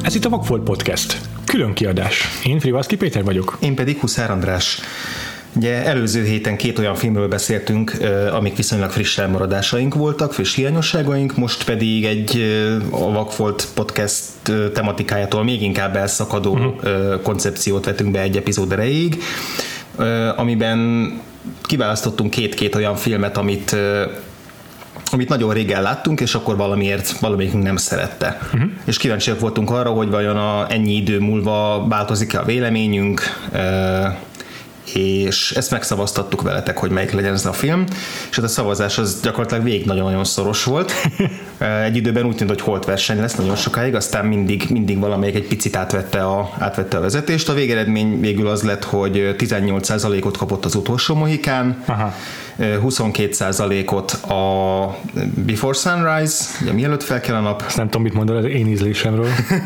Ez itt a Vagfolt Podcast. Külön kiadás. Én Frivalszky Péter vagyok. Én pedig Huszár András. Ugye előző héten 2 olyan filmről beszéltünk, amik viszonylag friss elmaradásaink voltak, friss hiányosságaink, most pedig a Vagfolt Podcast tematikájától még inkább elszakadó koncepciót vetünk be egy epizód erejéig, amiben kiválasztottunk 2 olyan filmet, amit nagyon régen láttunk, és akkor valamelyikünk nem szerette. És kíváncsiak voltunk arra, hogy vajon ennyi idő múlva változik-e a véleményünk, és ezt megszavaztattuk veletek, hogy melyik legyen ez a film, és hát a szavazás az gyakorlatilag végig nagyon-nagyon szoros volt. Egy időben úgy tűnt, hogy holt verseny lesz nagyon sokáig, aztán mindig valamelyik egy picit átvette a vezetést. A végeredmény végül az lett, hogy 18%-ot kapott az utolsó mohikán, 22%-ot a Before Sunrise, ugye mielőtt fel kell a nap. Azt nem tudom, mit mondod az én ízlésemről.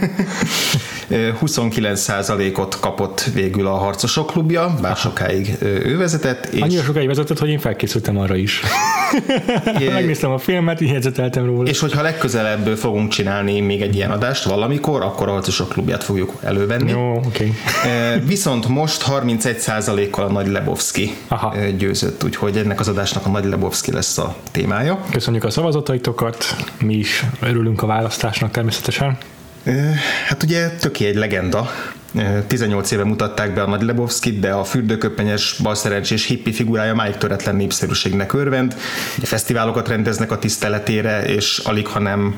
29%-ot kapott végül a Harcosok klubja, bár sokáig ő vezetett. Annyira sokáig vezetett, hogy én felkészültem arra is. Megnéztem a filmet, így jegyzeteltem róla. És hogyha legközelebb fogunk csinálni még egy ilyen adást valamikor, akkor a Harcosok klubját fogjuk elővenni. Jó, oké. Viszont most 31%-kal a Nagy Lebowski győzött, úgyhogy ennek az adásnak a Nagy Lebowski lesz a témája. Köszönjük a szavazataitokat, mi is örülünk a választásnak természetesen. Hát ugye töké egy legenda. 18 éve mutatták be a Nagy Lebowskit, de a fürdőköpenyes, balszerencsés hippi figurája máig töretlen népszerűségnek örvend. Fesztiválokat rendeznek a tiszteletére, és alig, ha nem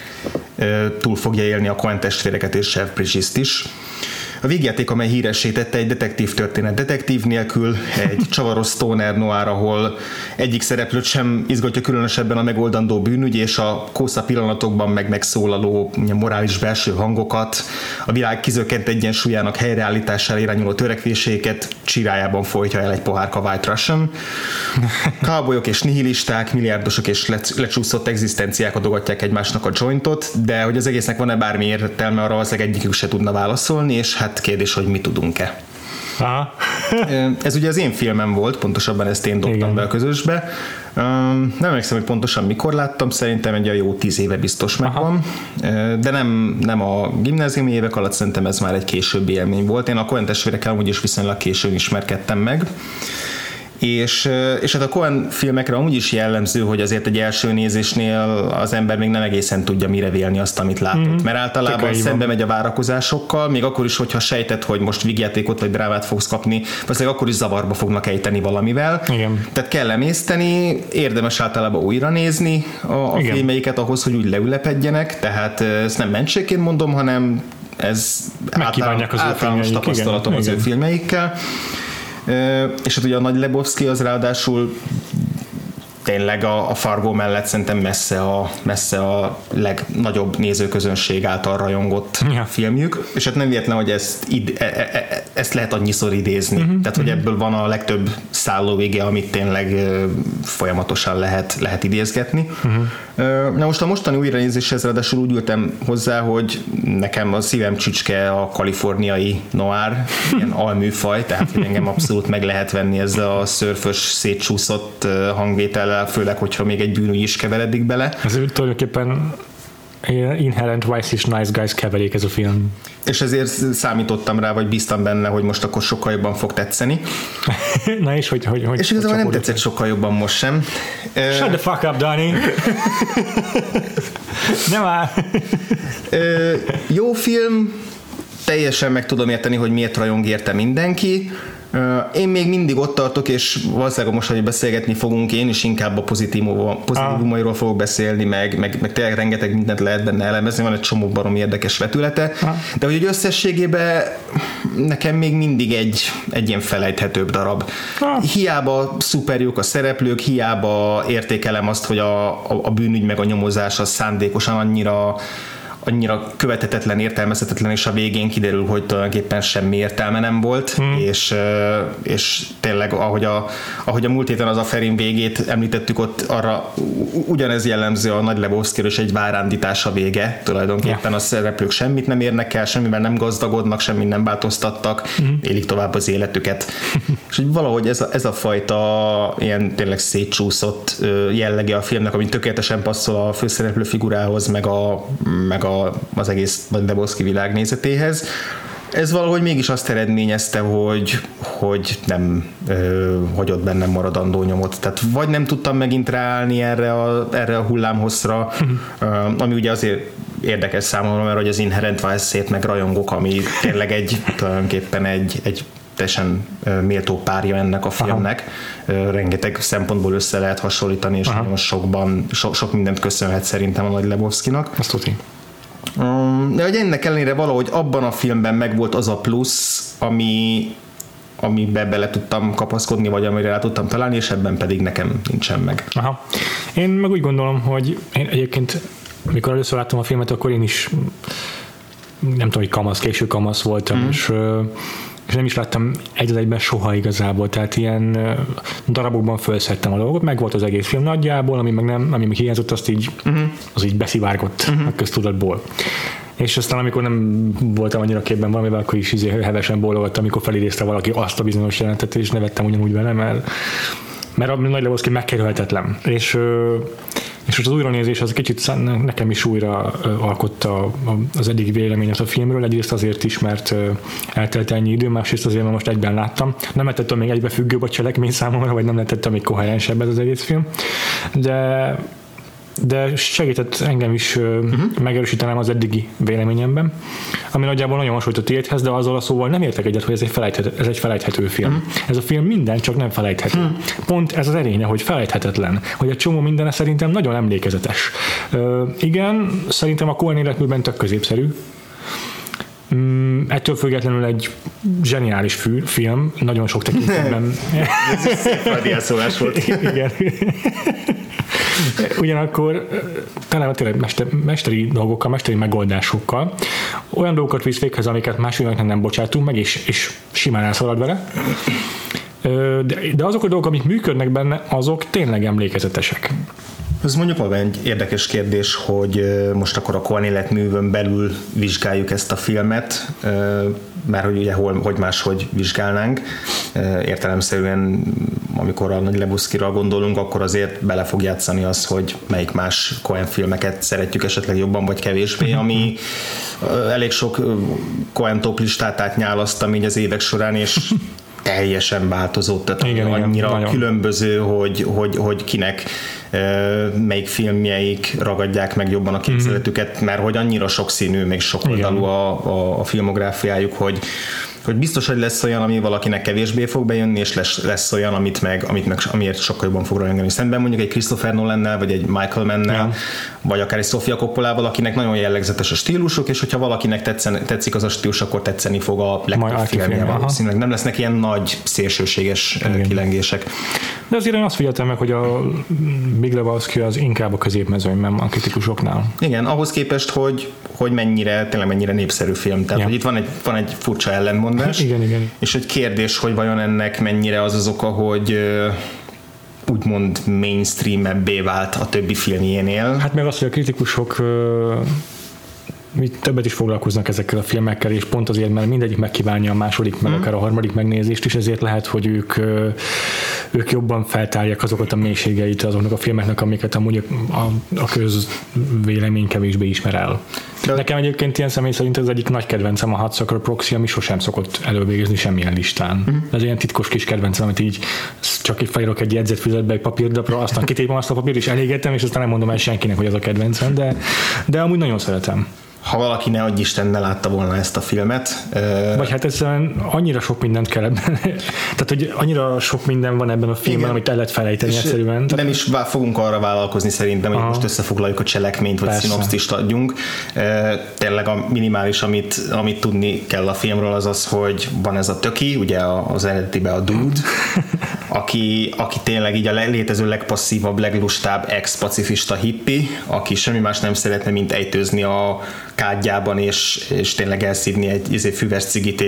túl fogja élni a Coen testvéreket és Jeff Bridges-t is. A végjáték, amely híressé tette, egy detektív történet detektív nélkül, egy csavaros stoner noir, ahol egyik szereplőt sem izgatja különösebben a megoldandó bűnügy, és a kósza pillanatokban megszólaló morális belső hangokat, a világ kizökkent egyensúlyának helyreállítására irányuló törekvéséket csirájában folytja el egy pohárka White Russian. Cowboyok és nihilisták, milliárdosok és lecsúszott egzisztenciák adogatják egymásnak a jointot, de hogy az egésznek van-e bármi értelme, arra valószínűleg egyikük se tudna válaszolni, és hát kérdés, hogy mi tudunk-e. Aha. Ez ugye az én filmem volt, pontosabban ezt én dobtam be a közösbe. Nem emlékszem, hogy pontosan mikor láttam, szerintem egy jó 10 éve biztos megvan, de nem a gimnáziumi évek alatt, szerintem ez már egy későbbi élmény volt. Én a Coen testvérekkel amúgy is viszonylag későn ismerkedtem meg. És hát a Coen filmekre amúgy is jellemző, hogy azért egy első nézésnél az ember még nem egészen tudja mire vélni azt, amit látott. Mert általában szembe megy a várakozásokkal, még akkor is, hogyha sejtett, hogy most vígjátékot vagy drámát fogsz kapni, valószínűleg akkor is zavarba fognak ejteni valamivel. Igen. Tehát kell emészteni, érdemes általában újra nézni a filmeiket ahhoz, hogy úgy leülepedjenek, tehát ezt nem mentségként mondom, hanem ez általános tapasztalatom az ő filmeikkel. És hát ugye a Nagy Lebowski az ráadásul tényleg a Fargo mellett szerintem messze a legnagyobb nézőközönség által rajongott filmjük, és hát nem véletlen, hogy ezt lehet annyiszor idézni. Tehát, hogy ebből van a legtöbb szállóvége, amit tényleg folyamatosan lehet idézgetni. Na most a mostani újranézéshez ráadásul úgy ültem hozzá, hogy nekem a szívem csücske a kaliforniai noir, ilyen alműfaj, tehát hogy engem abszolút meg lehet venni ezzel a szörfös, szétcsúszott hangvétellel, főleg, hogyha még egy bűnügy is keveredik bele. Ez tulajdonképpen Inherent Vice és Nice Guys keverék ez a film. És ezért számítottam rá, vagy bíztam benne, hogy most akkor sokkal jobban fog tetszeni. Na és hogy és igazából nem tetszett sokkal jobban most sem. Shut the fuck up, Danny! Nem áll! Jó film, teljesen meg tudom érteni, hogy miért rajong érte mindenki. Én még mindig ott tartok, és valószínűleg most, hogy beszélgetni fogunk, én is inkább a pozitívumairól fogok beszélni, meg tényleg rengeteg mindent lehet benne elemezni, van egy csomó barom érdekes vetülete, de hogy összességében nekem még mindig egy ilyen felejthetőbb darab. Hiába szuperjók a szereplők, hiába értékelem azt, hogy a bűnügy meg a nyomozás az szándékosan annyira követhetetlen, értelmezhetetlen, és a végén kiderül, hogy tulajdonképpen semmi értelme nem volt, és tényleg, ahogy a múlt héten az Aferin végét említettük, ott arra ugyanez jellemző a Nagy Lebowskiról, és egy várándítás a vége, tulajdonképpen a szereplők semmit nem érnek el, semmivel nem gazdagodnak, semmit nem változtattak, élik tovább az életüket. És hogy valahogy ez a fajta ilyen tényleg szétcsúszott jellege a filmnek, ami tökéletesen passzol a főszereplő figurához, meg a az egész Lebowski világnézetéhez. Ez valahogy mégis azt eredményezte, hogy nem hagyott bennem maradandó nyomot. Tehát vagy nem tudtam megint ráállni erre a hullámhosszra, ami ugye azért érdekes számomra, mert hogy az Inherent Vice-ét meg rajongok, ami tényleg tulajdonképpen egy teljesen méltó párja ennek a filmnek. Rengeteg szempontból össze lehet hasonlítani, és nagyon sok mindent köszönhet szerintem a Nagy Lebowskinak. Azt tudni. De hogy ennek ellenére valahogy abban a filmben megvolt az a plusz, amiben bele tudtam kapaszkodni, vagy amire rá tudtam találni, és ebben pedig nekem nincsen meg. Aha. Én meg úgy gondolom, hogy én egyébként, amikor először láttam a filmet, akkor én is nem tudom, hogy késő kamasz voltam, és nem is láttam egy az egyben soha igazából, tehát ilyen darabokban felszettem a dolgot, meg volt az egész film nagyjából, ami még hiányzott, az így beszivárgott a köztudatból. És aztán amikor nem voltam annyira képben valamivel, akkor is hevesen bólogattam, amikor felidézte valaki azt a bizonyos jelentet, és nevettem ugyanúgy vele, mert a Nagy Lebowski megkerülhetetlen. És az újranézés az kicsit nekem is újra alkotta az eddig véleményet a filmről, egyrészt azért is, mert eltelt ennyi idő, másrészt azért, mert most egyben láttam. Nem lehetett még egybefüggőbb a cselekmény számomra, vagy nem lehetett még koherensebb ez az egész film, de segített engem is megerősítenem az eddigi véleményemben, ami nagyjából nagyon hasonlít a tiédhez, de azzal a szóval nem értek egyet, hogy ez egy felejthető film. Ez a film minden, csak nem felejthető. Pont ez az erénye, hogy felejthetetlen, hogy egy csomó mindene szerintem nagyon emlékezetes. Igen, szerintem a Coen életműben tök középszerű. Ettől függetlenül egy zseniális film, nagyon sok tekintetben. Ez is szép radiászólás volt. Igen. Ugyanakkor talán tényleg mesteri dolgokkal, mesteri megoldásokkal olyan dolgokat visz véghez, amiket más filmeknek nem bocsátunk meg, és simán elszalad vele. De azok a dolgok, amik működnek benne, azok tényleg emlékezetesek. Ez mondjuk maga egy érdekes kérdés, hogy most akkor a Coen életművön belül vizsgáljuk ezt a filmet, mert hogy ugye hogy máshogy vizsgálnánk. Értelemszerűen, amikor a Nagy Lebowskira gondolunk, akkor azért bele fog játszani az, hogy melyik más Coen filmeket szeretjük esetleg jobban vagy kevésbé, ami elég sok Coen top listát átnyálasztam így az évek során, és teljesen változott, tehát annyira nagyon különböző, hogy kinek melyik filmjeik ragadják meg jobban a képzeletüket, mert hogy annyira sokszínű, még sokoldalú a filmográfiájuk, hogy biztos, hogy lesz olyan, ami valakinek kevésbé fog bejönni, és lesz olyan, amiért sokkal jobban fog rajongani szemben, mondjuk egy Christopher Nolannel, vagy egy Michael Mann-nel, vagy akár egy Sofia Coppolával, akinek nagyon jellegzetes a stílusuk, és hogyha valakinek tetszik az a stílus, akkor tetszeni fog a legtöbb filmje valószínűleg. Nem lesznek ilyen nagy, szélsőséges kilengések. De azért én azt figyeltem meg, hogy a Big Lebowski az inkább a középmezőnyben van a kritikusoknál. Igen, ahhoz képest, hogy mennyire népszerű film. Tehát, hogy itt van egy furcsa ellentmondás. Igen. És egy kérdés, hogy vajon ennek mennyire az oka, hogy úgymond mainstream-ebbé vált a többi filmjénél. Hát meg az, hogy a kritikusok többet is foglalkoznak ezekkel a filmekkel, és pont azért, mert mindegyik megkívánja a második, meg akár a harmadik megnézést is, ezért lehet, hogy ők jobban feltárják azokat a mélységeit azoknak a filmeknek, amiket amúgy a közvélemény kevésbé ismer el. Nekem egyébként ilyen személy szerint ez egyik nagy kedvencem a Hudsucker Proxy, ami sosem szokott elővégezni semmilyen listán. Ez ilyen titkos kis kedvencem, amit így csak így felírok egy jegyzetfüzetbe egy papírdapra, aztán kitépem azt a papírt, és elégettem, és aztán nem mondom el senkinek, hogy ez a kedvencem, de amúgy nagyon szeretem. Ha valaki ne adj Isten ne látta volna ezt a filmet. Vagy hát egyszerűen annyira sok mindent kell ebben. Tehát, hogy annyira sok minden van ebben a filmben, igen, amit el lehet felejteni egyszerűen. Nem is fogunk arra vállalkozni szerintem, hogy most összefoglaljuk a cselekményt, vagy szinopszist adjunk. Tényleg a minimális, amit tudni kell a filmről, az, hogy van ez a töki, ugye az eredetiben a dude, aki tényleg így a létező legpasszívabb, leglustább ex-pacifista hippi, aki semmi más nem szeretne, mint ejtőzni a kádjában, és tényleg elszívni egy füves cigit,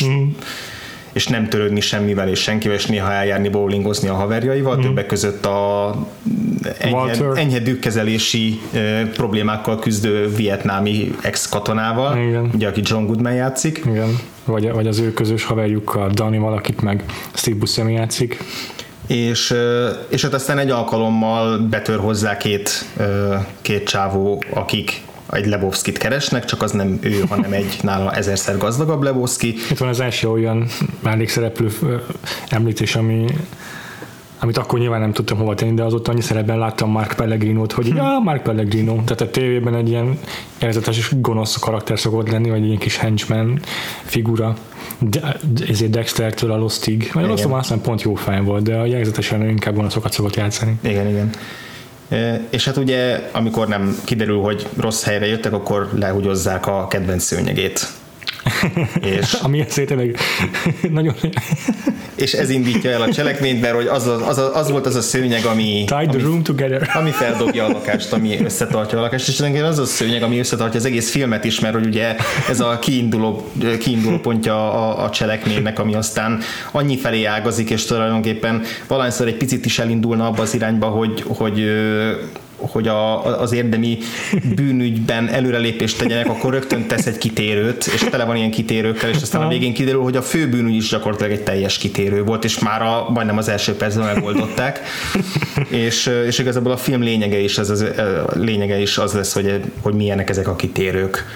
és nem törődni semmivel és senkivel, és néha eljárni bowlingozni a haverjaival, többek között a enyhe dükkezelési problémákkal küzdő vietnámi ex-katonával, ugye, aki John Goodman játszik. Igen. Vagy az ő közös haverjukkal, Danny-val, akit meg Steve Buscemi játszik. És hát aztán egy alkalommal betör hozzá két csávó, akik egy Lebowskit keresnek, csak az nem ő, hanem egy nála 1000-szer gazdagabb Lebowski. Itt van az első olyan mellékszereplő említés, amit akkor nyilván nem tudtam hova tenni, de azóta annyi szerepben láttam Mark Pellegrinót, hogy Mark Pellegrino, tehát a tévében egy ilyen érzetes és gonosz karakter szokott lenni, vagy egy ilyen kis henchman figura. Ezért Dextertől a Lostig. Vagy a Lost aztán pont jó fej volt, de a jellegzetesen inkább gonoszokat szokott játszani. Igen. És hát ugye, amikor nem kiderül, hogy rossz helyre jöttek, akkor lehugyozzák a kedvenc szőnyegét. És ami ezért tényleg nagyon... És ez indítja el a cselekményt, mert hogy az volt az a szőnyeg, ami feldobja a lakást, ami összetartja a lakást, és az a szőnyeg, ami összetartja az egész filmet is, mert hogy ugye ez a kiinduló pontja a cselekménynek, ami aztán annyi felé ágazik, és tulajdonképpen valahányszor egy picit is elindulna abba az irányba, hogy az érdemi bűnügyben előrelépést tegyenek, akkor rögtön tesz egy kitérőt, és tele van ilyen kitérőkkel, és aztán a végén kiderül, hogy a fő bűnügy is gyakorlatilag egy teljes kitérő volt, és már majdnem az első percben megoldották. és igazából a film lényege is az lesz, hogy milyenek ezek a kitérők.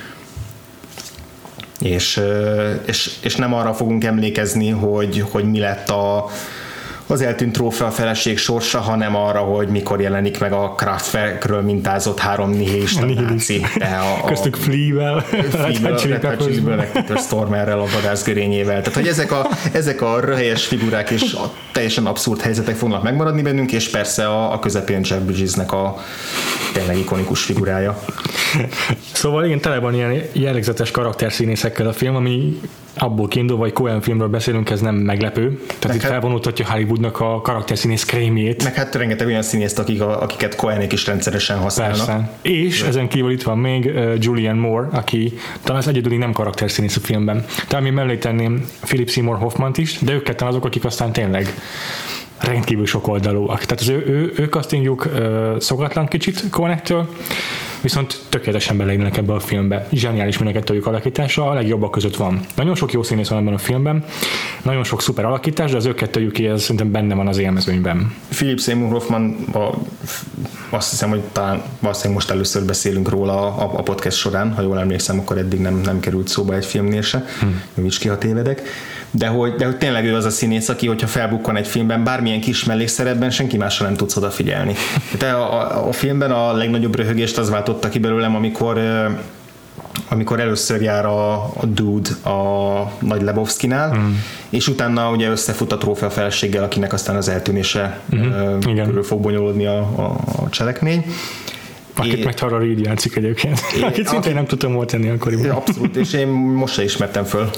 És nem arra fogunk emlékezni, hogy mi lett az eltűnt trófea feleség sorsa, hanem arra, hogy mikor jelenik meg a Kraftwerkről mintázott 3 nihilista náci. Köztük Flea-vel, Peter Stormerrel, a vadászgörényével. Tehát, hogy ezek a röhelyes figurák és a teljesen abszurd helyzetek fognak megmaradni bennünk, és persze a közepén Jeff Bridgesnek a tényleg ikonikus figurája. Szóval igen, tele van ilyen jellegzetes karakterszínészekkel a film, ami abból kiindulva, hogy Coen filmről beszélünk, ez nem meglepő. Tehát itt felvonultatja Hollywoodnak a karakterszínész krémjét. Meg hát rengeteg olyan színészt, akiket Coenék is rendszeresen használnak. Persze. És ezen kívül itt van még Julianne Moore, aki talán az egyedüli nem karakterszínész a filmben. Tehát mi mellé tenném Philip Seymour Hoffmant is, de ők ketten azok, akik aztán tényleg rendkívül sokoldalúak. Tehát az ő castingjuk szokatlan kicsit Coenektől, viszont tökéletesen beleillenek ebbe a filmbe. Zseniális mind a kettőjük alakítása, a legjobbak között van. Nagyon sok jó színész van ebben a filmben, nagyon sok szuper alakítás, de az ő kettőjük szerintem benne van az élmezőnyben. Philip Seymour Hoffman, azt hiszem, hogy talán valószínűleg most először beszélünk róla a podcast során, ha jól emlékszem, akkor eddig nem került szóba egy filmnél se. Javíts ki, ha tévedek. De hogy tényleg ő az a színész, aki, hogyha felbukkan egy filmben, bármilyen kis mellékszerepben, senki másra nem tudsz odafigyelni. De a filmben a legnagyobb röhögést az váltotta ki belőlem, amikor először jár a Dude a Nagy Lebowskinál, és utána ugye összefut a trófea feleséggel, akinek aztán az eltűnése körül fog bonyolódni a cselekmény. Akit meg Tara Reid játszik egyébként. Akit szintén nem tudtam volt tenni akkoriban. Abszolút, és én most se ismertem föl.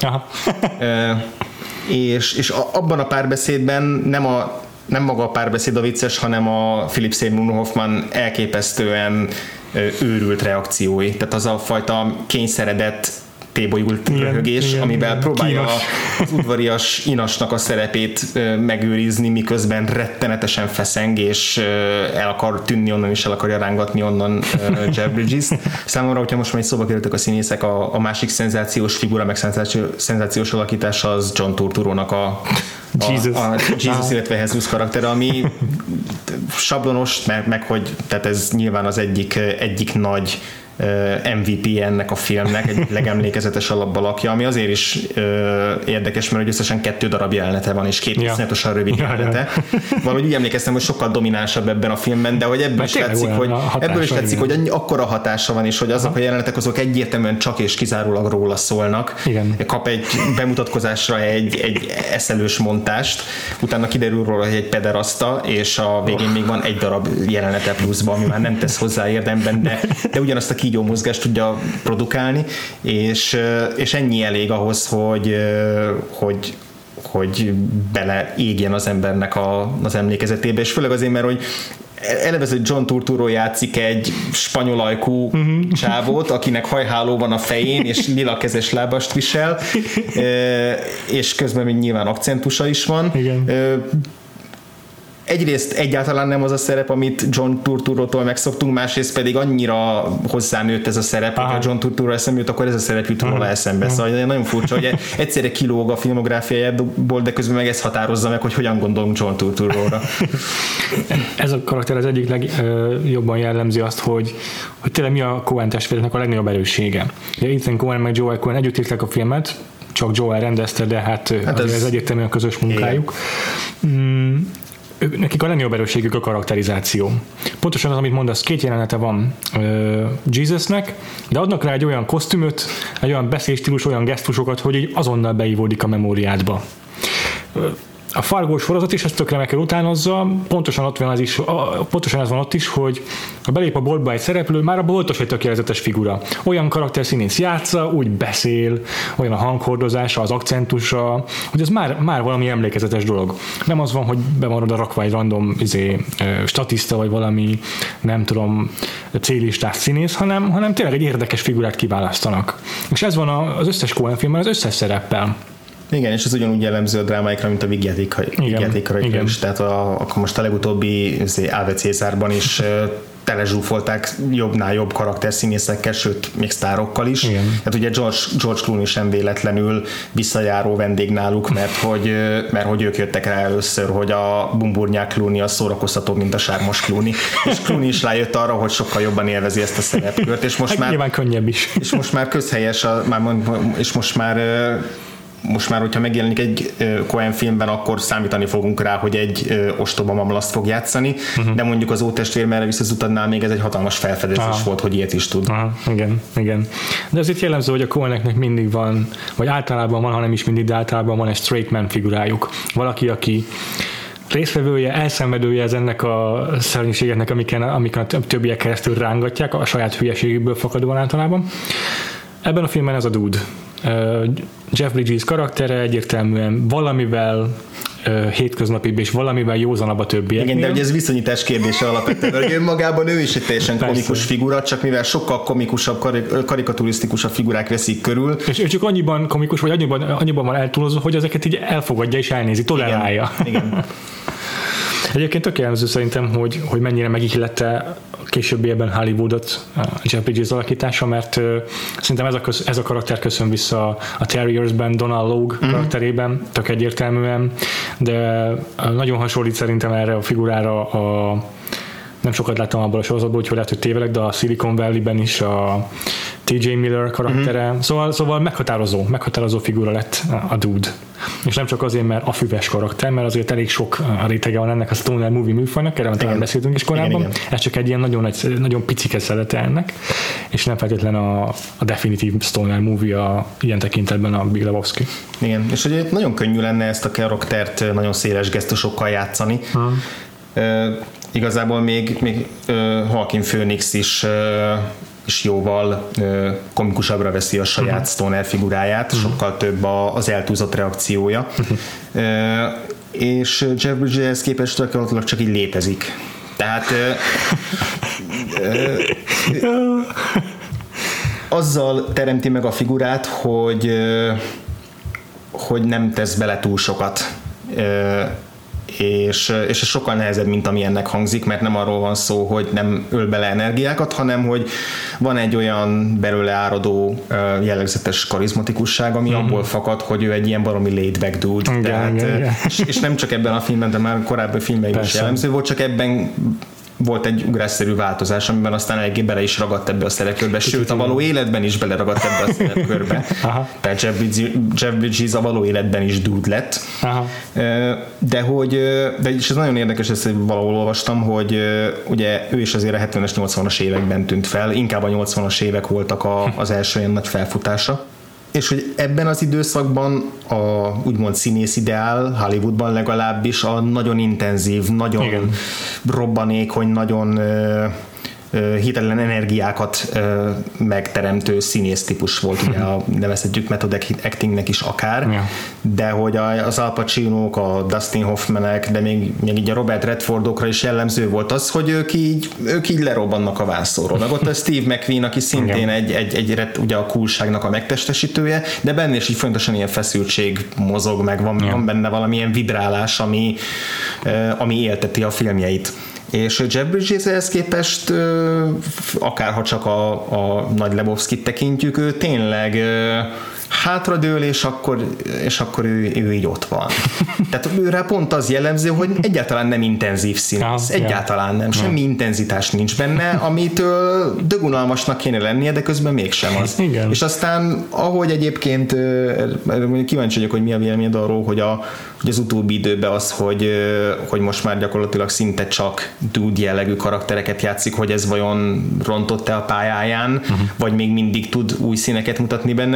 És abban a párbeszédben nem maga a párbeszéd a vicces, hanem a Philip Seymour Hoffman elképesztően őrült reakciói. Tehát az a fajta kényszeredett tébolyult röhögés, amivel próbálja az udvarias inasnak a szerepét megőrizni, miközben rettenetesen feszeng, és el akar tűnni onnan, és el akarja rángatni onnan Jeff Bridges. Számomra, hogyha most már szóba kerültek a színészek, a másik szenzációs figura, meg szenzációs alakítása az John Turturro-nak a Jesus, illetve Jesus karakter, ami sablonos, meg hogy tehát ez nyilván az egyik nagy MVP ennek a filmnek, egy legemlékezetes alapbalakja, ami azért is érdekes, mert összesen 2 darab jelenete van, és 2 iszonyatosan rövid jelenete. Valahogy úgy emlékeztem, hogy sokkal dominánsabb ebben a filmben, de hogy ebből is tetszik, hogy akkora hatása van, és hogy azok a jelenetek azok egyértelműen csak és kizárólag róla szólnak. Igen. Kap egy bemutatkozásra egy eszelős montást, utána kiderül róla, hogy egy pederasta, és a végén még van 1 darab jelenete pluszban, ami már nem tesz hozzá érdemben, de ugyanazt a kígyó mozgást tudja produkálni, és ennyi elég ahhoz, hogy beleégjen az embernek az emlékezetébe, és főleg azért, mert hogy eleve hogy John Turturro játszik egy spanyol ajkú csávót, akinek hajháló van a fején, és lila kezes lábast visel, és közben még nyilván akcentusa is van. Igen. egyrészt egyáltalán nem az a szerep, amit John Turturro-tól megszoktunk, másrészt pedig annyira hozzánőtt ez a szerep, hogy ha John Turturro eszembe jut, akkor ez a szerep jut róla eszembe. Szóval nagyon furcsa, hogy egyszerre kilóg a filmográfiájából, de közben meg ez határozza meg, hogy hogyan gondolunk John Turturro-ra. Ez a karakter az egyik legjobban jellemzi azt, hogy tényleg mi a Coen testvéreknek a legnagyobb erőssége. Ethan Coen meg Joel Coen együtt írták a filmet, csak Joel rendezte, de hát ez egyértelműen közös munkájuk. Nekik a legnagyobb erősségük a karakterizáció. Pontosan az, amit mondasz, 2 jelenete van Jesusnek, de adnak rá egy olyan kosztümöt, egy olyan beszédstílus, olyan gesztusokat, hogy így azonnal beívódik a memóriádba. A Fargo-s sorozat is ezt tök remekül utánozza, pontosan ez van ott is, hogy ha belép a boltba egy szereplő, már a boltos egy tökéletes figura. Olyan karakterszínész játsza, úgy beszél, olyan a hanghordozása, az akcentusa, hogy ez már valami emlékezetes dolog. Nem az van, hogy be van oda rakva egy random statiszta, vagy valami, nem tudom, célistás színész, hanem tényleg egy érdekes figurát kiválasztanak. És ez van az összes Coen filmben, az összes szereppel. Igen, és ez ugyanúgy jellemző a drámáikra, mint a vígjátékra is. Tehát akkor most a legutóbbi Ave Cézárban is telezsúfolták jobbnál jobb karakterszínészekkel, sőt, még sztárokkal is. Igen. Hát ugye George Clooney sem véletlenül visszajáró vendég náluk, mert hogy ők jöttek rá először, hogy a bumburnyák Clooney az szórakoztatóbb, mint a sármos Clooney. És Clooney is rájött arra, hogy sokkal jobban élvezi ezt a szerepkört. És most már nyilván könnyebb is. És most már közhelyes, és most már, hogyha megjelenik egy Coen filmben, akkor számítani fogunk rá, hogy egy ostoba mamlaszt fog játszani, de mondjuk az Ótestvér merre visz az utadnál még ez egy hatalmas felfedezés volt, hogy ilyet is tud. Igen. De azért jellemző, hogy a Coeneknek mindig van, vagy általában van, hanem is mindig, de általában van egy straight man figurájuk. Valaki, aki résztvevője, elszenvedője ez ennek a szörnyűségeknek, amiken a többiek keresztül rángatják, a saját hülyeségükből fakadóan általában. Ebben a filmben ez a dude. Jeff Bridges karaktere egyértelműen valamivel hétköznapibb és valamivel józanabb a többieknél. Igen, de ugye ez viszonyítás kérdése alapvetően, hogy önmagában ő is egy teljesen komikus figura, csak mivel sokkal komikusabb, karikaturisztikusabb figurák veszik körül. És ő csak annyiban komikus, vagy annyiban van eltúlozva, hogy ezeket így elfogadja és elnézi, tolerálja. Igen. Egyébként tök jellemző szerintem, hogy mennyire megihllette későbbiekben Hollywoodot Jeff Bridges alakítása, mert szerintem ez a karakter köszön vissza a Terriersben, Donald Logue karakterében, tök egyértelműen, de nagyon hasonlít szerintem erre a figurára nem sokat láttam abból a sorozatból, úgyhogy lehet, hogy tévedek, de a Silicon Valley-ben is a T.J. Miller karaktere, szóval meghatározó figura lett a dude. És nem csak azért, mert a füves karakter, mert azért elég sok rétege van ennek a stoner movie műfajnak, erről talán beszéltünk is korábban. Igen. Ez csak egy ilyen nagyon picike szelete ennek, és nem feltétlen a definitív stoner movie ilyen tekintetben a Big Lebowski. Igen, és ugye nagyon könnyű lenne ezt a karaktert nagyon széles gesztusokkal játszani. Igazából még Joaquin Phoenix is jóval komikusabbra veszi a saját stoner figuráját, sokkal több az eltúzott reakciója, és Jeff Bridgeshez képest gyakorlatilag csak így létezik. Tehát azzal teremti meg a figurát, hogy nem tesz bele túl sokat, és ez sokkal nehezebb, mint ami ennek hangzik, mert nem arról van szó, hogy nem öl bele energiákat, hanem hogy van egy olyan belőle áradó jellegzetes karizmatikusság, ami abból fakad, hogy ő egy ilyen baromi laid back dude. Igen. És nem csak ebben a filmben, de már korábbi filmben is jellemző volt, csak ebben volt egy ugrásszerű változás, amiben aztán eléggé bele is ragadt ebbe a szerepkörbe, sőt a való életben is beleragadt ebbe a szerepkörbe. Tehát Jeff Bridges a való életben is dude lett. De és ez nagyon érdekes, ezt valahol olvastam, hogy ugye ő is azért a 70-es, 80-as években tűnt fel, inkább a 80-as évek voltak az első ilyen nagy felfutása. És hogy ebben az időszakban a úgymond színész ideál, Hollywoodban legalábbis a nagyon intenzív, nagyon robbanékony, nagyon hirtelen energiákat megteremtő színész típus volt, ugye nevezhetjük method actingnek is akár, de hogy az Al Pacino-k, a Dustin Hoffmanek, de még így a Robert Redfordokra is jellemző volt az, hogy ők így lerobbannak a vászorról. Meg ott a Steve McQueen, aki szintén egy ugye a coolságnak a megtestesítője, de benne is így fontosan ilyen feszültség mozog, meg van benne valamilyen vibrálás, ami élteti a filmjeit. És Jeff Bridges-hez képest, akárha csak a Nagy Lebowskit tekintjük, ő tényleg hátradől, és akkor ő így ott van. Tehát őre pont az jellemző, hogy egyáltalán nem intenzív színész. Egyáltalán nem. Semmi intenzitás nincs benne, amitől dögunalmasnak kéne lennie, de közben mégsem az. Igen. És aztán, ahogy egyébként kíváncsi vagyok, hogy mi a véleményed arról, hogy az utóbbi időben az, hogy most már gyakorlatilag szinte csak dude jellegű karaktereket játszik, hogy ez vajon rontott-e a pályáján, vagy még mindig tud új színeket mutatni benne,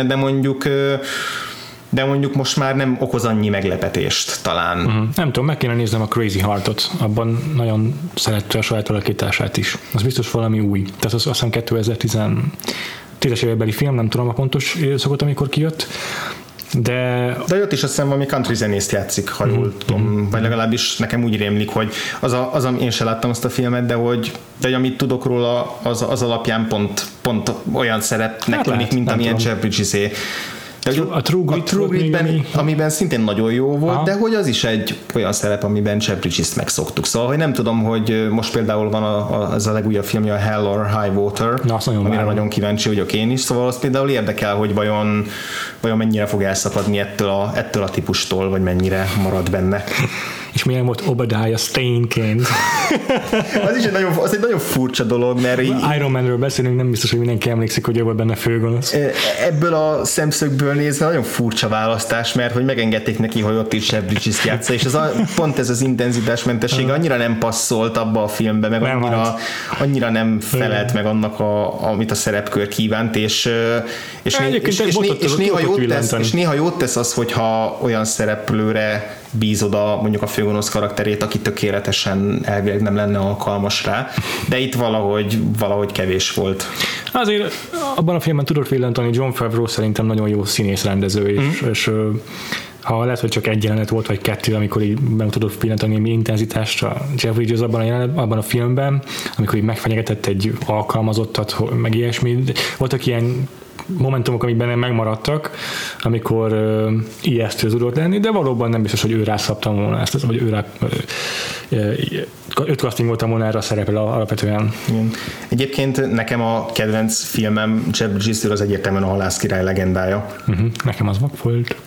de mondjuk most már nem okoz annyi meglepetést talán. Nem tudom, meg kéne néznem a Crazy Heartot, abban nagyon szerette a saját alakítását is. Az biztos valami új. Tehát azt hiszem 2010-es évekbeli film, nem tudom a pontos időszakot, amikor kijött. De ott is azt hiszem valami country zenészt játszik, ha jól tudom, vagy legalábbis nekem úgy rémlik, hogy én sem láttam azt a filmet, de hogy amit tudok róla, az alapján pont olyan szerepnek tűnik, mint amilyen Jeff Bridges-é. A True Grit, amiben szintén nagyon jó volt, de hogy az is egy olyan szerep, amiben Jeff Bridges-t megszoktuk. Szóval, hogy nem tudom, hogy most például van az a legújabb filmje, a Hell or High Water, amire nagyon kíváncsi vagyok én is, szóval az például érdekel, hogy vajon mennyire fog elszakadni ettől a típustól, vagy mennyire marad benne. És milyen volt Obadiah Stane-ként. az egy nagyon furcsa dolog, mert Iron Man-ről beszélünk, nem biztos, hogy mindenki emlékszik, hogy ő volt benne főgonosz. Ebből a szemszögből nézve nagyon furcsa választás, mert hogy megengedték neki, hogy ott is Jeff Bridges játsza, és pont ez az intenzitásmentessége annyira nem passzolt abba a filmbe, meg annyira nem felelt meg annak, amit a szerepkör kívánt, és néha jót tesz az, hogyha olyan szereplőre bízod mondjuk a főgonosz karakterét, aki tökéletesen elvileg nem lenne alkalmas rá, de itt valahogy kevés volt. Azért abban a filmben tudott villantani, Jon Favreau szerintem nagyon jó színész-rendező, és ha lehet, hogy csak egy jelenet volt, vagy kettő, amikor így meg tudott pillantani mi intenzitást a Jeff Bridges abban a filmben, amikor így megfenyegetett egy alkalmazottat, meg ilyesmi. Voltak ilyen momentumok, amik benne megmaradtak, amikor ijesztő tudott lenni, de valóban nem biztos, hogy ő rászabtam volna ezt, vagy őt castingoltam volna erre a szerepre alapvetően. Igen. Egyébként nekem a kedvenc filmem Jeff Bridges-től az egyértelműen a Halász király legendája. Nekem az volt.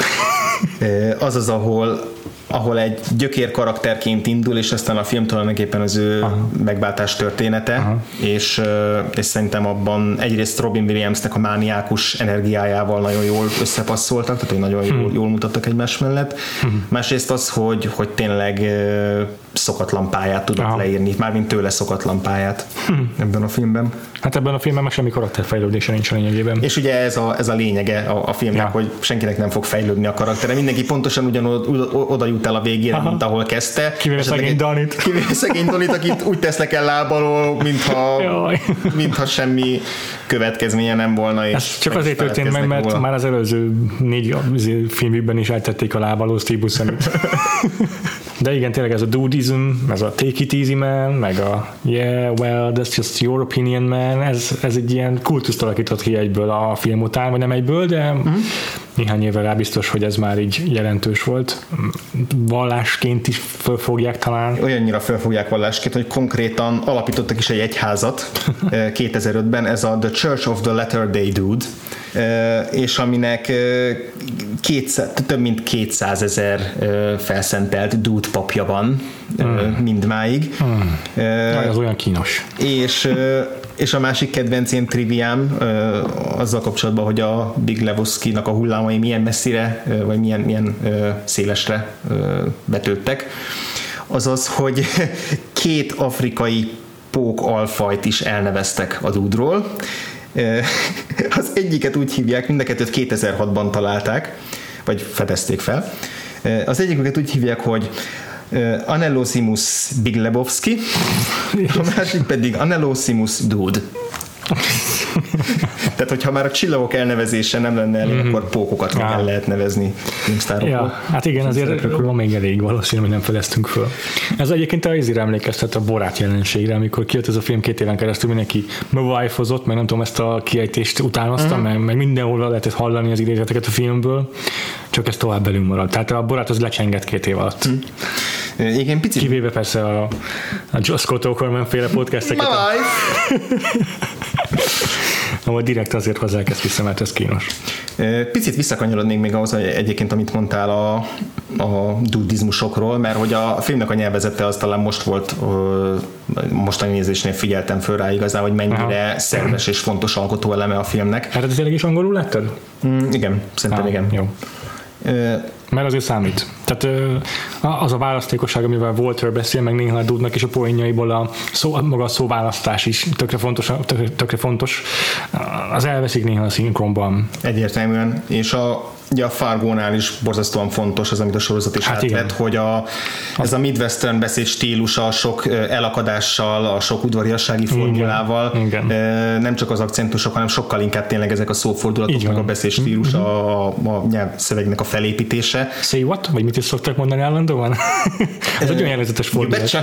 Az, ahol egy gyökér karakterként indul, és aztán a film tulajdonképpen az ő megváltás története, és szerintem abban egyrészt Robin Williamsnek a mániákus energiájával nagyon jól összepasszoltak, tehát hogy nagyon jól mutattak egymás mellett. Másrészt az, hogy tényleg szokatlan pályát tudott leírni, mármint tőle szokatlan pályát ebben a filmben. Hát ebben a filmben meg semmi karakterfejlődése nincs a lényegében. És ugye ez a lényege a filmnek, hogy senkinek nem fog fejlődni a karaktere. Mindenki pontosan oda jut el a végére, mint ahol kezdte. Kivéve szegény Danit. Kivéve szegény Danit, akit úgy tesznek el lábalól, mintha semmi következménye nem volna. És ez csak azért történt meg, mert volna. Már az előző 4 filmükben is eltették a lábaló Steve Buscemi. De igen, tényleg ez a dudism, ez a take it easy man, meg a yeah, well, that's just your opinion man, ez egy ilyen kultuszt alakított ki egyből a film után, vagy nem egyből, de néhány évvel rá biztos, hogy ez már így jelentős volt. Vallásként is fölfogják talán. Olyannyira fölfogják vallásként, hogy konkrétan alapítottak is egy egyházat 2005-ben, ez a The Church of the Latter-day Dude, és aminek több mint 200 000 felszentelt dude papja van mindmáig. Az olyan kínos. És a másik kedvenc ilyen triviám azzal kapcsolatban, hogy a Big Lebowski-nak a hullámai milyen messzire, vagy milyen szélesre betődtek, az az, hogy 2 afrikai pók alfajt is elneveztek a dúdról. Az egyiket úgy hívják, mind a kettőt 2006-ban találták, vagy fedezték fel. Az egyiket úgy hívják, hogy Anelosimus Big Lebowski, a másik pedig Anelosimus Dude. Tehát, hogyha már a csillagok elnevezése nem lenne elég, akkor pókokat még el lehet nevezni filmsztárokból. Ja, hát igen, azért van még elég valószínű, hogy nem feleztünk föl. Ez egyébként a izére emlékeztet a Borát jelenségre, amikor kijött ez a film 2 éven keresztül, mindenki megájfozott, meg nem tudom, ezt a kiejtést utánozta, meg mindenhol lehetett hallani az idézeteket a filmből, csak ez tovább belünk maradt. Tehát a Borát az lecsengett 2 év alatt. Igen, picit. Kivéve persze a Joss Scott Aukerman féle podcasteket. Ahol direkt azért hozzák ezt vissza, mert ez kínos. Picit visszakanyarodnék még ahhoz, hogy egyébként amit mondtál a dudizmusokról, mert hogy a filmnek a nyelvezete az talán most volt, mostani nézésnél figyeltem föl rá igazán, hogy mennyire szerves és fontos alkotóeleme a filmnek. Eredetileg is angolul letted? Igen, szerintem igen. Jó. Mert azért számít. Tehát az a választékosság, amivel Walter beszél, meg néha Dudnak és a poénjaiból maga a szóválasztás is tökre fontos. Az elveszik néha a szinkronban. Egyértelműen. És ugye a Fargónál is borzasztóan fontos az, amit a sorozat is átvett, hogy ez a midwestern beszéd stílusa, a sok elakadással, a sok udvariassági formulával, igen. Nem csak az akcentusok, hanem sokkal inkább tényleg ezek a szófordulatoknak a beszéd stílusa, a nyelvszövegnek a felépítése. Say what? Vagy mit is szoktak mondani állandóan? Ez egy olyan jellegzetes fordulat.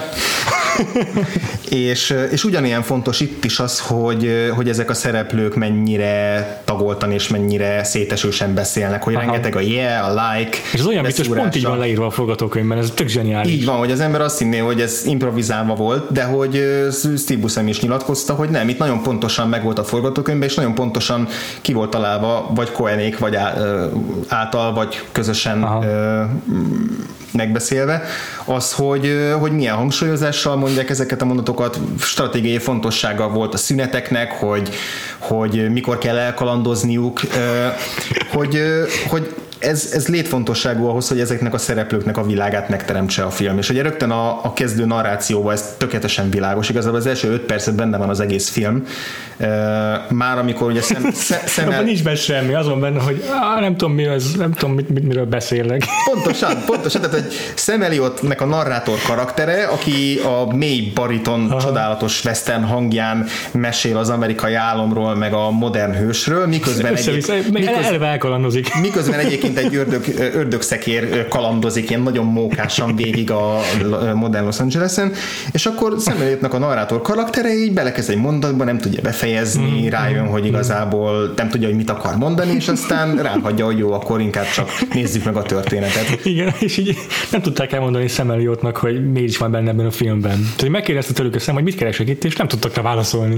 És ugyanilyen fontos itt is az, hogy ezek a szereplők mennyire tagoltan és mennyire szétesősen beszélnek, hogy rengeteg a yeah, a like. És az olyan vicces, pont így van leírva a forgatókönyvben, ez tök zseniális. Így van, hogy az ember azt hinné, hogy ez improvizálva volt, de hogy Steve Buscemi is nyilatkozta, hogy nem, itt nagyon pontosan megvolt a forgatókönyvben, és nagyon pontosan ki volt találva, vagy Coenék, vagy által, vagy közösen megbeszélve, az, hogy milyen hangsúlyozással mondják ezeket a mondatokat, stratégiai fontossága volt a szüneteknek, hogy mikor kell elkalandozniuk, hogy ez létfontosságú ahhoz, hogy ezeknek a szereplőknek a világát megteremtse a film. És ugye rögtön a kezdő narrációban ez tökéletesen világos. Igazából az első 5 percet benne van az egész film. Már amikor ugye abban nincs benne semmi, azon benne, hogy nem tudom, miről beszélnek. Pontosan, tehát hogy Sam Elliotnek a narrátor karaktere, aki a mély bariton csodálatos western hangján mesél az amerikai álomról, meg a modern hősről, miközben egyébként egy ördögszekér kalandozik ilyen nagyon mókásan végig a modern Los Angeles-en, és akkor Sam Elliotnak a narrátor karaktere így belekezd egy mondatba, nem tudja befejezni, rájön, hogy igazából nem tudja, hogy mit akar mondani, és aztán ráhagyja, hogy jó, akkor inkább csak nézzük meg a történetet. Igen, és így nem tudták elmondani Sam Elliotnak, hogy miért is van benne ebben a filmben. Tehát megkérdezte tőlük a Sam, hogy mit keresek itt, és nem tudtak rá válaszolni.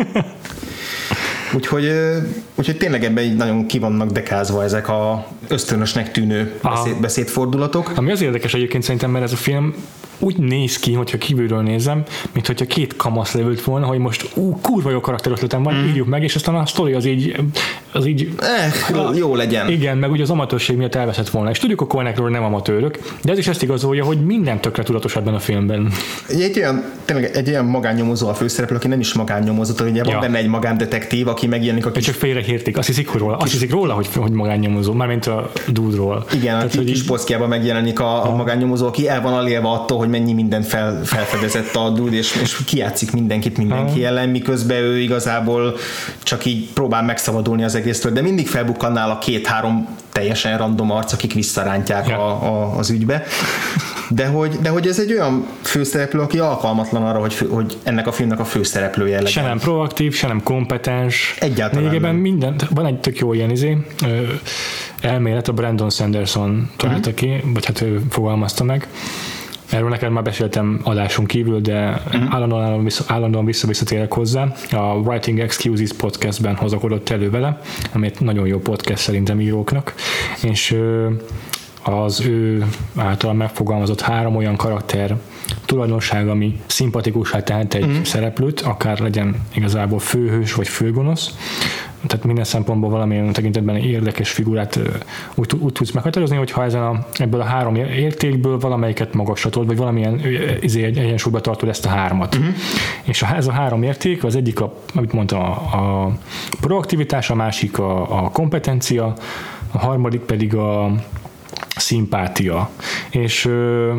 Úgyhogy tényleg ebben így nagyon ki vannak dekázva ezek a ösztönösnek tűnő beszédfordulatok. Ami az érdekes egyébként szerintem, mert ez a film úgy néz ki, hogyha kívülről nézem, mint hogyha 2 kamasz levült volna, hogy most kurva jó karakterötletem van, írjuk meg, és aztán a sztori az így jó legyen. Igen, meg ugye az amatőrség miatt elveszett volna. És tudjuk, a Coenekről nem amatőrök, de ez is ezt igazolja, hogy minden tökre tudatos ebben a filmben. Egy olyan magánnyomozó a főszereplő, aki nem is magánnyomozó, ugye van benne egy magándetektív, aki megjelenik a kis... Csak félrehértik. Azt hiszik róla, hogy magánnyomozó, mármint a Dude-ról. Igen, tehát, a kis posztjában megjelenik a magánnyomozó, aki el van alélve attól, hogy mennyi mindent felfedezett a Dude, és kijátszik mindenki ellen, miközben ő igazából csak így próbál megszabadulni az egésztől, de mindig felbukkannál a 2-3 teljesen random arc, akik visszarántják az ügybe. De hogy ez egy olyan főszereplő, aki alkalmatlan arra, hogy ennek a filmnek a főszereplője legyen. Se nem proaktív, se nem kompetens. Egyáltalán Lényegében mindent. Van egy tök jó ilyen elmélet, a Brandon Sanderson találta ki, vagy hát ő fogalmazta meg. Erről neked már beszéltem adáson kívül, de állandóan visszatérek hozzá. A Writing Excuses podcastben hozakodott elő vele, ami egy nagyon jó podcast szerintem íróknak, és az ő által megfogalmazott 3 olyan karakter tulajdonság, ami szimpatikussá tehet egy szereplőt, akár legyen igazából főhős vagy főgonosz, tehát minden szempontból valamilyen tekintetben érdekes figurát úgy tudsz meghatározni, hogyha ebből a 3 értékből valamelyiket magaslatod, vagy valamilyen egyensúlyba tartod ezt a 3-at. És ez a 3 érték, az egyik, amit mondtam, a proaktivitás, a másik a kompetencia, a harmadik pedig a szimpátia. És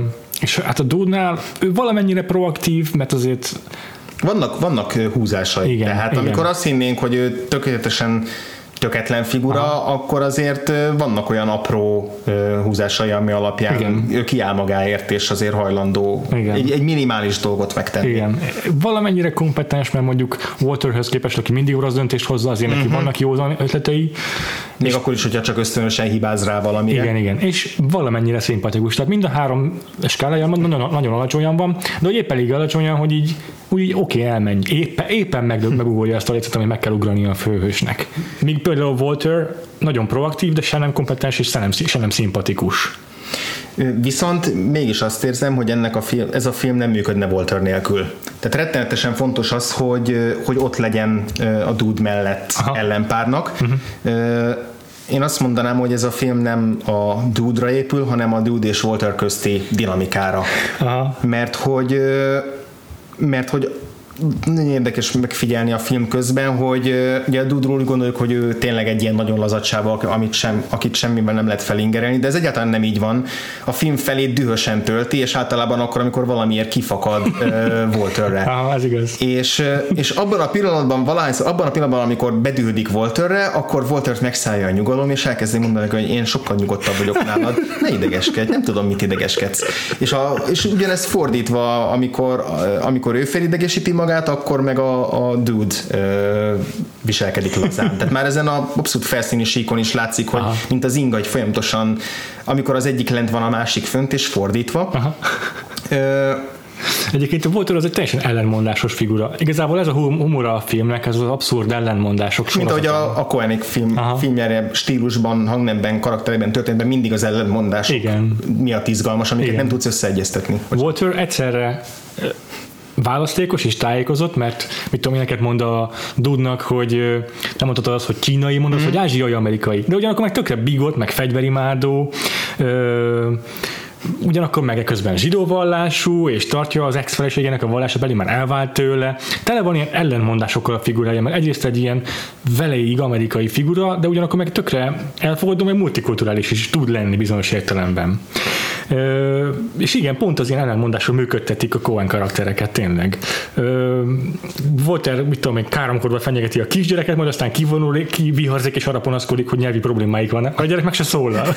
És hát a Dude-nál ő valamennyire proaktív, mert azért vannak húzásai. Igen, tehát igen. amikor azt hinnénk, hogy ő tökéletesen tökéletlen figura, akkor azért vannak olyan apró húzásai, ami alapján igen. ő kiáll magáért, és azért hajlandó egy minimális dolgot megtenni. Igen. Valamennyire kompetens, mert mondjuk Walterhöz képest, aki mindig rossz döntést hozza, azért neki vannak jó ötletei. Még és akkor is, hogyha csak ösztönösen hibáz rá valamire. Igen. És valamennyire szimpatikus. Tehát mind a három skáláján nagyon alacsonyan van, de hogy épp elég alacsonyan, hogy így oké, elmenj. Éppen megugorja ezt a lécet, amit meg kell ugrani a főhősnek. Míg például Walter nagyon proaktív, de se nem kompetens, és se nem szimpatikus. Viszont mégis azt érzem, hogy ez a film nem működne Walter nélkül. Tehát rettenetesen fontos az, hogy ott legyen a Dude mellett ellenpárnak. Én azt mondanám, hogy ez a film nem a Dude-ra épül, hanem a Dude és Walter közti dinamikára. Aha. Mert hogy nagyon érdekes megfigyelni a film közben, hogy ugye a Dude-ról úgy gondoljuk, hogy ő tényleg egy ilyen nagyon lazadsába, akit semmiben nem lehet felingerelni, de ez egyáltalán nem így van. A film felét dühösen tölti, és általában akkor, amikor valamiért kifakad Walterre. Aha, ez igaz. És abban a pillanatban, amikor bedühödik Walterre, akkor Waltert megszállja a nyugalom, és elkezdi mondani, hogy én sokkal nyugodtabb vagyok nálad, ne idegeskedj, nem tudom, mit idegeskedsz. És ugyanezt fordítva, amikor ő felidegesíti magát, akkor meg a Dude viselkedik lazán. Tehát már ezen a abszolút felszíni síkon is látszik, hogy mint az inga, hogy folyamatosan, amikor az egyik lent van, a másik fönt, és fordítva. Egyébként a Walter az egy teljesen ellenmondásos figura. Igazából ez a humora a filmnek, ez az abszurd ellenmondások sorozata. Mint ahogy a Koenig filmjére stílusban, hangnemben, karakterében, történetben mindig az ellenmondások miatt izgalmas, amiket nem tudsz összeegyeztetni. Walter egyszerre választékos és tájékozott, mert mit tudom, neked mond a Dude-nak, hogy nem mondhatod azt, hogy kínai, mondod, hogy ázsiai, amerikai. De ugyanakkor meg tökre bigott, meg fegyverimádó, ugyanakkor meg közben zsidó vallású, és tartja az ex-feleségének a vallását, pedig már elvált tőle. Tele van ilyen ellenmondásokkal a figurája, mert egyrészt egy ilyen veleig amerikai figura, de ugyanakkor meg tökre elfogadó, meg multikulturális is tud lenni bizonyos értelemben. És igen, pont az ilyen ellenmondásról működtetik a Coen karaktereket tényleg. Walter, mit tudom én, káromkodva fenyegeti a kisgyereket, majd aztán kivonul, kiviharzik és arra panaszkodik, hogy nyelvi problémáik van. A gyerek meg se szólal.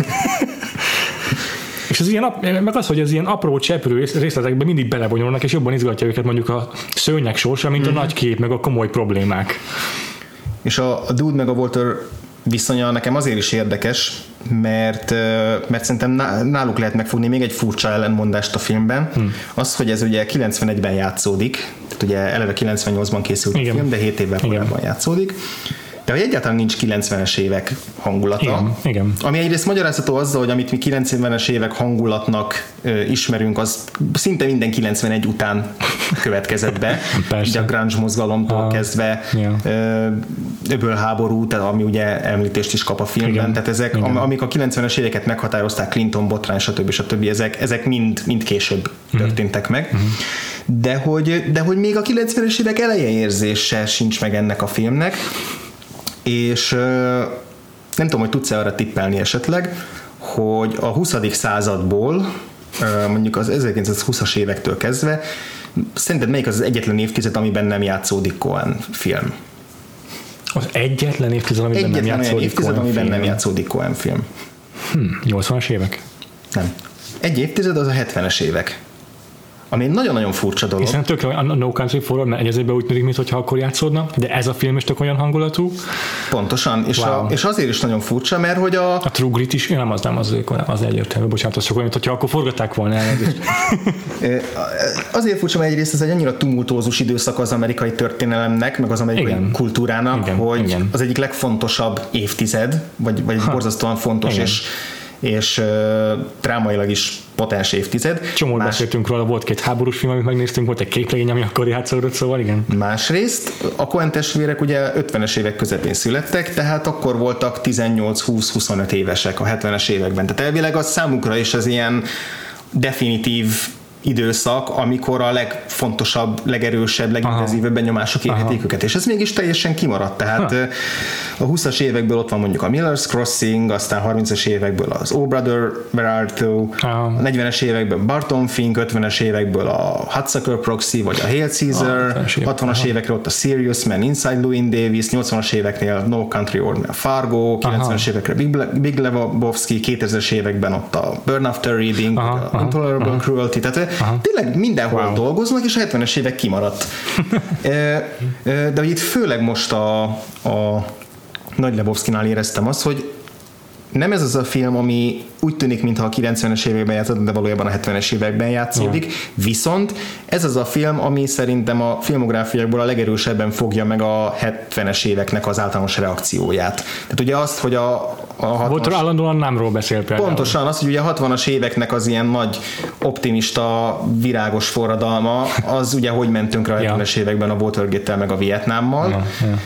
És az ilyen, meg az, hogy az ilyen apró cseprő részletekben mindig belevonyolnak, és jobban izgatja őket mondjuk a szőnyeg sorsa, mint a nagy kép, meg a komoly problémák. És a Dude meg a Walter viszonya nekem azért is érdekes, mert szerintem náluk lehet megfogni még egy furcsa ellenmondást a filmben. Az, hogy ez ugye 91-ben játszódik, tehát ugye eleve 98-ban készült a film, de 7 évvel korábban játszódik. De hogy egyáltalán nincs 90-es évek hangulata. Igen. Ami egyrészt magyarázható azzal, hogy amit mi 90-es évek hangulatnak ismerünk, az szinte minden 91 után következett be. Ugye a grunge mozgalomtól kezdve öbölháború, ami ugye említést is kap a filmben. Igen. Tehát ezek, amik a 90-es éveket meghatározták, Clinton, botrány, stb. Ezek mind később történtek meg. De hogy még a 90-es évek eleje érzése sincs meg ennek a filmnek, és nem tudom, hogy tudsz-e arra tippelni esetleg, hogy a 20. századból, mondjuk az 1920-as évektől kezdve, szerinted melyik az egyetlen évtized, amiben nem játszódik Coen film? Az egyetlen évtized, amiben nem játszódik Coen film? 80-as évek? Nem. Egy évtized az a 70-es évek. Ami egy nagyon-nagyon furcsa dolog. Hiszen tökre a No Country for Old Man egyezőben úgy tűnik, mintha akkor játszódna, de ez a film is tök olyan hangulatú. Pontosan, és azért is nagyon furcsa, mert hogy a True Grit is, nem az egyértelmű, bocsánat, az csak olyan, mintha akkor forgatták volna el. Azért furcsa, mert egyrészt ez egy annyira tumultózus időszak az amerikai történelemnek, meg az amerikai kultúrának, hogy az egyik legfontosabb évtized, vagy borzasztóan fontos, és drámailag is potens évtized. Csomót beszéltünk róla, volt 2 háborús film, amit megnéztünk, volt egy képregény, ami akkor játszódott, szóval igen. Másrészt a Coen testvérek ugye 50-es évek közepén születtek, tehát akkor voltak 18-20-25 évesek a 70-es években. Tehát elvileg az számukra is az ilyen definitív időszak, amikor a legfontosabb, legerősebb, legintenzívebb benyomások érhetik őket, és ez mégis teljesen kimaradt. Tehát a 20-as évekből ott van mondjuk a Miller's Crossing, aztán 30-as évekből az Oh Brother, Where Art Thou, a 40-es évekből Barton Fink, 50-es évekből a Hudsucker Proxy, vagy a Hail Caesar, 60-as évekre ott a Serious Man, Inside Llewyn Davis, 80-as éveknél No Country for Old Men, Fargo, 90-es évekre Big Lebowski, 2000-es években ott a Burn After Reading, a Intolerable Cruelty, tehát tényleg mindenhol dolgoznak, és a 70-es évek kimaradt. De hogy itt főleg most a Nagy Lebowskinál éreztem azt, hogy nem ez az a film, ami úgy tűnik, mintha a 90-es években játszott, de valójában a 70-es években játszódik, viszont ez az a film, ami szerintem a filmográfiákból a legerősebben fogja meg a 70-es éveknek az általános reakcióját. Tehát ugye azt, hogy a 60-as... Volt állandóan námról beszél például. Pontosan, az, hogy ugye a 60-as éveknek az ilyen nagy optimista, virágos forradalma, az ugye hogy mentünk rá a 70-es években a Watergate-tel meg a Vietnámmal.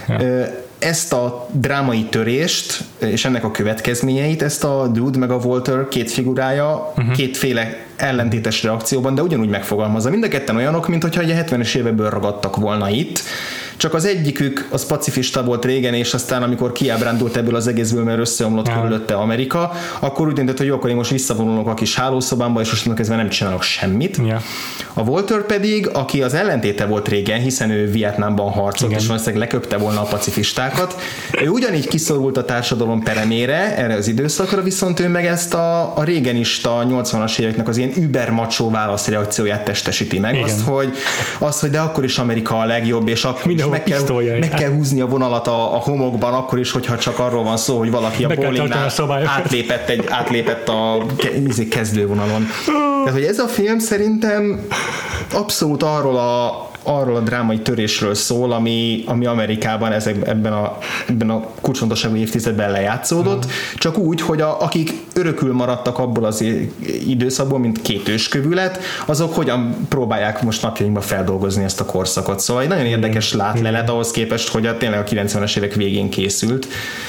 Ezt a drámai törést és ennek a következményeit, ezt a Dude meg a Walter két figurája kétféle ellentétes reakcióban, de ugyanúgy megfogalmazza. Mind a ketten olyanok, mint hogyha a 70-es évekből ragadtak volna itt, csak az egyikük az pacifista volt régen, és aztán amikor kiábrándult ebből az egészből, mert összeomlott körülötte Amerika, akkor úgy döntött, hogy jó, akkor én most visszavonulok a kis hálószobámba, és most kezdve nem csinálok semmit. A Walter pedig, aki az ellentéte volt régen, hiszen ő Vietnámban harcolt, és valószínűleg leköpte volna a pacifistákat, ő ugyanígy kiszorult a társadalom peremére, erre az időszakra, viszont ő meg ezt a régenista 80-as éveknek az ilyen übermacsó válaszreakcióját testesíti meg. Azt, hogy de akkor is Amerika a legjobb, és akkor is meg kell húzni a vonalat a homokban, akkor is, hogyha csak arról van szó, hogy valaki a bowlingnál átlépett a kezdővonalon. Tehát, hogy ez a film szerintem abszolút arról a drámai törésről szól, ami Amerikában ebben a kulcsfontosságú évtizedben lejátszódott, csak úgy, hogy akik örökül maradtak abból az időszakból, mint két őskövület, azok hogyan próbálják most napjainkban feldolgozni ezt a korszakot. Szóval egy nagyon érdekes látlelet ahhoz képest, hogy tényleg a 90-es évek végén készült.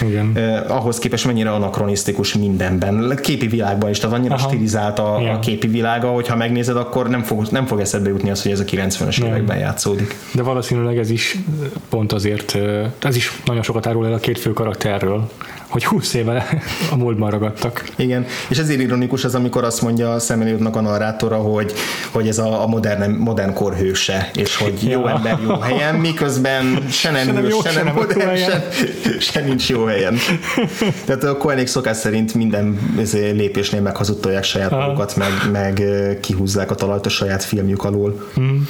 Ahhoz képest mennyire anakronisztikus mindenben. Képi világban is, tehát annyira stilizált a képi világa, hogyha megnézed, akkor nem fog eszedbe jutni az, hogy ez a 90-es években játszódik. De valószínűleg ez is pont azért, ez is nagyon sokat árul el a két fő karakterről, hogy 20 éve a múltban ragadtak. Igen, és ezért ironikus az, amikor azt mondja Sam Elliotnak a narrátora, hogy ez a modern kor hőse, és hogy jó ember jó helyen, miközben se nem hős, se nem modern, se nincs jó helyen. Tehát a Coenék szokás szerint minden lépésnél meghazudtolják saját magukat, meg kihúzzák a talajt a saját filmjük alól.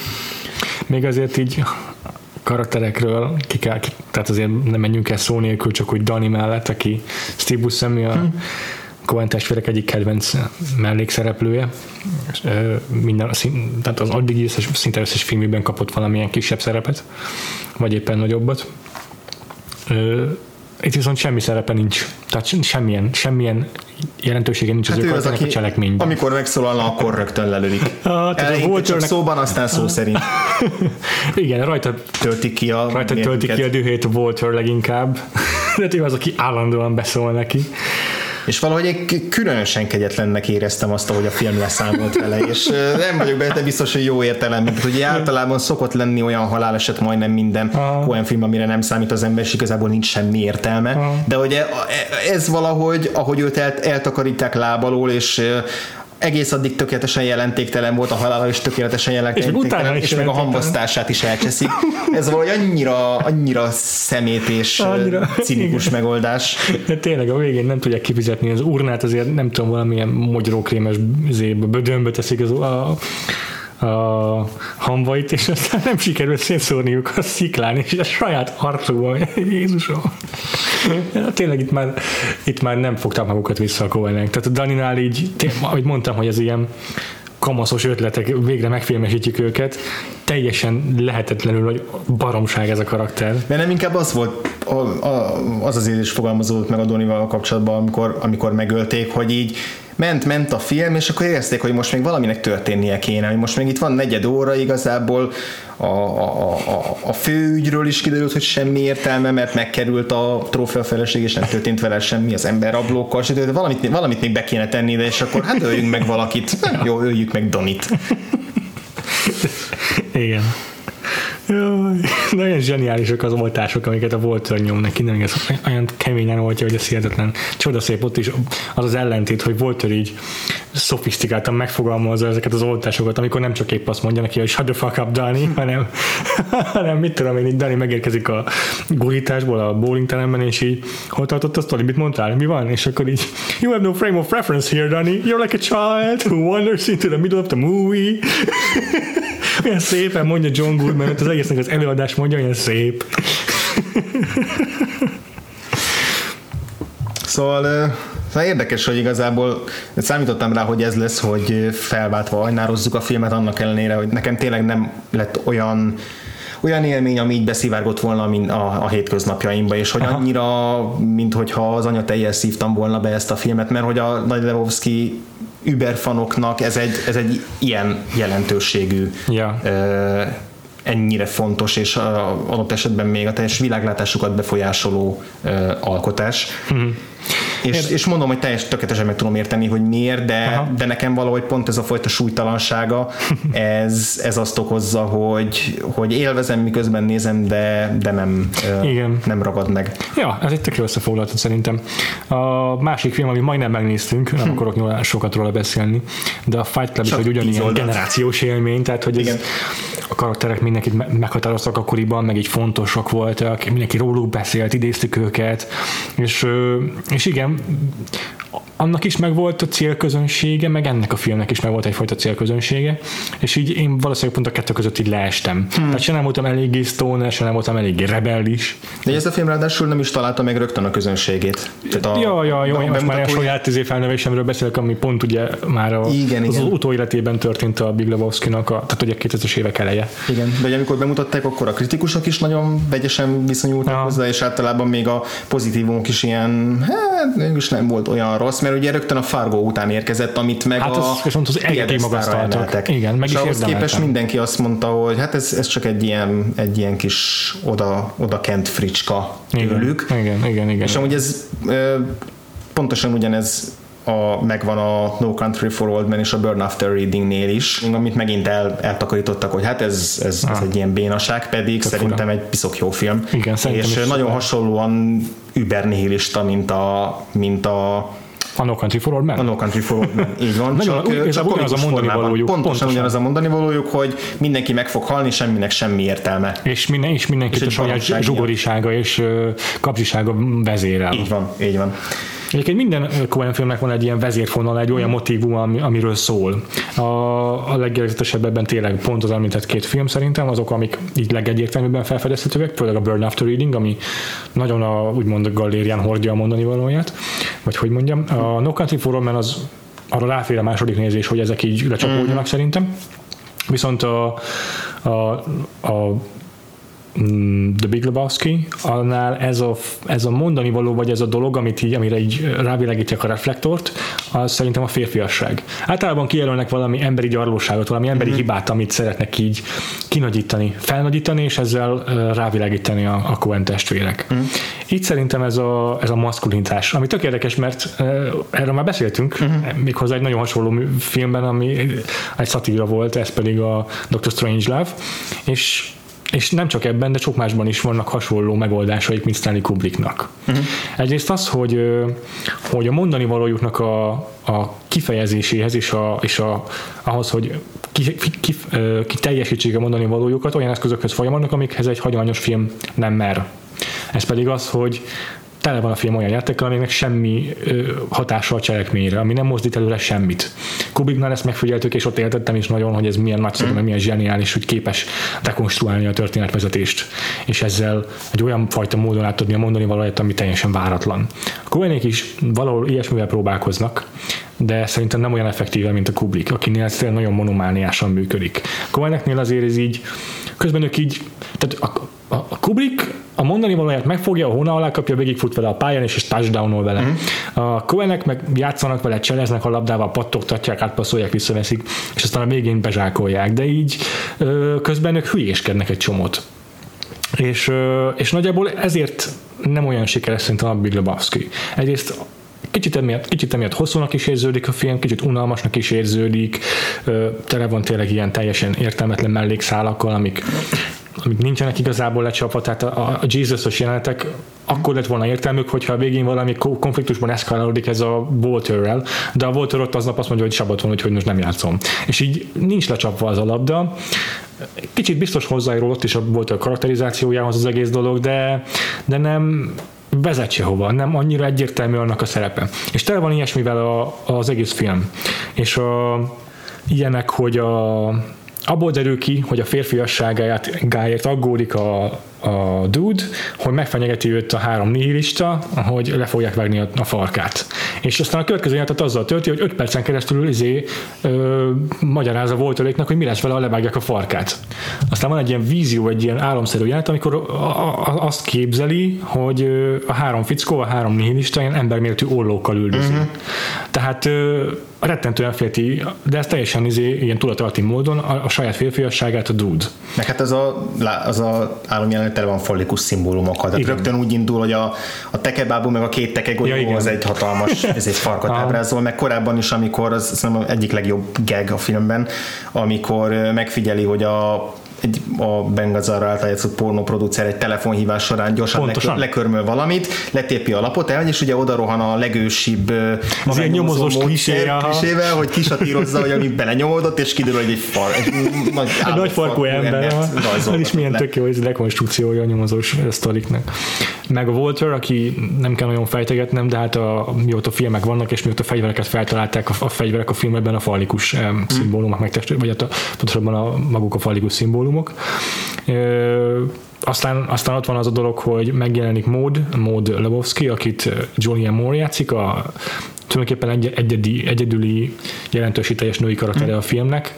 Még azért így karakterekről tehát azért nem menjünk el szó nélkül, csak úgy Dani mellett, aki Steve Buscemi, a Coen testvérek egyik kedvenc mellékszereplője. Tehát az addig szinte összes filmében kapott valamilyen kisebb szerepet, vagy éppen nagyobbat. Itt viszont semmi szerepe nincs. Tehát semmilyen jelentősége nincs az ő karakternek a cselekményben. Amikor megszólalna, akkor rögtön lelődik. Elején csak szóban, aztán szó szerint. Igen, rajta töltik ki a dühét Walter leginkább. De ő az, aki állandóan beszól neki. És valahogy egy különösen kegyetlennek éreztem azt, ahogy a film leszámolt vele, és nem vagyok benne biztos, hogy jó értelemben, hogy ugye általában szokott lenni olyan haláleset majdnem minden Coen film, amire nem számít az ember, és igazából nincs semmi értelme, de ugye ez valahogy, ahogy őt eltakarítják láb alól, és egész addig tökéletesen jelentéktelen volt, a halála is tökéletesen jelentéktelen, és meg a hamvasztását is elcseszik. Ez valahogy annyira szemét és cinikus megoldás. De tényleg a végén nem tudják kifizetni az urnát, azért nem tudom, valamilyen mogyorókrémes bödönbe teszik a hamvait, és aztán nem sikerül szétszórniuk a sziklán, és a saját arcukban. Jézusom! Tényleg itt már nem fogták magukat vissza a Coenek. Tehát a Daninál így, ahogy mondtam, hogy ez ilyen kamaszos ötletek, végre megfilmesítjük őket, teljesen lehetetlenül, hogy baromság ez a karakter. De nem inkább az volt, az érzés fogalmazódott meg a Donnival kapcsolatban, amikor megölték, hogy így ment a film, és akkor érezték, hogy most még valaminek történnie kéne, hogy most még itt van 4 óra igazából, a főügyről is kiderült, hogy semmi értelme, mert megkerült a trófea feleség, és nem történt vele semmi, az emberrablókkal, valamit még be kéne tenni, de és akkor hát öljünk meg valakit, jó, öljük meg Donit. Igen. Jaj, nagyon zseniálisak az oltások, amiket a Walter nyom neki, nem igaz, olyan keményen oltja, hogy ez hihetetlen. Csodaszép ott is az ellentét, hogy Walter így szofisztikáltan megfogalmazza ezeket az oltásokat, amikor nem csak épp azt mondja neki, hogy shut the fuck up, Danny, hanem mit tudom én, így Danny megérkezik a gurításból, a bowlingteremben, és így hol tartott a sztori, mit mondtál, mi van? És akkor így, you have no frame of reference here, Danny, you're like a child who wanders into the middle of the movie. Olyan szépen mondja John Goodman, az egésznek az előadás mondja, olyan szép. Szóval érdekes, hogy igazából számítottam rá, hogy ez lesz, hogy felváltva ajnározzuk a filmet, annak ellenére, hogy nekem tényleg nem lett olyan élmény, ami így beszivárgott volna a hétköznapjaimba, és hogy annyira, minthogyha az anyatejjel szívtam volna be ezt a filmet, mert hogy a Nagy Lebowski überfanoknak ez egy ilyen jelentőségű, ennyire fontos, és adott esetben még a teljes világlátásukat befolyásoló alkotás. És mondom, hogy tökéletesen meg tudom érteni, hogy miért, de nekem valahogy pont ez a fajta súlytalansága, ez azt okozza, hogy élvezem, miközben nézem, de nem ragad meg. Ja, ez egy tök jó összefoglaltat szerintem. A másik film, amit majdnem megnéztünk, nem akarok sokat róla beszélni, de a Fight Club is egy ugyanilyen generációs élmény, tehát hogy ez, a karakterek mindenkit meghatároztak akkoriban, meg így fontosak voltak, mindenki róluk beszélt, idéztük őket, és igen, annak is megvolt a célközönsége, meg ennek a filmnek is megvolt egyfajta célközönsége, és így én valószínűleg pont a kettő között így leestem. Tehát se nem voltam eléggé stoner, se nem voltam eléggé rebellis. De ez a film ráadásul nem is találta meg rögtön a közönségét. Jó, most már a saját felnevésemről beszélek, ami pont ugye már az utóéletében történt a Big Lebowskinak, tehát ugye 2000-es évek eleje. Igen, de amikor bemutatták, akkor a kritikusok is nagyon vegyesen viszonyultak hozzá, és általában még a pozitívumok is ilyen, mégis nem volt olyan rossz, mert ugye rögtön a Fargo után érkezett, amit meg az magasztaltak. Igen, meg és is ahhoz képest mindenki azt mondta, hogy hát ez csak egy ilyen kis oda kent fricska tőlük. Igen. És amúgy ez pontosan ugyanez megvan a No Country for Old Men és a Burn After Readingnél is, amit megint eltakarítottak, hogy hát ez egy ilyen bénaság, pedig szerintem egy piszok jó film. Igen, és nagyon hasonlóan übernihilista, mint a No Country for Old Men. A No Country for Old Men, így van. ugyanaz a mondani valójuk. Pontosan ugyanaz a mondani valójuk, hogy mindenki meg fog halni, semminek semmi értelme. És mindenki a saját zsugorisága és kapcsisága vezérel. Így van. Egyébként minden Coen filmnek van egy ilyen vezérfonal, egy olyan motívum, amiről szól. A legjellegzetesebb ebben tényleg pont az említett két film szerintem, azok, amik így legegyértelműbben felfedezhetőek, főleg a Burn After Reading, ami nagyon úgymond a galérián hordja a mondani valóját, vagy hogy mondjam. A No Country for Old Men az arra ráfér a második nézés, hogy ezek így lecsapódjanak szerintem. Viszont a The Big Lebowski, annál ez a mondani való, vagy ez a dolog, amire így rávilágítják a reflektort, az szerintem a férfiasság. Általában kijelölnek valami emberi gyarlóságot, valami emberi hibát, amit szeretnek így kinagyítani, felnagyítani, és ezzel rávilágítani a Coen testvérek. Így szerintem ez a maszkulinitás, ami tök érdekes, mert erről már beszéltünk, méghozzá egy nagyon hasonló filmben, ami egy szatíra volt, ez pedig a Dr. Strangelove, és nem csak ebben, de sok másban is vannak hasonló megoldásaik, mint Stanley Kubricknak. Egyrészt az, hogy a mondani valójuknak a kifejezéséhez és ahhoz, hogy ki teljesítsék a mondani valójukat, olyan eszközökhöz folyamodnak, amikhez egy hagyományos film nem mer. Ez pedig az, hogy tele van a film olyan játékkal, aminek semmi hatással a cselekményre, ami nem mozdít előre semmit. Kubricknál ezt megfigyeltük, és ott értettem is nagyon, hogy ez milyen nagyszerű, meg milyen zseniális, hogy képes dekonstruálni a történetvezetést, és ezzel egy olyan fajta módon átadni a mondani valóját, ami teljesen váratlan. A Coenék is valahol ilyesmivel próbálkoznak, de szerintem nem olyan effektíve, mint a Kubrick, akinél ez nagyon monomániásan működik. A Coeneknél azért ez így, közben ők így, tehát a Kubrick a mondani valóját megfogja, a hóna alá kapja, végigfut vele a pályán, és touchdownol vele. A Coenek meg játszanak vele, cseleznek a labdával, pattogtatják, átpasszolják, visszaveszik, és aztán a végén bezsákolják, de így közben ők hülyéskednek egy csomót. És nagyjából ezért nem olyan sikeres szerintem a Big Lebowski. Egyrészt kicsit emiatt hosszúnak is érződik a film, kicsit unalmasnak is érződik, tele van tényleg ilyen teljesen értelmetlen mellékszálakkal, amik nincsenek igazából lecsapva, tehát a Jesus-os jelenetek akkor lett volna értelmük, hogyha a végén valami konfliktusban eszkalálódik ez a Walterrel, de a Walter ott aznap azt mondja, hogy sabat van, hogy most nem játszom. És így nincs lecsapva az a labda. Kicsit biztos hozzájárul ott is a Walter karakterizációjához az egész dolog, de nem vezet sehova, nem annyira egyértelmű annak a szerepe. És tele van ilyesmivel az egész film. És ilyenek, hogy abból derül ki, hogy a férfiasságáért aggódik a dude, hogy megfenyegeti őt a 3 nihilista, hogy le fogják vágni a farkát. És aztán a következő jelenetet azzal tölti, hogy 5 percen keresztül magyarázza Walteréknak, hogy mi lesz vele, ha levágják a farkát. Aztán van egy ilyen vízió, egy ilyen álomszerű jelenet, amikor azt képzeli, hogy a 3 fickó, a 3 nihilista ilyen emberméretű ollókkal üldözi. Tehát rettentően félti, de ez teljesen ilyen tudatalatti módon a saját férfiasságát a dude. Meg hát az a álomjelenet tele van fallikus szimbólumokkal. Tehát rögtön úgy indul, hogy a tekebábú meg a 2 tekegolyó az egy hatalmas farkat ábrázol, meg korábban is, amikor az egyik legjobb gag a filmben, amikor megfigyeli, hogy a Ben Gazzara által játszott pornóproducer egy telefonhívás során gyorsan lekörmöl valamit, letépi a lapot, és ugye oda rohan a legősibb az ilyen nyomozós klisével, hogy kisatírozza, hogy amit belenyomódott, és kiderül, hogy egy nagy farkú ember. Ez is milyen tök jó, ez rekonstrukciója a nyomozós sztoriknak. Meg a Walter, aki nem kell nagyon fejtegetnem, de hát mióta filmek vannak, és mióta fegyvereket feltalálták, a fegyverek a filmekben a fallikus szimbólumok vagy pontosabban maguk a fallikus szimbólumok. Aztán ott van az a dolog, hogy megjelenik Maud Lebowski, akit Julianne Moore játszik, tulajdonképpen egyedüli jelentősíteljes női karaktere a filmnek,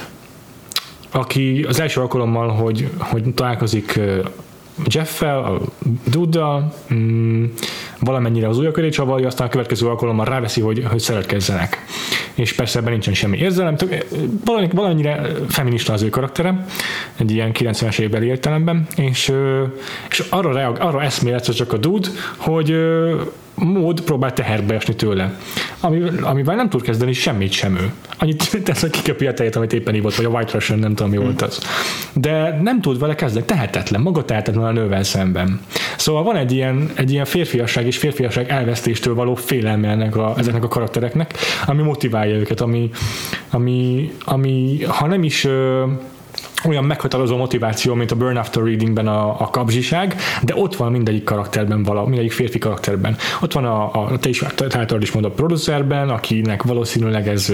aki az első alkalommal, hogy találkozik Jeff-fel, a Duddal, valamennyire az ujja köré csavarja, aztán a következő alkalommal ráveszi, hogy szeretkezzenek. És persze ebben nincsen semmi érzelem, valamennyire feminista az ő karaktere, egy ilyen 90-es évbeli értelemben, és arra eszméletsz csak a Dude, hogy Maud próbál teherbe esni tőle, amivel nem tud kezdeni semmit sem ő. Annyit tesz, hogy kiköpi a tejet, amit éppen ívott, vagy a White Russian, nem tudom, mi volt az. De nem tud vele kezdeni, maga tehetetlen a nővel szemben. Szóval van egy ilyen férfiasság és férfiasság elvesztéstől való félelme ezeknek a karaktereknek, ami motiválja őket, ami ha nem is olyan meghatározó motiváció, mint a Burn After Readingben a kapzsiság, de ott van mindegyik karakterben, mindegyik férfi karakterben. Ott van te is általad is mondod a producerben, akinek valószínűleg ez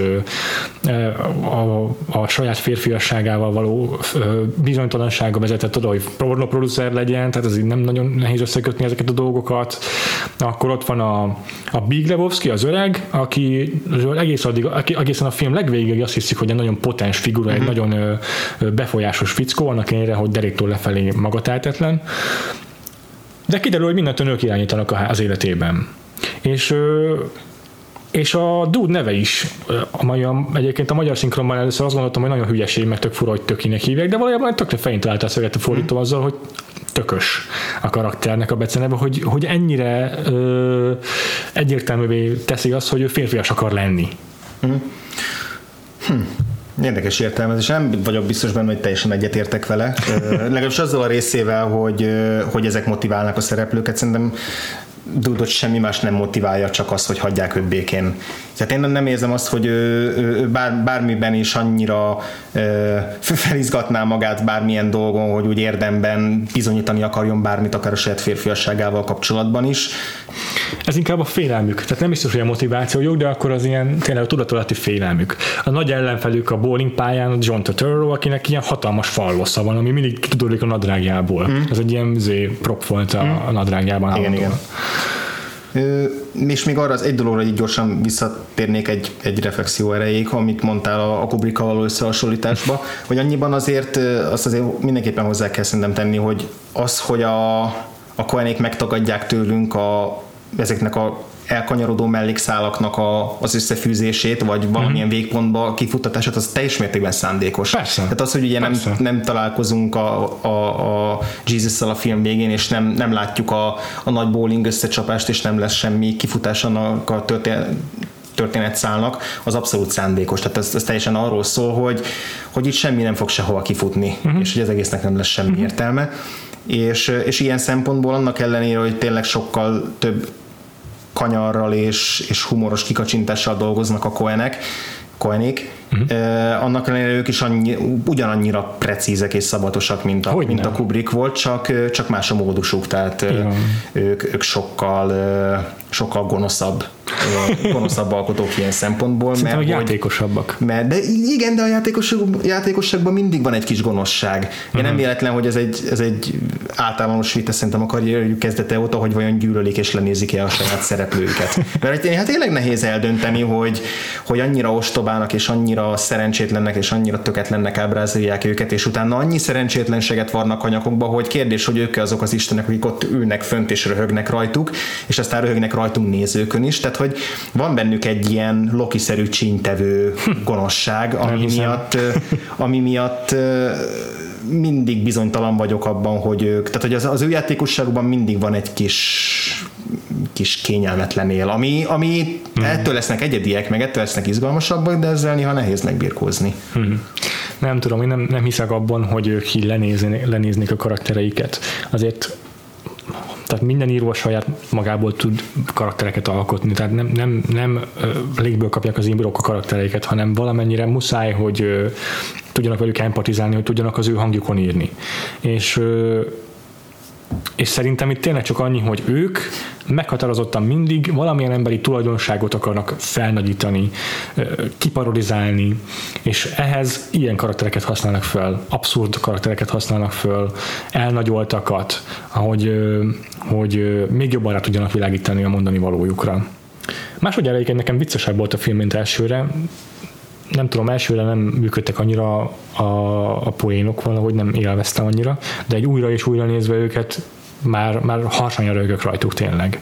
a saját férfiasságával való bizonytalansága vezetett oda, hogy pornoproducer legyen, tehát ez így nem nagyon nehéz összekötni ezeket a dolgokat. Akkor ott van a Big Lebowski, az öreg, aki egészen a film legvégig azt hiszik, hogy egy nagyon potens figura, egy nagyon befolyásos fickó, annak ellenére, hogy deréktől lefelé magatehetetlen. De kiderül, hogy mindentől nők irányítanak az életében. És a Dude neve is, egyébként a magyar szinkronban először azt gondoltam, hogy nagyon hülyeség, meg tök fura, hogy Tökinek hívják, de valójában tökre fején találta a szöget a fordító azzal, hogy tökös a karakternek a beceneve, hogy ennyire egyértelművé teszi azt, hogy ő férfias akar lenni. Érdekes értelmezés, nem vagyok biztos benne, hogy teljesen egyetértek vele. Legalábbis azzal a részével, hogy ezek motiválnak a szereplőket, szerintem Dudot semmi más nem motiválja, csak az, hogy hagyják őt békén. Tehát én nem érzem azt, hogy ő bármiben is annyira felizgatná magát bármilyen dolgon, hogy úgy érdemben bizonyítani akarjon bármit, akár a saját férfiasságával kapcsolatban is. Ez inkább a félelmük. Tehát nem biztos, hogy a motivációjuk, de akkor az ilyen tényleg a tudatolati félelmük. A nagy ellenfelük a bowling pályán John Turturro, akinek ilyen hatalmas fallosza van, ami mindig kitudódik a nadrágjából. Ez egy ilyen prop volt a nadrágjában. Igen. És még arra az egy dologra így gyorsan visszatérnék egy reflexió erejéig, amit mondtál a Kubrickkal való összehasonlításba, hogy annyiban azért azt azért mindenképpen hozzá kell szerintem tenni, hogy az, hogy a Coenék megtagadják tőlünk ezeknek a elkanyarodó mellékszálaknak az összefűzését, vagy valamilyen végpontba kifuttatását, az teljes mértékben szándékos. Persze. Tehát az, hogy ugye nem találkozunk a Jesus-szal a film végén, és nem látjuk a nagy bowling összecsapást, és nem lesz semmi kifutás annak a történetszálnak, az abszolút szándékos. Tehát ez teljesen arról szól, hogy itt semmi nem fog sehova kifutni, és hogy az egésznek nem lesz semmi értelme. És ilyen szempontból annak ellenére, hogy tényleg sokkal több kanyarral és humoros kikacsintással dolgoznak a Coenék, annak ellenére ők is ugyanannyira precízek és szabatosak, mint a Kubrick volt, csak más a módusuk, tehát ők sokkal gonoszabb alkotók ilyen szempontból. Szerintem mert játékosabbak. De igen, de a játékosságban mindig van egy kis gonoszság. Nem véletlen, hogy ez egy általános vita szerintem a karrierjük kezdete óta, hogy vajon gyűlölik és lenézik-e a saját szereplőiket. Mert hát tényleg nehéz eldönteni, hogy annyira ostobának és annyira szerencsétlennek és annyira töketlennek ábrázolják őket, és utána annyi szerencsétlenséget varnak a nyakokba, hogy kérdés, hogy ők azok az istenek, akik ott ülnek fönt és röhögnek rajtuk, és aztán röhögnek rajtunk nézőkön is. Tehát, hogy van bennük egy ilyen Loki-szerű csíntevő gonoszság, ami miatt mindig bizonytalan vagyok abban, hogy ők, tehát hogy az ő játékosságban mindig van egy kis kényelmetlen él, ami ettől lesznek egyediek, meg ettől lesznek izgalmasabbak, de ezzel néha nehéz megbirkózni. Nem tudom, én nem hiszek abban, hogy ők így lenéznék a karaktereiket. Azért tehát minden író a saját magából tud karaktereket alkotni, tehát nem légből kapják az írók a karaktereiket, hanem valamennyire muszáj, hogy tudjanak velük empatizálni, hogy tudjanak az ő hangjukon írni. És szerintem itt tényleg csak annyi, hogy ők meghatározottan mindig valamilyen emberi tulajdonságot akarnak felnagyítani, kiparodizálni, és ehhez ilyen karaktereket használnak fel, abszurd karaktereket használnak fel, elnagyoltakat, hogy még jobban rá tudjanak világítani a mondani valójukra. Másodjára egyébként nekem viccesebb volt a film, mint elsőre. Nem tudom, elsőre nem működtek annyira a poénok, valahogy nem élveztem annyira, de egy újra és újra nézve őket már harsányan röhögök rajtuk tényleg.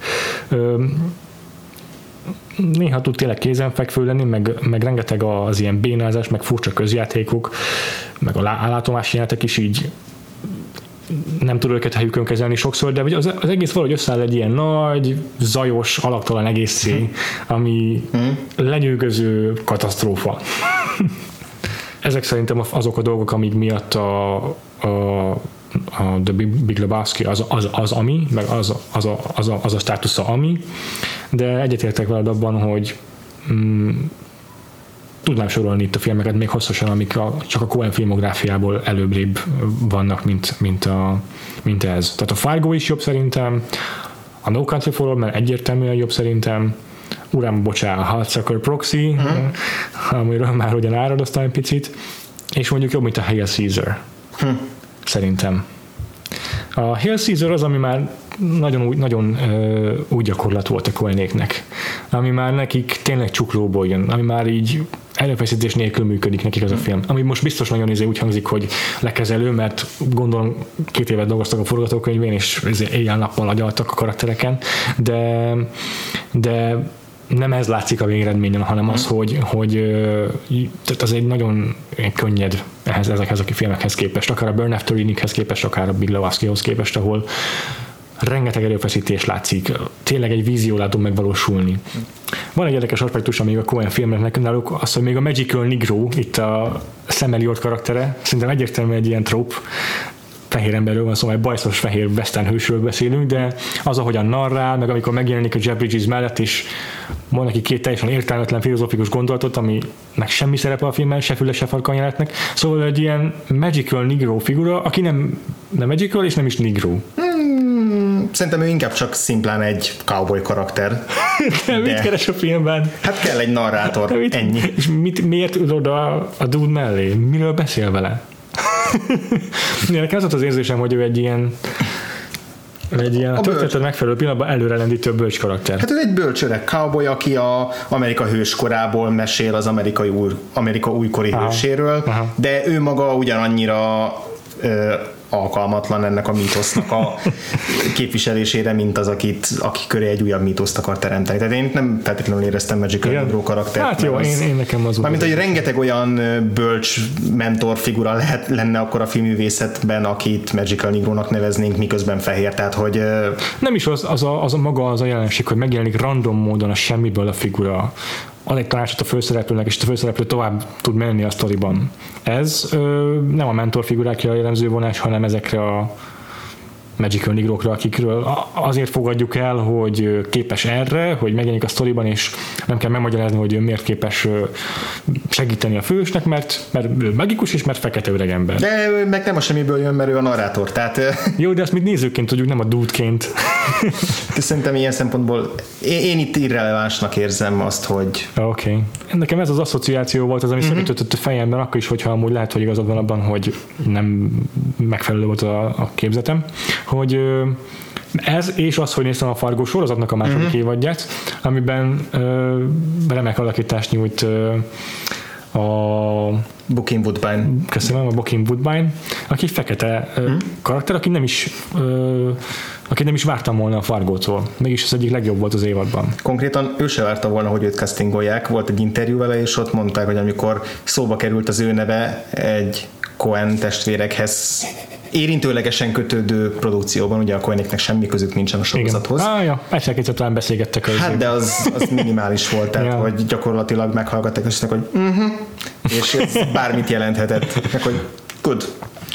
Néha tud tényleg kézenfekvő lenni, meg rengeteg az ilyen bénázás, meg furcsa közjátékok, meg a állátomási jelenetek is így nem tud őket helyükön kezelni sokszor, de az egész valahogy összeáll egy ilyen nagy, zajos, alaptalan egészé, ami lenyűgöző katasztrófa. Ezek szerintem azok a dolgok, amik miatt a The Big Lebowski az ami, meg az a státusza ami, de egyetértek veled abban, hogy tudnám sorolni itt a filmeket még hosszasan, amik csak a Coen filmográfiából előbbrébb vannak, mint ez. Tehát a Fargo is jobb szerintem, a No Country for Old Men egyértelműen jobb szerintem, uram, bocsá, a Hudsucker Proxy, amiről már ugyan áradoztam egy picit, és mondjuk jobb, mint a Hail Caesar. Szerintem. A Hail Caesar az, ami már nagyon új gyakorlat volt a Coenéknek, ami már nekik tényleg csuklóból jön, ami már így előfeszítés nélkül működik nekik az a film. Ami most biztos nagyon úgy hangzik, hogy lekezelő, mert gondolom 2 évet dolgoztak a forgatókönyvén, és éjjel-nappal agyaltak a karaktereken, de nem ez látszik a végeredményen, hanem az, hogy tehát az egy nagyon könnyed ezekhez a filmekhez képest, akár a Burn After Readinghez képest, akár a Big Lebowskihoz képest, ahol rengeteg erőfeszítés látszik, tényleg egy vízió látunk megvalósulni. Van egy érdekes aspektus, amíg a Coen filmeknek náluk az, hogy még a Magical Negro, itt a Sam Elliott karaktere, szerintem egyértelműen egy ilyen tróp, fehér emberről van szó, szóval egy bajszos fehér western hősről beszélünk, de az, ahogyan narrál, meg amikor megjelenik a Jeff Bridges mellett, és van neki 2 teljesen értelmetlen filozófikus gondolatot, aminek semmi szerepe a filmben, se füle, se farka jelenetnek. Szóval egy ilyen Magical Negro figura, aki nem Magical és nem is Negro. Szerintem ő inkább csak szimplán egy cowboy karakter. De mit keres a filmben? Hát kell egy narrátor, ennyi. És miért ül oda a dude mellé? Miről beszél vele? Nekem az volt az érzésem, hogy ő egy ilyen a történetet megfelelő pillanatban előrelendítő bölcs karakter. Hát ő egy bölcs öreg cowboy, aki az Amerika hőskorából mesél az Amerika újkori hőséről, de ő maga ugyanannyira alkalmatlan ennek a mítosznak a képviselésére, mint az, aki köré egy újabb mítoszt akar teremteni. Tehát én nem feltétlenül éreztem Magical Negro karaktert. Hát jó, én nekem az mármint, hogy rengeteg olyan bölcs mentor figura lenne akkor a filmművészetben, akit Magical Negrónak neveznénk, miközben fehér. Tehát, hogy nem is az a jelenség, hogy megjelenik random módon a semmiből a figura, ad egy tanácsot a főszereplőnek, és a főszereplő tovább tud menni a sztoriban. Ez nem a mentor figurákra jellemző vonás, hanem ezekre a Magical Negrókra, akikről azért fogadjuk el, hogy képes erre, hogy megjelenik a sztoriban, és nem kell megmagyarázni, hogy ő miért képes segíteni a fősnek, mert ő magikus, és mert fekete öregember. De ő meg nem a semmiből jön, mert ő a narrátor. Tehát, jó, de ezt mi nézőként tudjuk, nem a dúdként. Szerintem ilyen szempontból én itt irrelevánsnak érzem azt, hogy... Oké. Nekem ez az asszociáció volt az, ami szakított a fejemben, akkor is, hogyha amúgy lehet, hogy igazad van abban, hogy nem megfelelő volt a képzetem, hogy ez és az, hogy néztem a Fargo sorozatnak a második évadját, amiben remek alakítást nyújt a Bokeem Woodbine. Köszönöm, a Bokeem Woodbine, aki fekete karakter, aki nem is vártam volna a Fargótól. Mégis az egyik legjobb volt az évadban. Konkrétan ő se várta volna, hogy őt castingolják. Volt egy interjú vele, és ott mondták, hogy amikor szóba került az ő neve egy Coen testvérekhez érintőlegesen kötődő produkcióban, ugye a Coeneknek semmi közük nincsen a sorozathoz. Ja, egyszer-kétszer talán beszélgettek. Hát, de az minimális volt, tehát, hogy gyakorlatilag meghallgatták, és hogy és ez bármit jelenthetett, hogy good.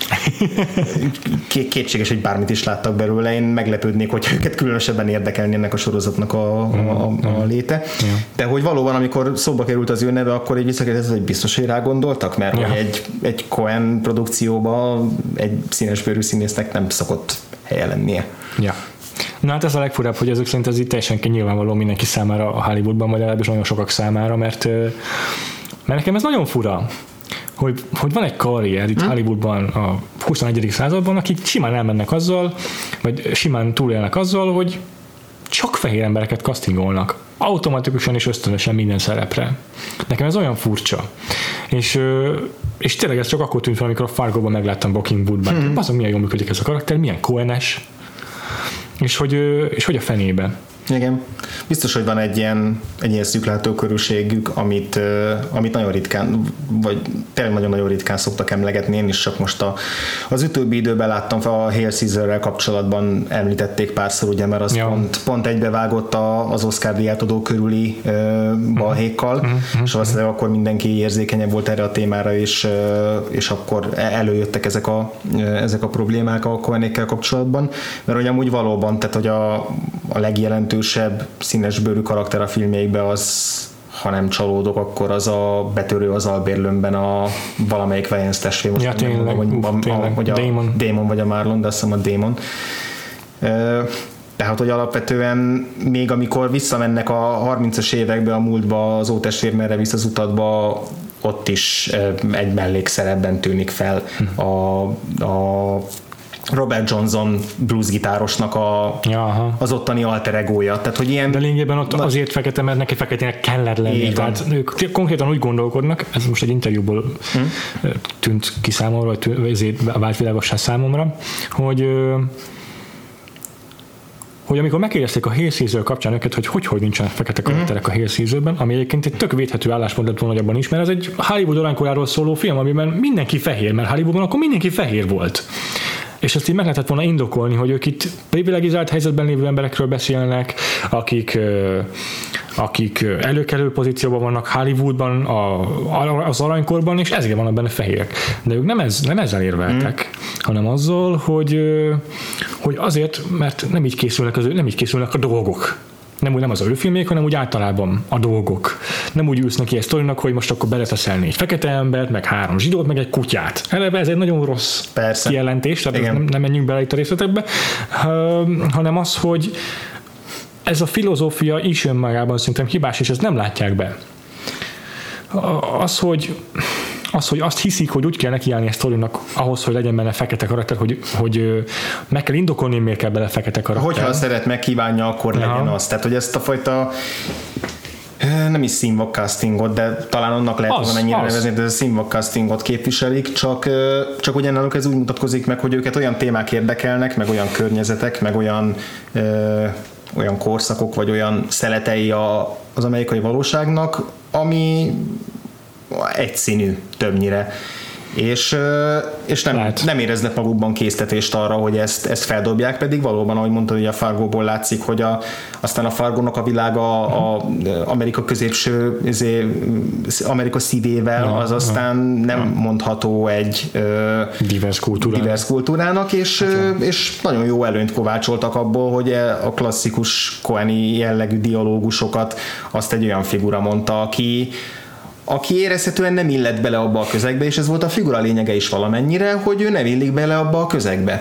Kétséges, hogy bármit is láttak belőle, én meglepődnék, hogy őket különösebben érdekelni ennek a sorozatnak a léte. Ja. De hogy valóban, amikor szóba került az ő neve, akkor egy visszakérdezett, hogy biztos, hogy rá gondoltak, mert hogy egy Coen produkcióban egy színesbőrű színésznek nem szokott helye lennie. Ja. Na hát ez a legfurább, hogy ezek szerint ez itt teljesen nyilvánvaló mindenki számára a Hollywoodban, vagy legalábbis nagyon sokak számára, mert nekem ez nagyon fura. Hogy van egy karrier itt Hollywoodban a 21. században, akik simán elmennek azzal, vagy simán túlélnek azzal, hogy csak fehér embereket castingolnak. Automatikusan és ösztönösen minden szerepre. Nekem ez olyan furcsa. És tényleg ez csak akkor tűnt fel, amikor a Fargóban megláttam Bokeem Woodbine. Azon milyen jól működik ez a karakter, milyen Coen-es, és hogy a fenébe. Igen. Biztos, hogy van egy ilyen szűklátókörűségük, amit nagyon ritkán, vagy tényleg nagyon-nagyon ritkán szoktak emlegetni. Én is csak most az utóbbi időben láttam, a Hail Caesarrel kapcsolatban említették párszor, ugye, mert az pont egybevágott az Oscar díjátadó körüli balhékkal, és valószínűleg akkor mindenki érzékenyebb volt erre a témára, és akkor előjöttek ezek a problémák a Coenekkel kapcsolatban, mert hogy amúgy valóban, tehát hogy a legjelentősebb színesbőrű karakter a filmjeikben az, ha nem csalódok, akkor az a betörő az albérlőmben a valamelyik Wayans testvér. Ja, tényleg. Vagy a Damon vagy a Marlon, de azt hiszem a Damon. Tehát, hogy alapvetően még amikor visszamennek a 30-as évekbe a múltba, az Ótestvér merre visz az utatba, ott is egy mellékszerepben tűnik fel a Robert Johnson bluesgitárosnak az ottani alter egója. Tehát, hogy ilyen... De lényegében ott azért fekete, mert neki feketének kellett lenni. Tehát ők konkrétan úgy gondolkodnak, ez most egy interjúból tűnt ki számomra, vagy ezért vált világosan számomra, hogy amikor megkérdezték a Hail Caesar kapcsán őket, hogy nincsenek fekete karakterek a Hail Caesarben, ami egyébként egy tök védhető álláspont lett volna, hogy abban is, mert ez egy Hollywood aranykoráról szóló film, amiben mindenki fehér, mert Hollywoodban akkor mindenki fehér volt. És ezt így meg lehetett volna indokolni, hogy ők itt privilegizált helyzetben lévő emberekről beszélnek, akik előkelő pozícióban vannak Hollywoodban, az aranykorban, és ezért vannak benne fehérek. De ők nem ezzel érveltek, hanem azzal, hogy azért, mert nem így készülnek a dolgok. Nem az ő filmjék, hanem úgy általában a dolgok. Nem úgy ülsz neki egy sztorinak, hogy most akkor beleteszel 4 fekete embert, meg 3 zsidót, meg egy kutyát. Eleve ez egy nagyon rossz kijelentés, tehát nem menjünk bele itt a részletekbe, hanem az, hogy ez a filozófia is önmagában szerintem hibás, és ezt nem látják be. Az, hogy azt hiszik, hogy úgy kell nekiállni a sztorinak ahhoz, hogy legyen benne fekete karakter, hogy meg kell indokolni, miért kell bele fekete karakter. Hogyha szeret, megkívánja, akkor legyen az. Tehát, hogy ezt a fajta nem is színvak castingot, de talán annak lehet valamennyire nevezni, de a színvak castingot képviselik, csak ugye náluk ez úgy mutatkozik meg, hogy őket olyan témák érdekelnek, meg olyan környezetek, meg olyan korszakok, vagy olyan szeletei az amerikai valóságnak, ami egyszínű többnyire. És nem éreznek magukban késztetést arra, hogy ezt feldobják, pedig valóban, ahogy mondtad, hogy a Fargóból látszik, hogy aztán a Fargónak a világa a Amerika középső, Amerika szívével, az aztán nem mondható egy divers kultúrának, és nagyon jó előnyt kovácsoltak abból, hogy a klasszikus Coen-i jellegű dialógusokat azt egy olyan figura mondta, aki érezhetően nem illett bele abba a közegbe, és ez volt a figura lényege is valamennyire, hogy ő nem illik bele abba a közegbe.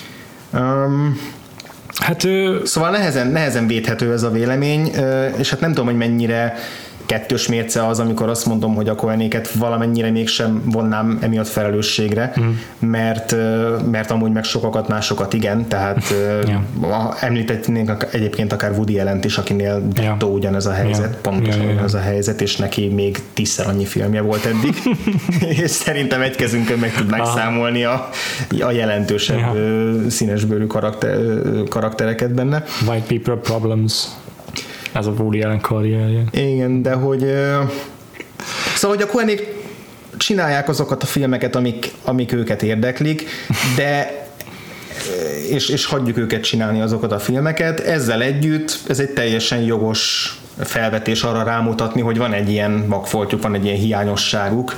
Szóval nehezen védhető ez a vélemény, és hát nem tudom, hogy mennyire kettős mérce az, amikor azt mondom, hogy a Coenéket valamennyire mégsem vonnám emiatt felelősségre, mert amúgy meg sokakat másokat igen, tehát említettnénk egyébként akár Woody Allent is, akinél dettó ugyanez a helyzet, pontosan ugyanez a helyzet, és neki még 10-szer annyi filmje volt eddig, és szerintem egy kezünkön meg tudnánk számolni a jelentősebb színesbőrű karaktereket benne. White people problems. Ez a Woody Allen karrierje. Igen, de hogy szóval, hogy a Coenék csinálják azokat a filmeket, amik őket érdeklik, de és hagyjuk őket csinálni azokat a filmeket. Ezzel együtt ez egy teljesen jogos felvetés arra rámutatni, hogy van egy ilyen vakfoltjuk, van egy ilyen hiányosságuk,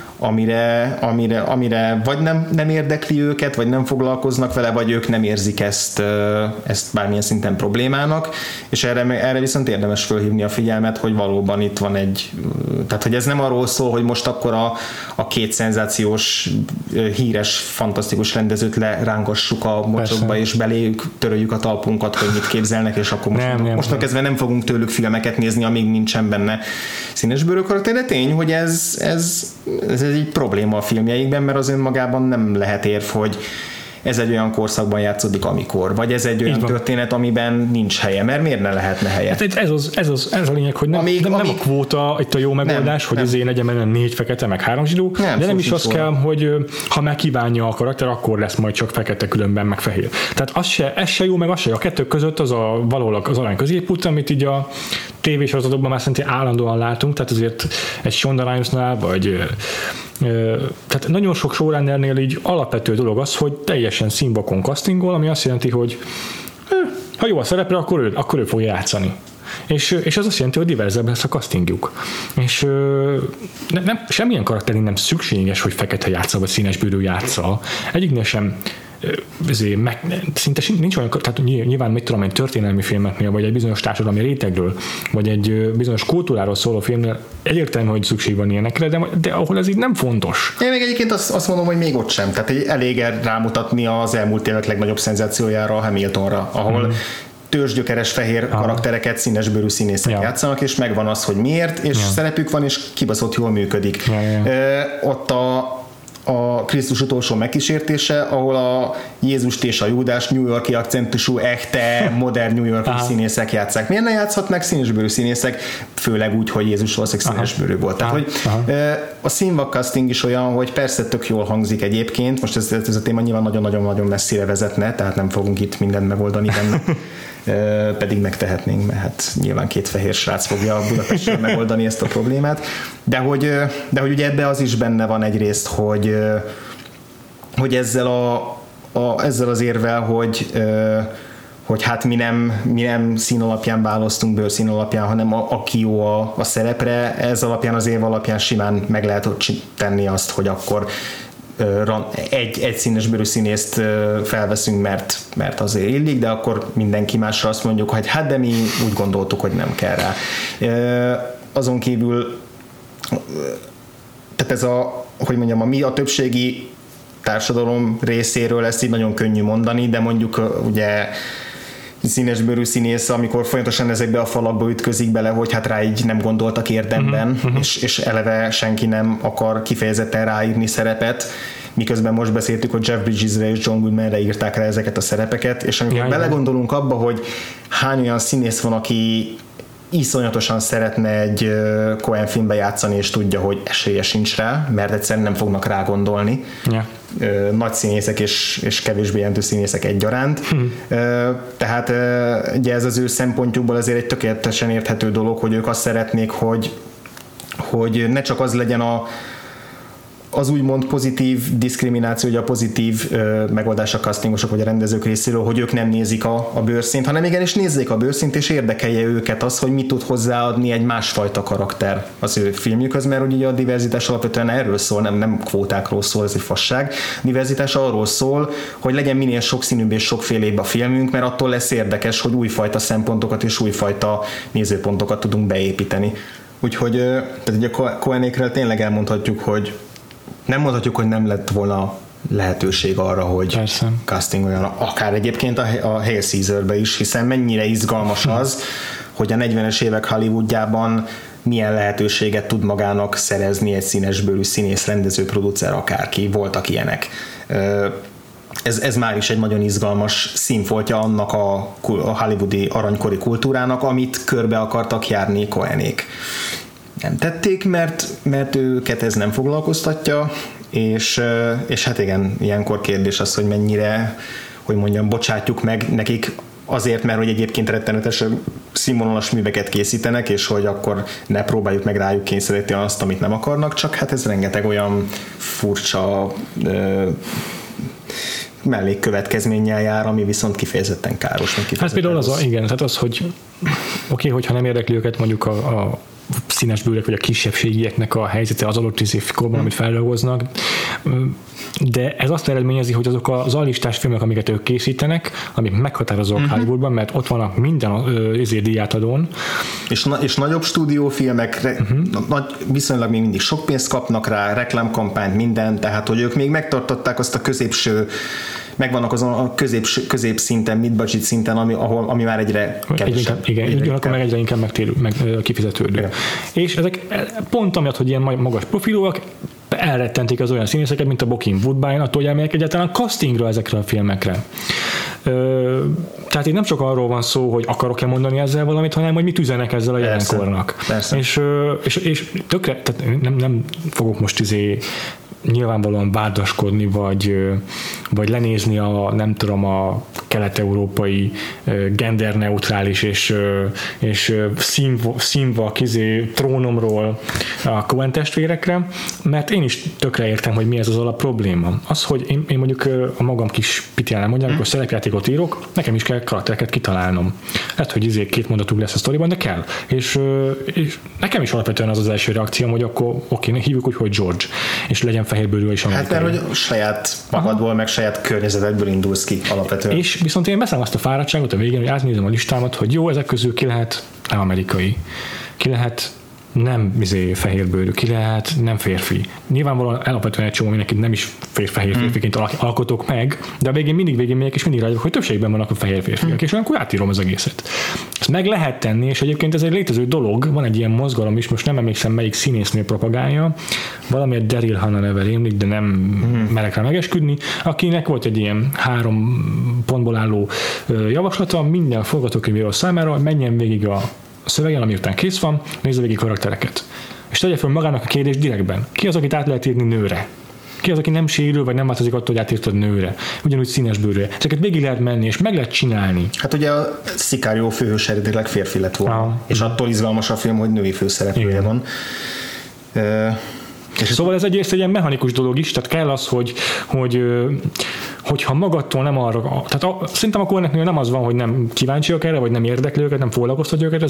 amire vagy nem érdekli őket, vagy nem foglalkoznak vele, vagy ők nem érzik ezt bármilyen szinten problémának, és erre viszont érdemes fölhívni a figyelmet, hogy valóban itt van tehát hogy ez nem arról szól, hogy most akkor a két szenzációs, híres, fantasztikus rendezőt lerángassuk a mocsokba, és beléjük töröljük a talpunkat, hogy mit képzelnek, és akkor most kezdve nem fogunk tőlük filmeket nézni, amíg nincsen benne színesbőrű karakter, de tény, hogy ez egy probléma a filmjeikben, mert az önmagában nem lehet érv, hogy ez egy olyan korszakban játszódik, amikor, vagy ez egy olyan történet, amiben nincs helye, mert miért ne lehetne helye? Hát ez a lényeg, hogy nem a kvóta itt a jó megoldás, hogy azért legyen benne 4 fekete, meg 3 zsidó, de nem is az kell, hogy ha megkívánja a karakter, akkor lesz majd csak fekete, különben meg fehér. Tehát ez se jó, meg az se jó. A kettő között valólag az arany középút, amit így a tévésorozatokban már szerintem állandóan látunk, tehát azért egy Shonda Rhimes-nál, vagy tehát nagyon sok showrunnernél így alapvető dolog az, hogy teljesen színvakon castingol, ami azt jelenti, hogy ha jó a szereplő, akkor ő fog játszani. És az azt jelenti, hogy diverzebb lesz a castingjuk. És semmilyen karakterin nem szükséges, hogy fekete játsza, vagy színesbőrű játsza. Egyiknél sem szinte nincs olyan, tehát nyilván mit tudom, egy történelmi filmeknél, vagy egy bizonyos társadalmi rétegről, vagy egy bizonyos kultúráról szóló filmnél egyértelmű, hogy szükség van ilyenekre, de ahol ez így nem fontos. Én még egyébként azt mondom, hogy még ott sem. Tehát elég rámutatni az elmúlt évek legnagyobb szenzációjára, a Hamiltonra, ahol törzsgyökeres fehér karaktereket színesbőrű színészek játszanak, és megvan az, hogy miért, és szerepük van, és kibaszott jól működik. Ott a Krisztus utolsó megkísértése, ahol a Jézust és a Júdás New York-i akcentusú, echte, modern New York-i színészek játsszák. Miért ne játszhatnak színesbőrű színészek, főleg úgy, hogy Jézus valószínűleg színesbőrű volt. Tehát, hogy a színvak casting is olyan, hogy persze tök jól hangzik egyébként, most ez a téma nyilván nagyon-nagyon messzire vezetne, tehát nem fogunk itt mindent megoldani benne. Pedig megtehetnénk, mert hát nyilván 2 fehér srác fogja Budapestről megoldani ezt a problémát, de hogy ugye ebbe az is benne van egyrészt, hogy ezzel az érvel, hogy hát mi nem szín alapján választunk, bőrszín alapján, hanem aki jó a szerepre, ez alapján, az év alapján simán meg lehet tenni azt, hogy akkor egy színesbőrű színészt felveszünk, mert azért illik, de akkor mindenki másra azt mondjuk, hogy hát de mi úgy gondoltuk, hogy nem kell rá. Azon kívül tehát mi a többségi társadalom részéről ezt így nagyon könnyű mondani, de mondjuk ugye színesbőrű színész, amikor folyamatosan ezekbe a falakba ütközik bele, hogy hát rá így nem gondoltak érdemben, és eleve senki nem akar kifejezetten ráírni szerepet, miközben most beszéltük, hogy Jeff Bridgesre és John Goodmanre írták rá ezeket a szerepeket, és amikor belegondolunk abba, hogy hány olyan színész van, aki iszonyatosan szeretne egy Coen filmbe játszani, és tudja, hogy esélye sincs rá, mert egyszerűen nem fognak rá gondolni. Yeah. Nagy színészek és kevésbé jelentős színészek egyaránt. Tehát ugye ez az ő szempontjukból azért egy tökéletesen érthető dolog, hogy ők azt szeretnék, hogy ne csak az legyen az úgymond pozitív diszkrimináció, vagy a pozitív megoldás a castingosok vagy a rendezők részéről, hogy ők nem nézik a bőrszínt, hanem igenis nézzék a bőrszínt, és érdekelje őket az, hogy mit tud hozzáadni egy másfajta karakter az ő filmjükhöz, mert ugye a diverzitás alapvetően erről szól, nem kvótákról szól, ez egy fasság. A diverzitás arról szól, hogy legyen minél sokszínűbb és sokfélébb a filmünk, mert attól lesz érdekes, hogy újfajta szempontokat és újfajta nézőpontokat tudunk beépíteni. Úgyhogy tehát ugye a Coenékről tényleg elmondhatjuk, hogy nem mondhatjuk, hogy nem lett volna lehetőség arra, hogy castingoljon, akár egyébként a Hail Caesarbe is, hiszen mennyire izgalmas az, hogy a 40-es évek Hollywoodjában milyen lehetőséget tud magának szerezni egy színesbőrű színész, rendező, producer, akárki, voltak ilyenek. Ez már is egy nagyon izgalmas színfoltja annak a hollywoodi aranykori kultúrának, amit körbe akartak járni Coenék. Nem tették, mert őket ez nem foglalkoztatja, és hát igen, ilyenkor kérdés az, hogy mennyire, hogy mondjam, bocsátjuk meg nekik azért, mert hogy egyébként rettenetes színvonalas műveket készítenek, és hogy akkor ne próbáljuk meg rájuk kényszeríteni azt, amit nem akarnak, csak hát ez rengeteg olyan furcsa mellékkövetkezménnyel jár, ami viszont kifejezetten káros. Hát például igen, tehát az, hogy oké, hogyha nem érdekli őket mondjuk a színes bőrök, vagy a kisebbségieknek a helyzete az adott korban, amit feldolgoznak, de ez azt eredményezi, hogy azok az alistás filmek, amiket ők készítenek, amik meghatározóak Hollywoodban, mert ott vannak minden díjátadón. És nagyobb stúdiófilmek, viszonylag még mindig sok pénzt kapnak rá, reklámkampányt, minden, tehát hogy ők még megtartották azt a középső, megvannak azon a középszinten, mid-budget szinten, ami már egyre kevesebb. Igen, ugyanakkor meg egyre inkább meg kifizetődő. Igen. És ezek pont amiatt, hogy ilyen magas profilúak, elrettentik az olyan színészeket, mint a Bokeem Woodbine, attól, hogy elmegyek egyáltalán a castingra ezekre a filmekre. Tehát itt nem csak arról van szó, hogy akarok-e mondani ezzel valamit, hanem hogy mit üzenek ezzel a jelenkornak. És tökre, tehát nem fogok most nyilvánvalóan vádaskodni, vagy lenézni a kelet-európai genderneutrális és színva trónomról a Coen testvérekre, mert én is tökre értem, hogy mi ez az alap probléma. Az, hogy én mondjuk a magam kis pitjánál mondjam, amikor szerepjátékot írok, nekem is kell karaktereket kitalálnom. Lehet, hogy két mondatuk lesz a sztoriban, de kell. És nekem is alapvetően az első reakcióm, hogy akkor hívjuk, hogy George, és legyen fehérbőrű is amerikai. Hát mert hogy saját magadból, meg saját környezetedből indulsz ki alapvetően. És viszont én veszem azt a fáradtságot a végén, hogy átnézem a listámat, hogy jó, ezek közül ki lehet amerikai, ki lehet nem fehérbőrű, ki lehet nem férfi. Nyilvánvalóan alapvetően egy csomó mindenkit nem is fehér férfiként alkotok meg, de a végén megyek, és mindig rájuk, hogy többségben vannak a fehér férfiak, és olyankor átírom az egészet. Ezt meg lehet tenni, és egyébként ez egy létező dolog, van egy ilyen mozgalom is, most nem emlékszem, melyik színésznő propagálja, valamiért Daryl Hannah neve rémlik, de nem merek rá megesküdni, akinek volt egy ilyen 3 pontból álló javaslata, minden forgatókönyvíró számára, hogy menjen végig a szövegen, ami után kész van, nézze végig karaktereket. És tegye fel magának a kérdést direktben. Ki az, akit át lehet írni nőre? Ki az, aki nem sérül, vagy nem változik attól, hogy átírtad nőre? Ugyanúgy színes bőrre. Ezeket végig lehet menni, és meg lehet csinálni. Hát ugye a Sicario főhős eredetileg férfi lett volna. És attól izgalmas a film, hogy női főszereplője van. Szóval ez egy ilyen mechanikus dolog is, tehát kell az, hogyha magadtól nem arra, tehát szerintem a Coeneknél nem az van, hogy nem kíváncsiak erre, vagy nem érdekli őket, nem foglalkoztatja őket,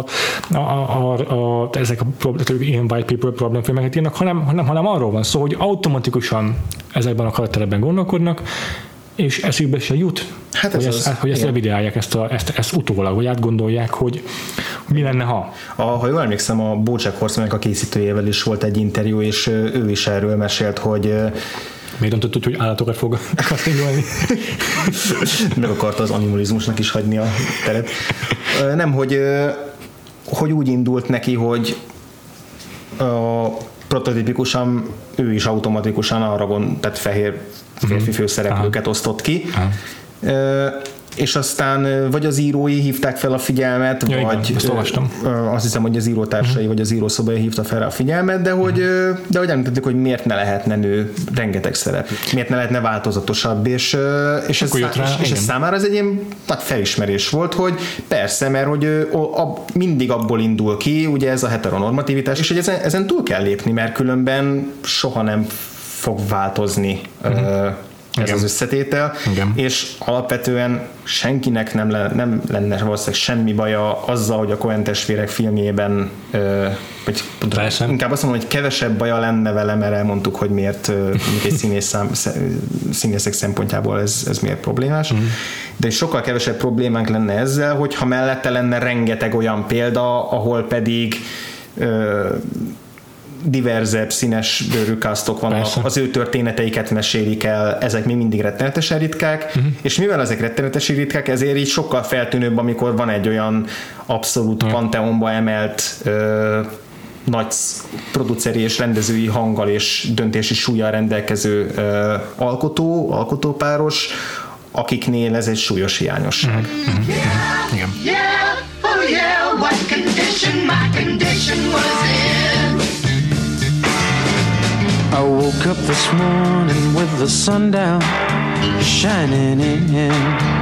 ezek a ilyen white people problem filmeket írnak, hanem arról van szó, hogy automatikusan ezekben a karakterekben gondolkodnak, és eszükbe se jut, hát hogy ezt revideálják, ezt utólag, vagy átgondolják, hogy mi lenne, ha. Ha jól emlékszem, a BoJack Horseman-nek a készítőjével is volt egy interjú, és ő is erről mesélt, hogy miért nem tudtuk, hogy állatokat fog castingolni? Meg akarta az animalizmusnak is hagyni a teret. Nem, hogy úgy indult neki, hogy prototipikusan ő is automatikusan arra tehát fehér férfi főszereplőket osztott ki. és aztán vagy az írói hívták fel a figyelmet, ja, vagy igen, azt olvastam. Azt hiszem, hogy az írótársai vagy az írószobai hívta fel a figyelmet, de hogy említettük, hogy miért ne lehetne nő rengeteg szerep, miért ne lehetne változatosabb, és ez számára ez egy ilyen nagy felismerés volt, hogy persze, mert hogy mindig abból indul ki, ugye ez a heteronormativitás, és hogy ezen túl kell lépni, mert különben soha nem fog változni ez igen. az összetétel, igen. és alapvetően senkinek nem lenne valószínűleg semmi baja azzal, hogy a Coen testvérek filmjében, vagy inkább azt mondom, hogy kevesebb baja lenne vele, mert elmondtuk, hogy miért egy színészek szempontjából ez miért problémás, de sokkal kevesebb problémánk lenne ezzel, hogyha mellette lenne rengeteg olyan példa, ahol pedig diverzebb, színes bőrű castok vannak, persze. az ő történeteiket mesélik el, ezek még mindig rettenetesen ritkák, és mivel ezek rettenetesen ritkák, ezért így sokkal feltűnőbb, amikor van egy olyan abszolút panteonba emelt nagy produceri és rendezői hanggal és döntési súllyal rendelkező alkotópáros, akiknél ez egy súlyos hiányosság. What condition my condition was in. I woke up this morning with the sun down shining in.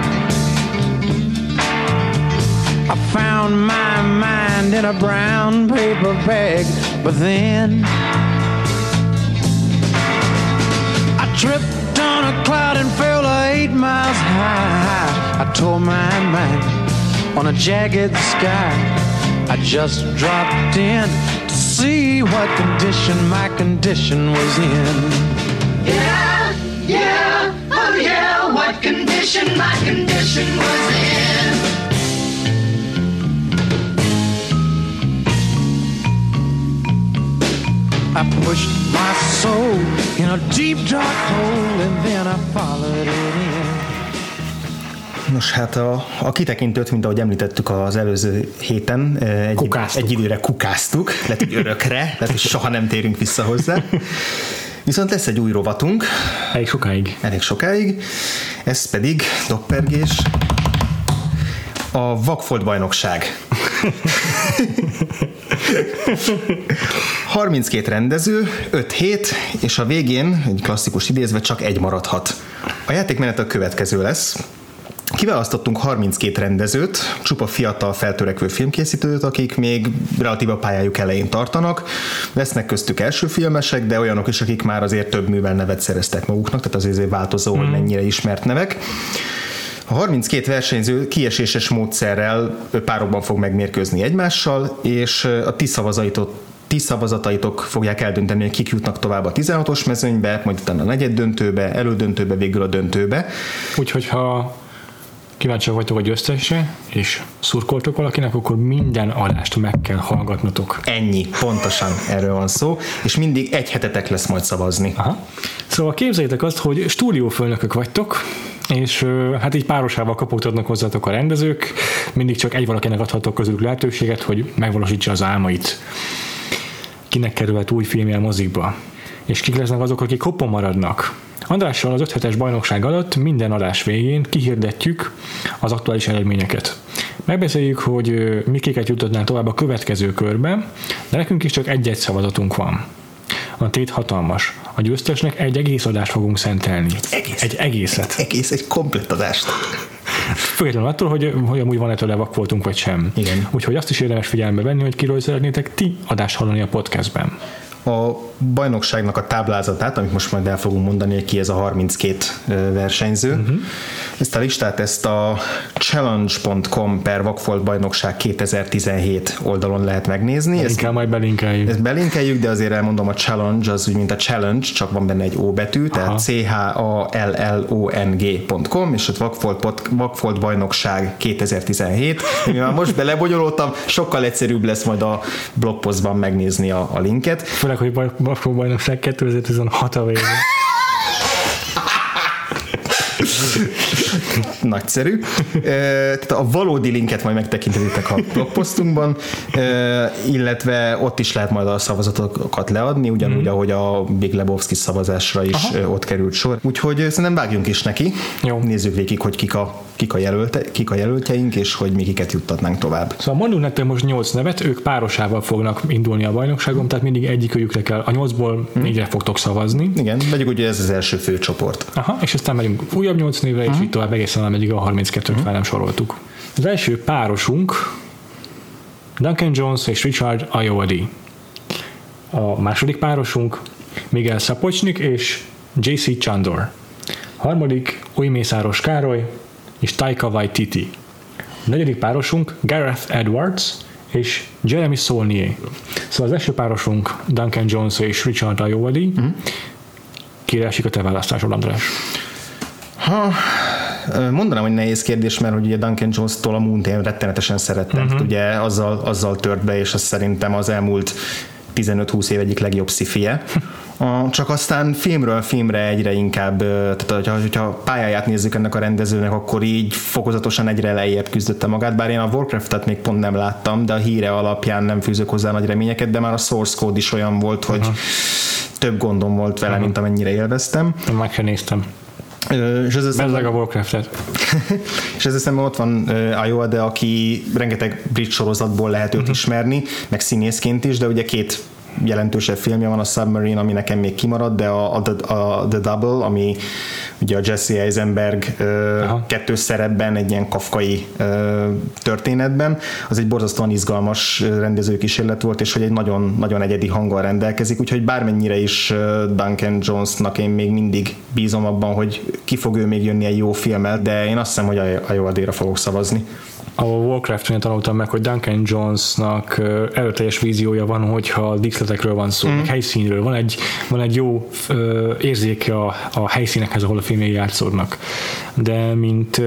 I found my mind in a brown paper bag, but then I tripped on a cloud and fell 8 miles high. I tore my mind on a jagged sky. I just dropped in to see what condition my condition was in. Yeah, yeah, oh yeah, what condition my condition was in. I pushed my soul in a deep dark hole and then I followed it in. Nos, hát a kitekintőt, mint ahogy említettük az előző héten, egy időre kukáztuk, lehet, hogy örökre, lehet, hogy soha nem térünk vissza hozzá. Viszont lesz egy új rovatunk. Elég sokáig. Ez pedig doppergés. A Vagfolt bajnokság. 32 rendező, 5 hét, és a végén, egy klasszikus idézve, csak egy maradhat. A játékmenet a következő lesz. Kiválasztottunk 32 rendezőt, csupa fiatal feltörekvő filmkészítőt, akik még relatív a pályájuk elején tartanak. Lesznek köztük első filmesek, de olyanok is, akik már azért több művel nevet szereztek maguknak, tehát azért változó, hogy mennyire ismert nevek. A 32 versenyző kieséses módszerrel párokban fog megmérkőzni egymással, és a ti szavazataitok fogják eldönteni, hogy kik jutnak tovább a 16-os mezőnybe, majd utána a negyeddöntőbe, elődöntőbe, végül a döntőbe. Úgyhogy ha kíváncsiak vagytok a győztesre, és szurkoltok valakinek, akkor minden adást meg kell hallgatnotok. Ennyi, pontosan erről van szó, és mindig egy hetetek lesz majd szavazni. Aha. Szóval képzeljétek azt, hogy stúdiófőnökök vagytok, és hát így párosával kapogtatnak hozzátok a rendezők, mindig csak egy valakinek adhatok közülük lehetőséget, hogy megvalósítsa az álmait. Kinek kerülhet új filmje a mozikba, és kik lesznek azok, akik hoppon maradnak. Andrással az 5 hetes bajnokság alatt minden adás végén kihirdetjük az aktuális eredményeket. Megbeszéljük, hogy mikéket jutatnánk tovább a következő körbe, de nekünk is csak egy szavazatunk van. A tét hatalmas. A győztesnek egy egész adást fogunk szentelni. Egy egészet. Egy komplett adást. Függetlenül attól, hogy amúgy van-e tőle vakfoltunk vagy sem. Igen. Úgyhogy azt is érdemes figyelembe venni, hogy kiről szeretnétek ti adást hallani a podcastben. A bajnokságnak a táblázatát, amit most majd el fogunk mondani, hogy ki ez a 32 versenyző. Ezt a listát a challenge.com/Vagfolt bajnokság 2017 oldalon lehet megnézni. Majd belinkeljük. Ezt belinkeljük, de azért elmondom, a challenge az úgy, mint a challenge, csak van benne egy O betű, tehát challong.com, és ott Vagfolt bajnokság 2017. Mivel most belebonyolultam, sokkal egyszerűbb lesz majd a blogpostban megnézni a linket. Főleg, hogy Vagfolt bajnokság 2016 a vége. Nagyszerű. Tehát a valódi linket majd megtekintetitek a blogposztunkban, illetve ott is lehet majd a szavazatokat leadni, ugyanúgy, ahogy a Big Lebowski szavazásra is ott került sor. Úgyhogy szerintem vágjunk is neki. Jó. Nézzük végig, hogy kik a kik a jelöltjeink, és hogy mi kiket juttatnánk tovább. Szóval mondunk nektek most 8 nevet, ők párosával fognak indulni a bajnokságon, tehát mindig egyikőjükre kell, a 8-ból 4-re fogtok szavazni. Igen, vegyük úgy, hogy ez az első főcsoport. Aha, és aztán megyünk újabb 8 névre, és így tovább egészen ameddig a 32-t fel nem soroltuk. Az első párosunk Duncan Jones és Richard Ayoade. A második párosunk Miguel Sapochnik és J.C. Chandor. A harmadik Újmészáros Károly és Taika Waititi. A negyedik párosunk Gareth Edwards és Jeremy Saulnier. Szóval az első párosunk Duncan Jones és Richard Ayoade. Kire esik a te választásod, András? Mondanám, hogy nehéz kérdés, mert ugye Duncan Jones-tól a Moon-t én rettenetesen szerettem. Ugye azzal tört be, és azt szerintem az elmúlt 15-20 év egyik legjobb szifie. Csak aztán filmről filmre egyre inkább, tehát hogyha pályáját nézzük ennek a rendezőnek, akkor így fokozatosan egyre lejjebb küzdötte magát, bár én a Warcraft-et még pont nem láttam, de a híre alapján nem fűzök hozzá nagy reményeket, de már a Source Code is olyan volt, hogy több gondom volt vele, mint amennyire élveztem. Meg sem néztem. Bezzeg a Warcraft-et. És ezzel szemben ott van Ayoade, aki rengeteg brit sorozatból lehet őt ismerni, meg színészként is, de ugye két jelentősebb filmje van, a Submarine, ami nekem még kimarad, de a The Double, ami ugye a Jesse Eisenberg kettős szerepben, egy ilyen kafkai történetben, az egy borzasztóan izgalmas rendezőkísérlet volt, és hogy egy nagyon, nagyon egyedi hanggal rendelkezik, úgyhogy bármennyire is Duncan Jonesnak én még mindig bízom abban, hogy ki fog ő még jönni egy jó filmmel, de én azt hiszem, hogy Ayoade-ra fogok szavazni. A Warcraft-nél tanultam meg, hogy Duncan Jonesnak erőteljes víziója van, hogyha díszletekről van szó, helyszínről. Van egy jó érzéke a helyszínekhez, ahol a filmjei játszódnak. De mint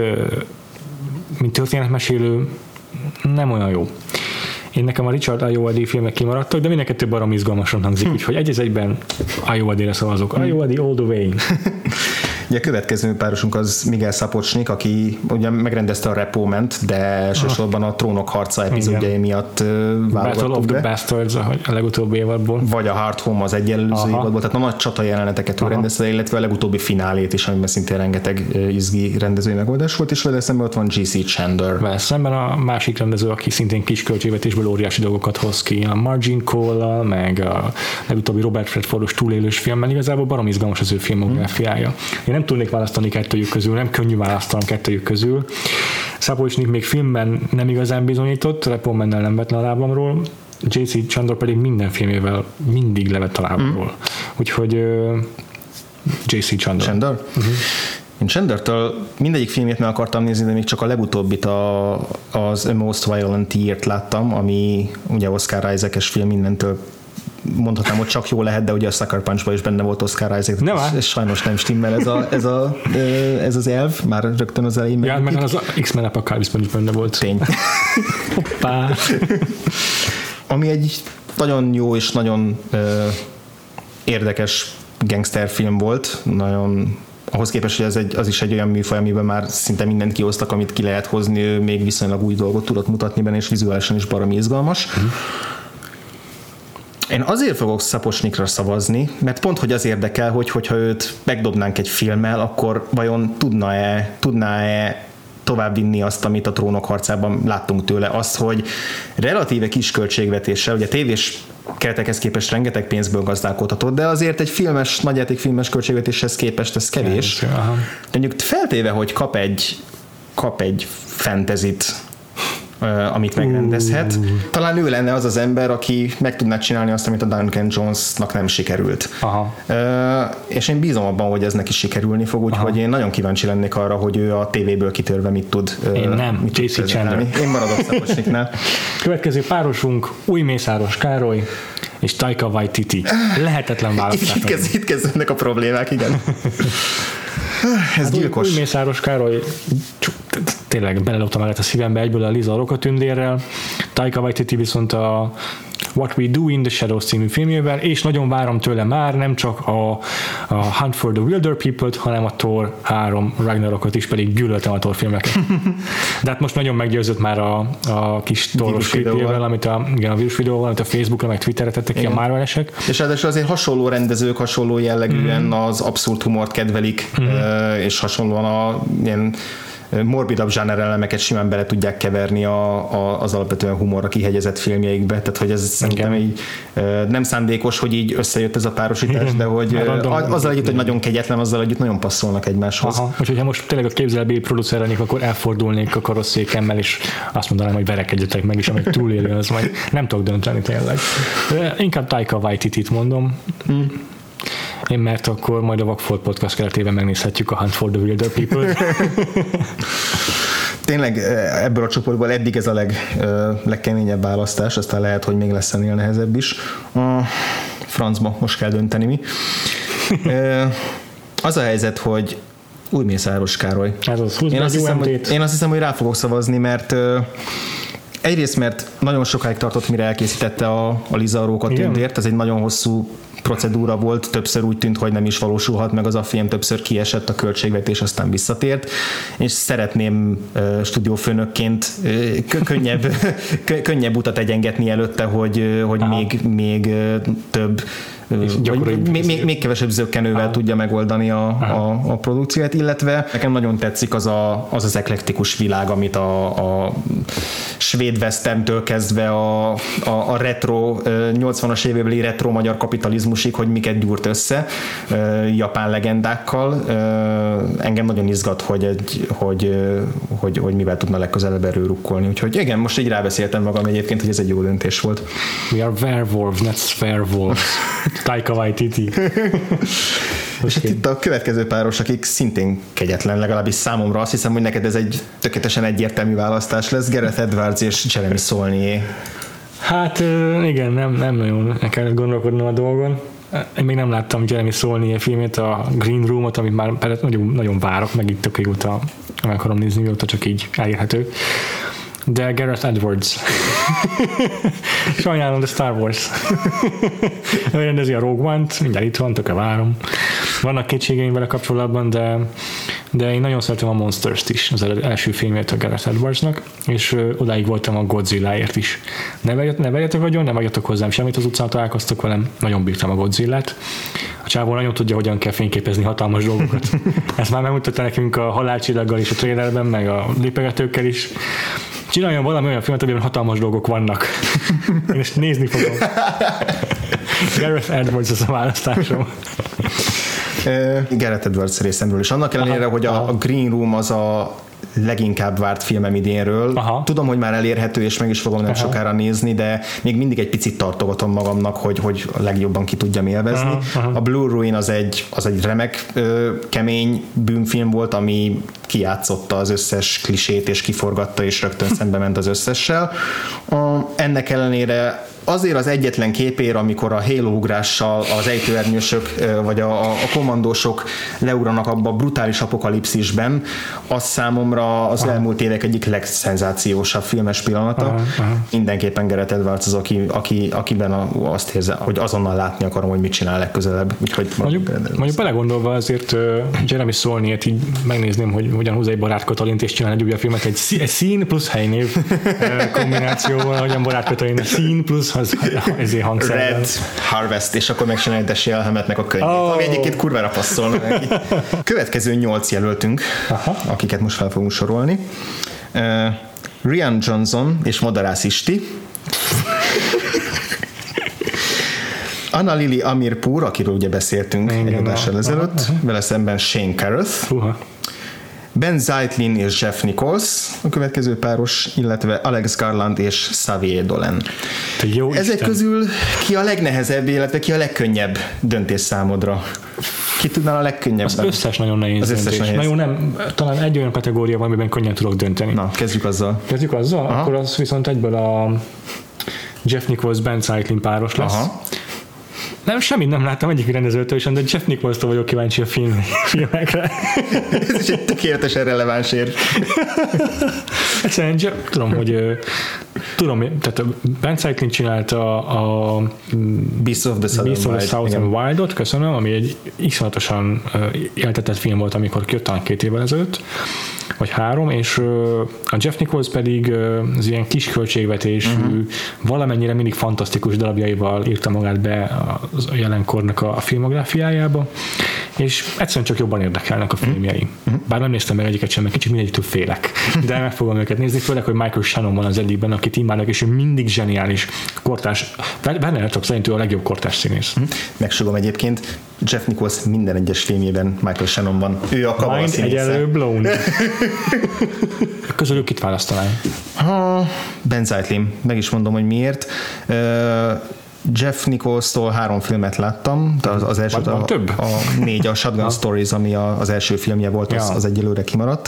történetmesélő nem olyan jó. Én nekem a Richard Ayoade filmek kimaradtak, de mind a kettő barom izgalmasan hangzik, úgyhogy egy-egyben Ayoade-re szavazok. Ayoade all the way. Ugye a következő párosunk az Miguel Sapochnik, aki ugye megrendezte a Repo-ment, de elsősorban a Trónok harca epizódjai miatt válogattuk be. Bastards, a legutóbbi évadból. Vagy a Hard Home az előző évadból, tehát a nagy csata jeleneteket ő rendezte, illetve a legutóbbi finálét is, amiben szintén rengeteg izgi rendezői megoldás volt, és vele szemben ott van J.C. Chandor. Vele szemben a másik rendező, aki szintén kis költségvetésből óriási dolgokat hoz ki, a Margin Call-al, meg a legutóbbi Robert Redfordos túlélős filmmel, igazából barom izgalmas az ő filmográfiája. Én nem tudnék választani kettőjük közül, nem könnyű választanom kettőjük közül. Sapochnik még filmben nem igazán bizonyított, Repo-mennel nem vett le a lábamról, J.C. Chandor pedig minden filmével mindig levett a lábamról. Úgyhogy J.C. Chandor. Én Chandortől mindegyik filmjét meg akartam nézni, de még csak a legutóbbit az A Most Violent Year-t láttam, ami ugye Oscar Isaac-es film, mindentől mondhatnám, hogy csak jó lehet, de ugye a Sucker Punch-ban is benne volt Oscar Isaac, és sajnos nem stimmel ez az elv, már rögtön az elején. Ja, meg az X-Men Apocalypse-ban is benne volt. Tény. Hoppá! Ami egy nagyon jó és nagyon érdekes gangsterfilm volt, nagyon ahhoz képest, hogy az is egy olyan műfaj, amiben már szinte mindent kihoztak, amit ki lehet hozni, ő még viszonylag új dolgot tudott mutatni benne, és vizuálisan is baromi izgalmas. Én azért fogok Sapochnikra szavazni, mert pont, hogy az érdekel, hogyha őt megdobnánk egy filmmel, akkor vajon tudná-e továbbvinni azt, amit a Trónok harcában láttunk tőle, azt, hogy relatíve kis költségvetéssel, ugye tévés keretekhez képest rengeteg pénzből gazdálkodhatott, de azért egy nagyjátékfilmes költségvetéshez képest ez kevés. De mondjuk feltéve, hogy kap egy fantasyt, amit megrendezhet. Talán ő lenne az az ember, aki meg tudná csinálni azt, amit a Duncan Jonesnak nem sikerült. És én bízom abban, hogy ez neki sikerülni fog, úgyhogy én nagyon kíváncsi lennék arra, hogy ő a tévéből kitörve mit tud. Én nem, J.C. Chandor. Én maradok Sapochniknál. Következő párosunk Újmészáros Károly és Taika Waititi. Lehetetlen választás. Itt kezdődnek a problémák, igen. Ez gyilkos. Újmészáros Károly tényleg beleloptam mellett a szívembe egyből a Liza Rokatündérrel, Taika Waititi viszont a What We Do in the Shadows című filmjével, és nagyon várom tőle már nem csak a Hunt for the Wilder People-t, hanem a Thor 3 Ragnarokot is, pedig gyűlöltem a Thor filmeket. De hát most nagyon meggyőzött már a kis Thoros klipjével, amit a vírus videóval, amit a Facebookra meg Twitterre tettek ki a Marvel-esek. És ráadásul azért hasonló rendezők, hasonló jellegűen az abszurd humort kedvelik, és hasonlóan ilyen morbidabb zsánerelemeket simán bele tudják keverni az alapvetően humorra kihegyezett filmjeikbe, tehát hogy ez szerintem így nem szándékos, hogy így összejött ez a párosítás, de hogy azzal együtt, hogy nagyon kegyetlen, azzal együtt nagyon passzolnak egymáshoz. Aha, úgyhogy ha most tényleg a képzelbéli producer lennék, akkor elfordulnék a karosszékemmel, és azt mondanám, hogy verekedjetek meg, és amíg túlélő, az majd nem tudok dönteni tényleg. De inkább Taika Waititit mondom. Én, mert akkor majd a Vagfolt Podcast keretében megnézhetjük a Hunt for the Wilder People. Tényleg ebből a csoportból eddig ez a legkeményebb választás, aztán lehet, hogy még lesz ennél nehezebb is. Francba most kell dönteni mi. Az a helyzet, hogy új Mészáros Károly. Én azt hiszem, hogy rá fogok szavazni, mert egyrészt, mert nagyon sokáig tartott, mire elkészítette a Liza Rókatündért, ez egy nagyon hosszú procedúra volt, többször úgy tűnt, hogy nem is valósulhat meg az a film, többször kiesett a költségvetés, aztán visszatért, és szeretném stúdiófőnökként könnyebb utat egyengetni előtte, hogy még több még kevesebb zökkenővel tudja megoldani a produkciót, illetve nekem nagyon tetszik az eklektikus világ, amit a svéd westerntől kezdve a retro 80-as évekbeli retro magyar kapitalizmusig, hogy miket gyúrt össze japán legendákkal. Engem nagyon izgat, hogy mivel tudna legközelebb erőrukkolni. Úgyhogy igen, most így rábeszéltem magam egyébként, hogy ez egy jó döntés volt. We are werewolves, not werewolves. Taika Waititi. És itt a következő páros, akik szintén kegyetlen, legalábbis számomra, azt hiszem, hogy neked ez egy tökéletesen egyértelmű választás lesz, Gareth Edwards és Jeremy Saulnier. Hát igen, nem nagyon kellett gondolkodnom a dolgon. Én még nem láttam Jeremy Saulnier filmét, a Green Room-ot, amit már nagyon várok, meg itt tök régóta meg akarom nézni, mióta csak így elérhető. De Gareth Edwards. Sajnálom, de Star Wars. Ő rendezi a Rogue One-t, mindjárt itt van, tökre várom. Vannak kétségeim vele kapcsolatban, de én nagyon szeretem a Monsters-t is, az első filmjét a Gareth Edwardsnak, és odáig voltam a Godzilla-ért is. Ne vegyetek vagyon, ne vegyetek hozzám semmit, az utcán találkoztok velem, nagyon bírtam a Godzilla-t. A csávó nagyon tudja, hogyan kell fényképezni hatalmas dolgokat. Ezt már megmutatta nekünk a Halálcsillaggal és a trailerben, meg a lépegetőkkel is. Csináljon valami olyan filmet, amiben hatalmas dolgok vannak. Én ezt nézni fogom. Gareth Edwards az a választásom. Gareth Edwards részemről is. Annak ellenére, hogy a Green Room az a leginkább várt filmem idénről. Tudom, hogy már elérhető, és meg is fogom nem sokára nézni, de még mindig egy picit tartogatom magamnak, hogy a legjobban ki tudjam élvezni. A Blue Ruin az egy remek, kemény bűnfilm volt, ami kijátszotta az összes klisét, és kiforgatta, és rögtön szembe ment az összessel. Ennek ellenére azért az egyetlen képér, amikor a Halo ugrással az ejtőernyősök vagy a kommandósok leugranak abba a brutális apokalipszisben, az számomra az elmúlt évek egyik legszenzációsabb filmes pillanata. Mindenképpen Gareth Edwards az, akiben azt érzem, hogy azonnal látni akarom, hogy mit csinál legközelebb. Úgyhogy mondjuk belegondolva azért Jeremy Saulniert így megnézném, hogy hogyan húz egy Barát Katalint és csinál egy újabb filmet, egy szín plusz helynév kombinációval, hogyan Barát Katalin a szín plusz ezért hangszerrel. Red Harvest, és akkor megcsinálja Desi Elhemetnek a könyvét, ami egyébként kurvára passzolna neki. Következő 8 jelöltünk, akiket most fel fogunk sorolni. Rian Johnson és Madarász Isti. Anna Lily Amirpour, akiről ugye beszéltünk egy adással ezelőtt, vele szemben Shane Carruth. Ben Zeitlin és Jeff Nichols a következő páros, illetve Alex Garland és Xavier Dolan. Ezek közül ki a legnehezebb, illetve ki a legkönnyebb döntés számodra? Ki tudnál a legkönnyebb? Az összes nagyon nehéz döntés. Na jó, nem, talán egy olyan kategória van, amiben könnyen tudok dönteni. Na, kezdjük azzal. Akkor az viszont egyből a Jeff Nichols Ben Zeitlin páros lesz. Nem, semmit nem láttam egyik rendezőtől is, de Jeff Nicholstól vagyok kíváncsi a filmekre. Ez is egy tökéletesen releváns érv. Egyszerűen tudom, tehát Ben Zeitlin csinálta a Beasts of the Southern Wild-ot, köszönöm, ami egy iszonyatosan éltetett film volt, amikor kijött, talán 2 évvel ezelőtt, vagy 3, és a Jeff Nichols pedig az ilyen kis költségvetésű, valamennyire mindig fantasztikus darabjaival írta magát be a jelenkornak a filmográfiájába, és egyszerűen csak jobban érdekelnek a filmjei. Bár nem néztem meg egyiket sem, mert kicsit mindegyiktől félek, de meg fogom őket nézni, főleg, hogy Michael Shannon van az egyikben, akit imádnak, és ő mindig zseniális kortárs. Benne Herzog szerint ő a legjobb kortárs színész. Megsugom egyébként, Jeff Nichols minden egyes filmjében Michael Shannon van. Ő a kavala színésze. Mind blown. Közülük kit választanál? Ben Zeitlin. Meg is mondom, hogy miért. Jeff Nicholstól 3 filmet láttam, de az első a 4, a Shotgun Stories, ami az első filmje volt, az egyelőre kimaradt.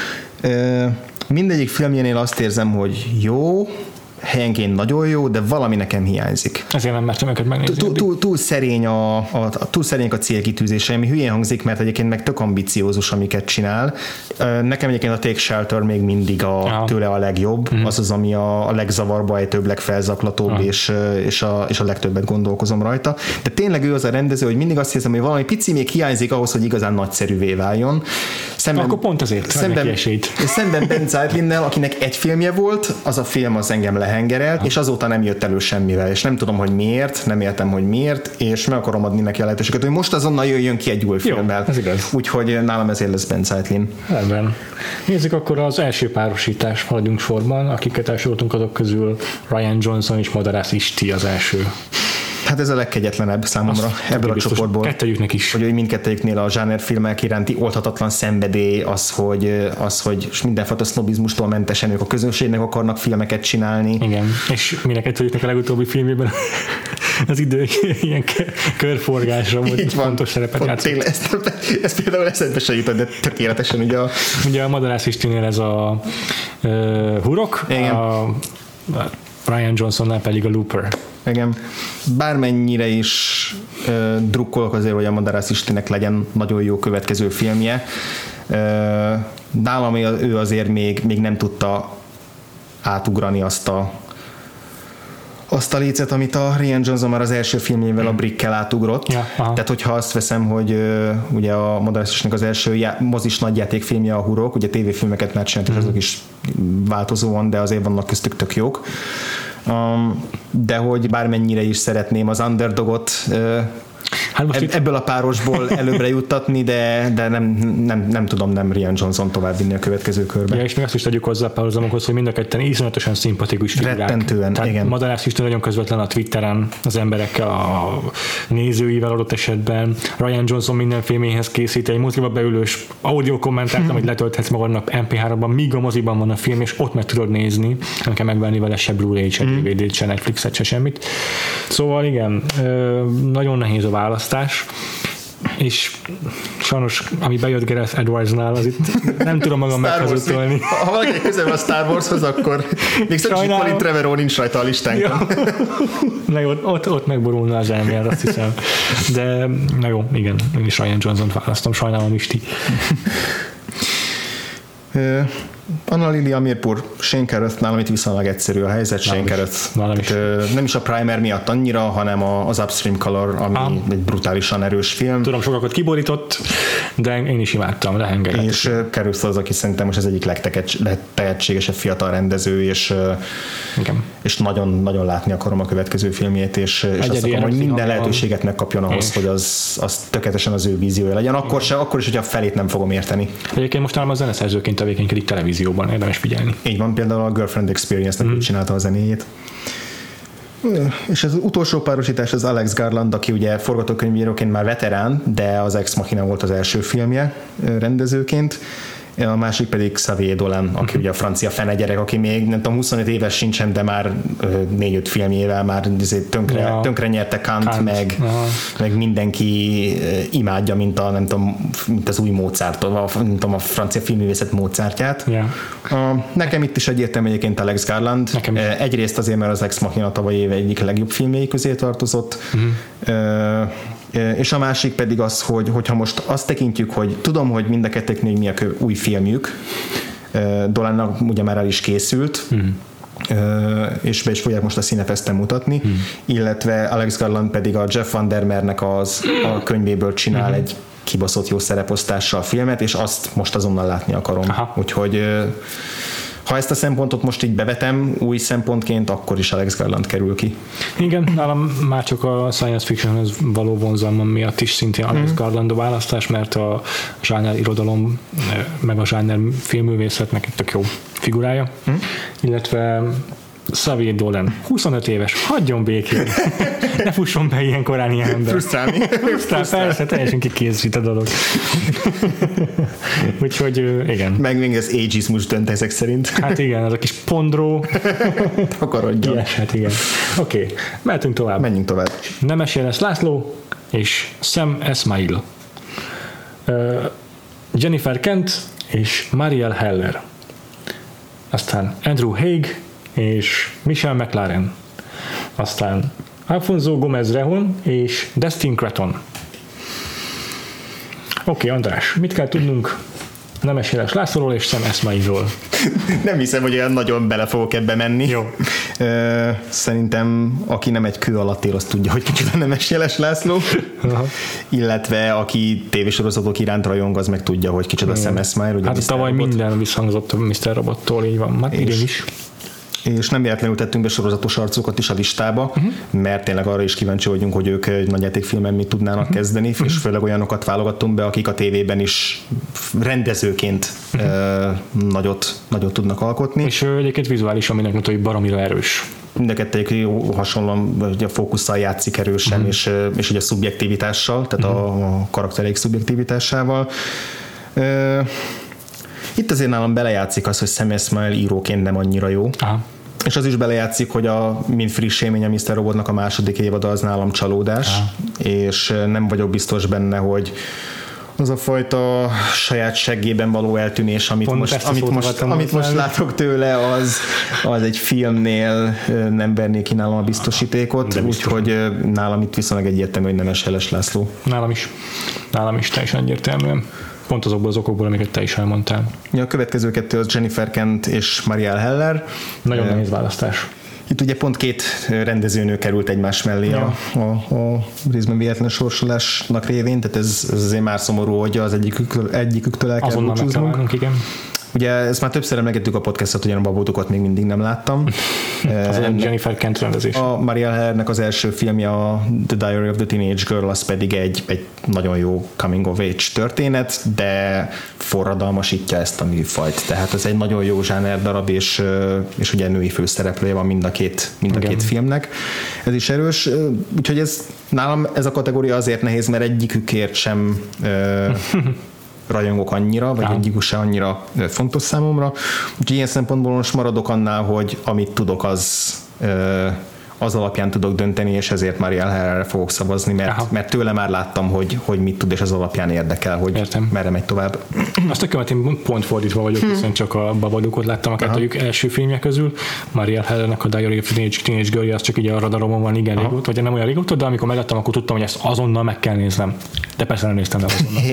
Mindegyik filmjénél azt érzem, hogy jó, helyenként nagyon jó, de valami nekem hiányzik. Ezért nem mertem őket megnézni. Túl szerény a célkitűzése, ami hülyén hangzik, mert egyébként meg tök ambiciózus, amiket csinál. Nekem egyébként a Take Shelter még mindig tőle a legjobb, az, ami a legzavarba ejtőbb, legfelzaklatóbb, és a legtöbbet gondolkozom rajta. De tényleg ő az a rendező, hogy mindig azt hiszem, hogy valami pici még hiányzik ahhoz, hogy igazán nagyszerűvé váljon. Akkor pont azért szemben Ben Zeitlinnel, akinek egy filmje volt, az a film az engem lehengerelt, és azóta nem jött elő semmivel, és nem tudom, hogy miért, nem értem, hogy miért, és meg akarom adni neki a lehetőséget, hogy most azonnal jöjjön ki egy új filmmel. Úgyhogy nálam ezért lesz Ben Zeitlin. Ebben. Nézzük akkor az első párosítás, haladjunk sorban, akiket elsoroltunk azok közül Rian Johnson és Madarász Isti az első. Hát ez a legkegyetlenebb számomra ebből a csoportból. Kettejüknek is. Hogy mindkettejüknél a zsánerfilmek iránti oldhatatlan szenvedély, az, hogy mindenfajta sznobizmustól mentesen ők a közönségnek akarnak filmeket csinálni. Igen, és mindkettejüknek a legutóbbi filmjében az idő ilyen körforgásra volt fontos szerepet játszott. Ez például eszedbe se jutott, de tökéletesen ugye a Madarász Istinél ez a hurok, a Rian Johnsonnál pedig a Looper. Igen. Bármennyire is drukkolok azért, hogy a Madarász Istinek legyen nagyon jó következő filmje. Nálam ő azért még nem tudta átugrani azt a lécet, amit a Rian Johnson már az első filmjével a Brickkel átugrott. Tehát, hogyha azt veszem, hogy ugye a Madarász Istinek az első mozis nagyjátékfilmje a Hurok, ugye tévéfilmeket már csinált, és azok is változóan, de azért vannak köztük tök jók. De hogy bármennyire is szeretném az Underdogot ebből a párosból előbbre juttatni, de nem tudom nem Rian Johnson tovább vinni a következő körbe. Ja, és még azt is tegyük hozzá a párhuzamokhoz, hogy mind a ketten iszonyatosan szimpatikus figurák. Rettentően, igen. Madarász is nagyon közvetlen a Twitteren az emberekkel, a nézőivel adott esetben. Rian Johnson minden filméhez készít egy moziba beülős audio kommentárt, amit letölthetsz magadnak MP3-ban, míg a moziban van a film, és ott meg tudod nézni. Nem kell megvenni vele se Blu-ray, se DVD-t, se Netflixet, se semmit. Szóval igen, nagyon nehéz a választás, és sajnos, ami bejött Gareth Edwardsnál, az itt nem tudom magam meghazudtolni. Ha valaki közel a Star Warshoz, akkor még szerintem Colin Trevorrow nincs rajta a listánkon. Ott megborulna az elmélet, azt hiszem. De na jó, igen, én is Rian Johnson-t választom, sajnálom Isti. Anna Lily Amirpour, Shane Carruth, nálam itt viszonylag egyszerű a helyzet, Shane Carruth. Nem is a Primer miatt annyira, hanem az Upstream Color, ami egy brutálisan erős film. Tudom, sokakat kiborított, de én is imádtam, lehengerett. És Carruth az, aki szerintem most az egyik legtehetségesebb fiatal rendező, és nagyon látni akarom a következő filmjét, és azt akarom, hogy minden lehetőséget megkapjon ahhoz, hogy az tökéletesen az ő víziója legyen. Akkor is, hogyha a felét nem fogom érteni. Egyébként most a zeneszerzőként tevékenykedik televízióban, érdemes figyelni. Így van, például a Girlfriend Experience-nek csinálta a zenéjét. És az utolsó párosítás az Alex Garland, aki ugye forgatókönyvíróként már veterán, de az Ex Machina volt az első filmje rendezőként. A másik pedig Xavier Dolan, aki ugye a francia fenegyerek, aki még nem tudom, 25 éves sincsen, de már 4-5 filmjével már tönkre nyerte Kant, meg mindenki imádja, mint az új Mozart, a francia filmművészet Mozartját. Nekem itt is egyértelmű egyébként Alex Garland. Egyrészt azért, mert az Ex Machina tavaly éve egyik legjobb filmjei közé tartozott, és a másik pedig az, hogyha most azt tekintjük, hogy tudom, hogy mind a kettőknél mi a új filmjük, Dolannak ugye már el is készült, és be is fogják most a Cinefesten mutatni, illetve Alex Garland pedig a Jeff Vandermeernek a könyvéből csinál egy kibaszott jó szereposztással a filmet, és azt most azonnal látni akarom. Úgyhogy ha ezt a szempontot most így bevetem új szempontként, akkor is Alex Garland kerül ki. Igen, nálam már csak a science fictionhez való vonzalmam miatt is szintén Alex Garland a választás, mert a zsáner irodalom, meg a zsáner filmművészetnek tök jó figurája, illetve Xavier Dolan, 25 éves, hagyjon békén. Ne fusson be ilyen korán ilyen ember. Frusztrálni. Persze, teljesen kikészít a dolog. Úgyhogy igen. Meg még az ageizmus dönt ezek szerint. Hát igen, az a kis pondró. Akarodjon. Yes, hát igen. Oké, mehetünk tovább. Menjünk tovább. Nemes Jeles László és Sam Esmail. Jennifer Kent és Marielle Heller. Aztán Andrew Haigh és Michelle McLaren. Aztán Alfonso Gomez Rejon és Destin Cretton. Oké, András, mit kell tudnunk Nemes Jeles Lászlóról és Sam Esmailról? Nem hiszem, hogy olyan nagyon bele fogok ebbe menni. Jó. Szerintem aki nem egy kő alatt él, az tudja, hogy kicsit Nemes Jeles László. Aha. Illetve aki tévésorozatok iránt rajong, az meg tudja, hogy kicsit a Sam Esmail. Ugye Hát tavaly minden visszhangzott a Mr. Robottól, így van. Már idén is. És nem véletlenül tettünk be sorozatos arcokat is a listába, mert tényleg arra is kíváncsi vagyunk, hogy ők egy nagyjátékfilmen mit tudnának kezdeni, és főleg olyanokat válogattunk be, akik a tévében is rendezőként nagyot tudnak alkotni. És egyébként vizuálisan mindenki hogy baromira erős. Mind a kettőjük hasonlóan a fókusszal játszik erősen, és ugye a szubjektivitással, tehát a karaktereik szubjektivitásával. Itt azért nálam belejátszik az, hogy Sam Esmail íróként nem annyira jó. Aha. És az is belejátszik, hogy mind friss élmény a Mr. Robotnak a második évada az nálam csalódás, és nem vagyok biztos benne, hogy az a fajta saját seggében való eltűnés, amit most látok tőle, az egy filmnél nem verné ki nálam a biztosítékot, úgyhogy nálam itt viszonylag egyértelmű, hogy Nemes Jeles László. Nálam is teljesen egyértelműen. Pont azokból az okokból, amiket te is elmondtál. Ja, a következő kettő az Jennifer Kent és Marielle Heller. Nagyon nehéz választás. Itt ugye pont két rendezőnő került egymás mellé a részben véletlen sorsolásnak révén, tehát ez azért már szomorú, hogy az egyiküktől el kell búcsúznunk. Igen. Ugye ezt már többször emlegettük a podcastot, ugyan a Babodokat még mindig nem láttam. Az Jennifer Kent rendezés. A Marielle Hellernek az első filmje, a The Diary of the Teenage Girl, az pedig egy nagyon jó coming of age történet, de forradalmasítja ezt a műfajt. Tehát ez egy nagyon jó zsáner darab, és ugye női főszereplője van mind a két filmnek. Ez is erős, úgyhogy nálam ez a kategória azért nehéz, mert egyikükért sem rajongok annyira, vagy egyikük se annyira fontos számomra. Úgyhogy ilyen szempontból most maradok annál, hogy amit tudok, az alapján tudok dönteni, és ezért Marielle Hellerre fogok szavazni, mert tőle már láttam, hogy mit tud, és az alapján érdekel, hogy merre megy tovább. Azt a én pont fordítva vagyok, hiszen csak a Babadookot láttam a kettőjük első filmje közül. Marielle Hellernek a Diary of the Teenage Girl, az csak így a radaromon van igen régóta, vagy nem olyan régóta, de amikor megláttam, akkor tudtam, hogy ezt azonnal meg kell néznem. De persze nem néztem le azonnal.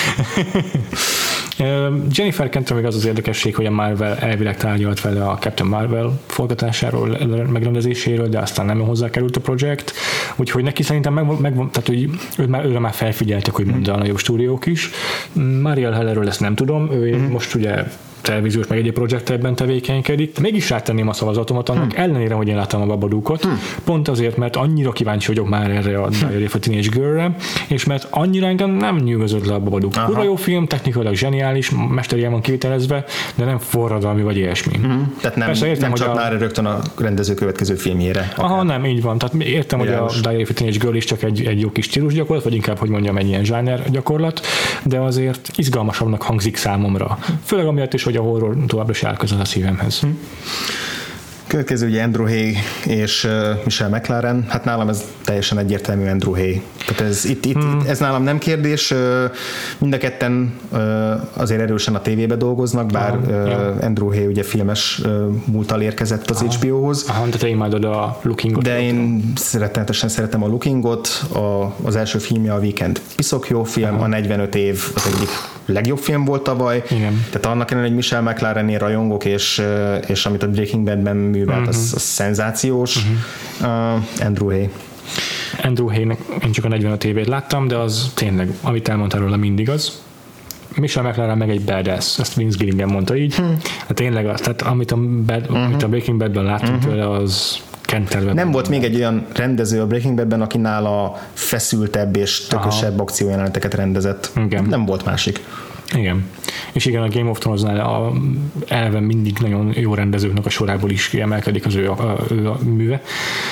Jennifer Kentről még az érdekesség, hogy a Marvel elvileg tárgyalt vele a Captain Marvel forgatásáról, megrendezéséről, de aztán nem hozzákerült a projekt, úgyhogy neki szerintem tehát hogy őre már felfigyeltek, hogy mondja a nagyobb stúdiók is. Marielle Hellerről ezt nem tudom, ő most ugye televíziós meg egyéb projektekben tevékenykedik. Mégis rátenném a szavazatomat annak ellenére, hogy én láttam a Babadookot. Pont azért, mert annyira kíváncsi vagyok már erre a Diary of a Teenage Girl-re, és mert annyira engem nem nyűgözött le a Babadook. Kurva jó film, technikailag zseniális, mesterien van kivitelezve, de nem forradalmi vagy ilyesmi. Tehát nem csak már rögtön a rendező következő filmjére. Aha, nem, így van. Tehát értem, hogy a Diary of a Teenage Girl is csak egy jó kis stílus gyakorlat, vagy inkább, hogy mondjam, egy ilyen zsáner gyakorlat, de azért izgalmasabbnak hangzik számomra. Főleg amiatt is, hogy a horror továbbra is elközel a szívemhez. Következő ugye Andrew Haigh és Michelle McLaren. Hát nálam ez teljesen egyértelmű Andrew Haigh. Tehát ez nálam nem kérdés. Mind a ketten azért erősen a tévébe dolgoznak, bár Andrew Haigh ugye filmes múlttal érkezett az HBO-hoz. De te imádod a Lookingot. De én rettenetesen szeretem a Lookingot. Az első filmje a Weekend piszok jó film, a 45 év az egyik legjobb film volt tavaly. Igen. Tehát annak ellenére, hogy Michelle McLarennél rajongok, és amit a Breaking Badben művelt, az szenzációs. Andrew Haigh. Andrew Haigh-nek én csak a 45 évét láttam, de az tényleg, amit elmondtál róla, mindig az. Michelle McLaren meg egy badass, ezt Vince Gilligan mondta így. Hát tényleg az, tehát amit a Breaking Badben láttunk tőle, az kentelve. Nem volt még egy olyan rendező a Breaking Badben, aki nála feszültebb és tökösebb akciójeleneteket rendezett. Igen. Nem volt másik. Igen. És igen, a Game of Thrones-nál elven mindig nagyon jó rendezőknek a sorából is kiemelkedik az ő a műve.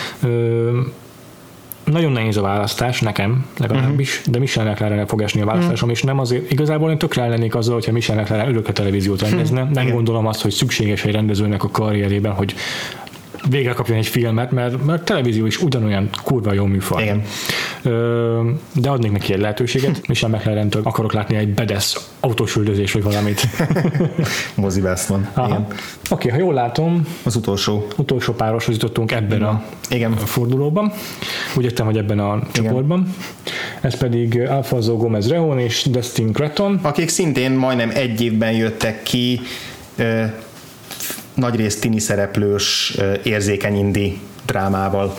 Nagyon nehéz a választás, nekem legalábbis, de Michelle McLaren fog esni a választásom, és nem azért, igazából én tökre ellennék azzal, hogyha Michelle McLaren örökre televíziót rendezne. Nem gondolom azt, hogy szükséges egy rendezőnek a karrierében, hogy végre kapjon egy filmet, mert a televízió is ugyanolyan kurva jó műfaj. Igen. De adnék neki egy lehetőséget. Michelle McLaren-től akarok látni egy badass autósüldözés vagy valamit. Mozivászon. Oké, ha jól látom, az utolsó pároshoz jutottunk ebben a fordulóban. Úgy értem, hogy ebben a csoportban. Ez pedig Alfonso Gomez Rejon és Destin Cretton. Akik szintén majdnem egy évben jöttek ki, nagyrészt tini szereplős, érzékeny indie drámával.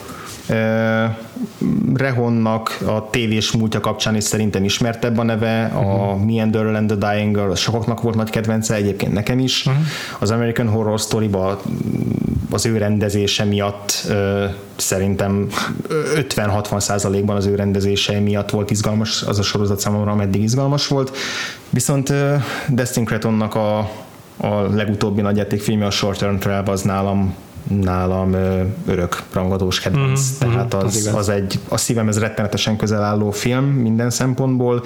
Rejonnak a tévés múltja kapcsán is szerintem ismertebb a neve, a Me and Earl and the Dying Girl, sokaknak volt nagy kedvence, egyébként nekem is. Az American Horror Story-ba az ő rendezése miatt szerintem 50-60%-ban az ő rendezése miatt volt izgalmas az a sorozat számomra, ameddig izgalmas volt. Viszont Destin Crettonnak a legutóbbi nagyjátékfilmje, a Short Term Travel, az nálam örök rangadós kedvenc. Tehát a szívemhez rettenetesen közel álló film minden szempontból,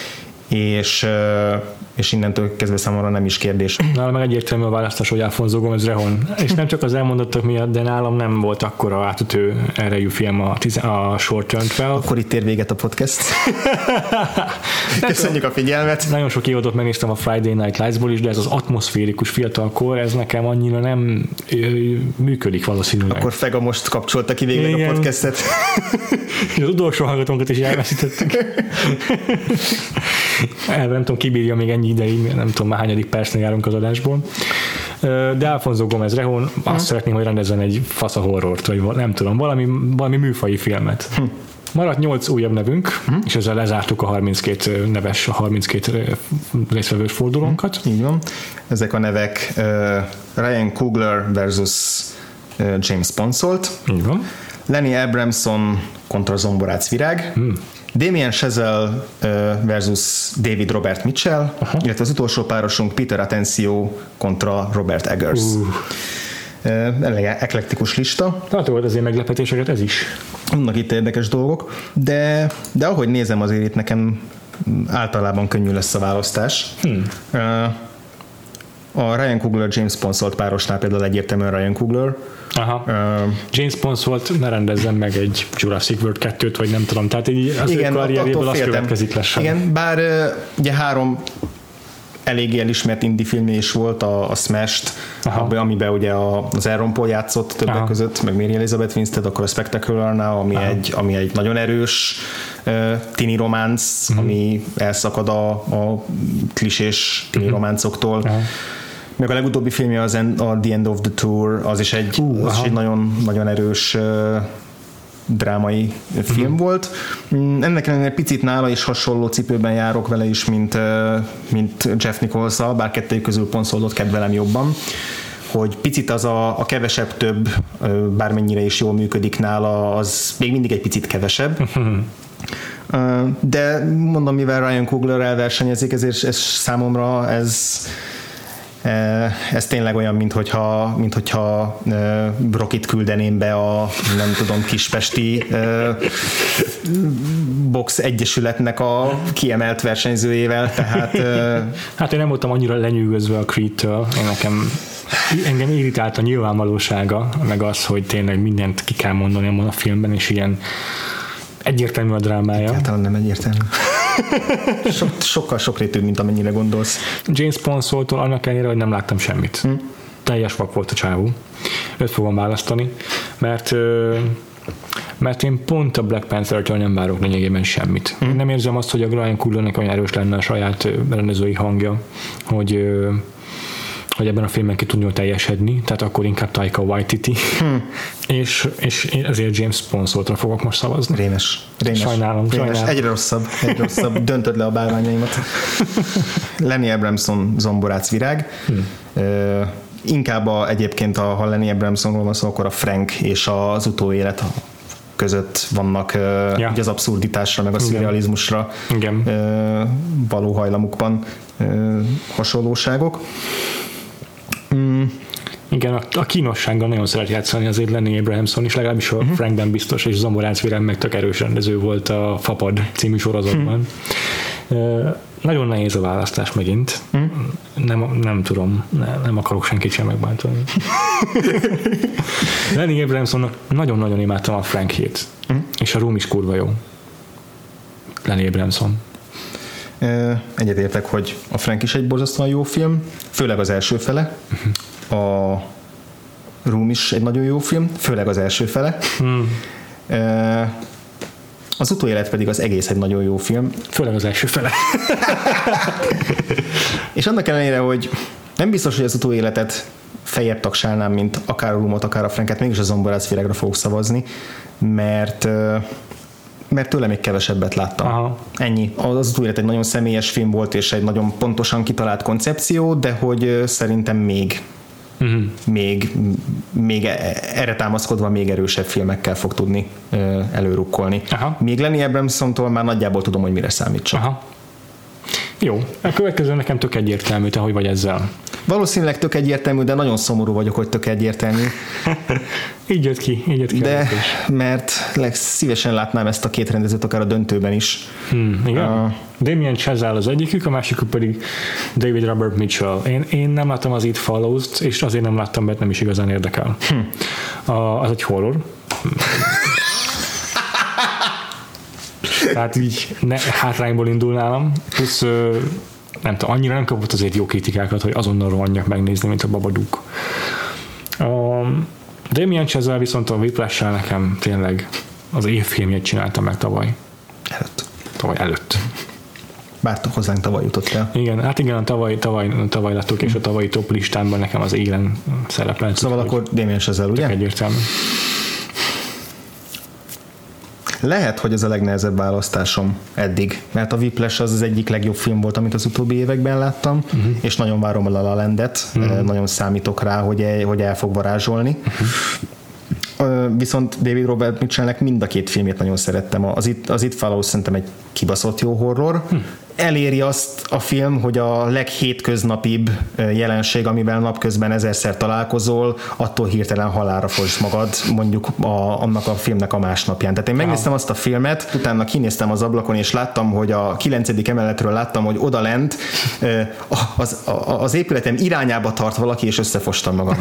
és innentől kezdve számomra nem is kérdés. Nálam meg egyértelmű a választás, hogy Alfonso Gomez Rejon. És nem csak az elmondottak miatt, de nálam nem volt akkora átütő erejű film a Short Term Travel. Akkor itt ér véget a podcast. Köszönjük a figyelmet. Nagyon sok évadot megnéztem a Friday Night Lights-ból is, de ez az atmoszférikus fiatalkor, ez nekem annyira nem működik valószínűleg. Akkor Fega most kapcsolta ki végleg a podcastet. És az utolsó hallgatónkat is elveszítettük. Nem tudom, kibírja még ennyi ideig, nem tudom már hányadik percnél járunk az adásból. De Alfonso Gomez Rejon azt szeretném, hogy rendezzen egy fasza horrort, vagy nem tudom, valami műfaji filmet. Maradt 8 újabb nevünk, és ezzel lezártuk a 32 résztvevős fordulónkat. Így van. Ezek a nevek Ryan Coogler versus James Ponsoldt. Így van. Lenny Abramson kontra Zomborác Virág. Damien Chazelle versus David Robert Mitchell, illetve az utolsó párosunk Peter Atencio kontra Robert Eggers. Elég eklektikus lista. Tartogat azért meglepetéseket, ez is. Vannak itt érdekes dolgok, de ahogy nézem, azért itt nekem általában könnyű lesz a választás. A Ryan Coogler-James Ponsoldt párosnál például egyértelműen Ryan Coogler. James Ponsoldt ne rendezzen meg egy Jurassic World 2-t, vagy nem tudom, tehát így az ő karrierjéből az következik lassan. Igen, bár ugye 3 eléggé elismert indie filmje is volt, a Smashed, amiben ugye az Aaron Paul játszott többek között, meg Mary Elizabeth Winstead, akkor a Spectacular-nál, ami egy nagyon erős tini románc, ami elszakad a klisés tini románcoktól. Meg a legutóbbi filmje a The End of the Tour, az is egy nagyon, nagyon erős drámai film volt. Ennek egy picit nála is hasonló cipőben járok vele is, mint Jeff Nichols-szal, bár kettőjük közül Ponsoldtot kedvelem jobban, hogy picit az a kevesebb több, bármennyire is jól működik nála, az még mindig egy picit kevesebb. De mondom, mivel Ryan Coogler elversenyezik, ezért ez számomra ez tényleg olyan, mint hogyha Rockit küldeném be a nem tudom, kispesti box egyesületnek a kiemelt versenyzőjével, tehát hát én nem voltam annyira lenyűgözve a Creed-től, engem irritált a nyilvánvalósága, meg az, hogy tényleg mindent ki kell mondani abban a filmben, és ilyen egyértelmű a drámája. Egyáltalán nem egyértelmű. Sokkal sokrétűbb, mint amennyire gondolsz. James Ponsoldtól annak ellenére, hogy nem láttam semmit. Teljes vak volt a csávó. Őt fogom választani, mert én pont a Black Panther-től nem várok lényegében semmit. Nem érzem azt, hogy a Ryan Cooglernek olyan erős lenne a saját rendezői hangja, hogy hogy ebben a filmben ki tudjon teljesedni, tehát akkor inkább Taika Waititi, és ezért James Sponsortra fogok most szavazni. Rémes. Sajnálom. Egyre rosszabb. Döntöd le a bálványaimat. Lenny Abramson zomborác virág. Inkább egyébként, ha Lenny Abramsonról van szó, akkor a Frank és az utóélet között vannak ugye az abszurditásra, meg a szürrealizmusra való hajlamukban hasonlóságok. Igen, a kínossággal nagyon szeret játszani azért Lenny Abramson is, legalábbis a Frankben biztos, és Zomborác virág meg tök erős rendező volt a Fapad című sorozatban. Nagyon nehéz a választás megint. Nem tudom, nem akarok senkit sem megbántani. Lenny Abramsonnak nagyon-nagyon imádtam a Frank-hét, és a Room is kurva jó. Lenny Abramson. Egyetértek, hogy a Frank is egy borzasztóan jó film, főleg az első fele. A Room is egy nagyon jó film, főleg az első fele. Az utóélet pedig az egész egy nagyon jó film. Főleg az első fele. És annak ellenére, hogy nem biztos, hogy az utóéletet feljebb tagsálnám, mint akár a Roomot, akár a Franket, mégis a Zomborác virágra fogok szavazni, mert tőle még kevesebbet láttam. Aha. Ennyi. Az utóélet egy nagyon személyes film volt, és egy nagyon pontosan kitalált koncepció, de hogy szerintem még erre támaszkodva még erősebb filmekkel fog tudni előrukkolni. Aha. Még Lenny Abramsontól már nagyjából tudom, hogy mire számítsak. Aha. Jó, a következő nekem tök egyértelmű, te hogy vagy ezzel? Valószínűleg tök egyértelmű, de nagyon szomorú vagyok, hogy tök egyértelmű. Így jött ki. De mert szívesen látnám ezt a két rendezőt akár a döntőben is. Igen? Damien Chazelle az egyikük, a másikük pedig David Robert Mitchell. Én nem láttam az It Follows-t, és azért nem láttam, mert nem is igazán érdekel. Az egy horror. Tehát így hátrányból indul nálam. Plusz nem tudom, annyira nem kapott azért jó kritikákat, hogy azonnal rohanjak megnézni, mint a Babadook. Damien Chazelle viszont a Whiplash-sel nekem tényleg az évfilmjét csináltam meg tavaly. Előtt. Bár hozzánk tavaly jutott el. Igen, hát igen, tavaly láttuk, és a tavalyi top listámban nekem az élen szerepelt. Szóval akkor Damien Chazelle, ugye? Egyértelmű. Lehet, hogy ez a legnehezebb választásom eddig, mert a Whiplash az egyik legjobb film volt, amit az utóbbi években láttam, és nagyon várom a La La Landet, nagyon számítok rá, hogy el fog varázsolni. Viszont David Robert Mitchellnek mind a két filmét nagyon szerettem. Az It Follows szerintem egy kibaszott jó horror. Eléri azt a film, hogy a leghétköznapibb jelenség, amivel napközben ezerszer találkozol, attól hirtelen halálra fogsz magad, mondjuk annak a filmnek a másnapján. Tehát én megnéztem azt a filmet, utána kinéztem az ablakon, és láttam, hogy a 9. emeletről láttam, hogy odalent az épületem irányába tart valaki, és összefostam magam.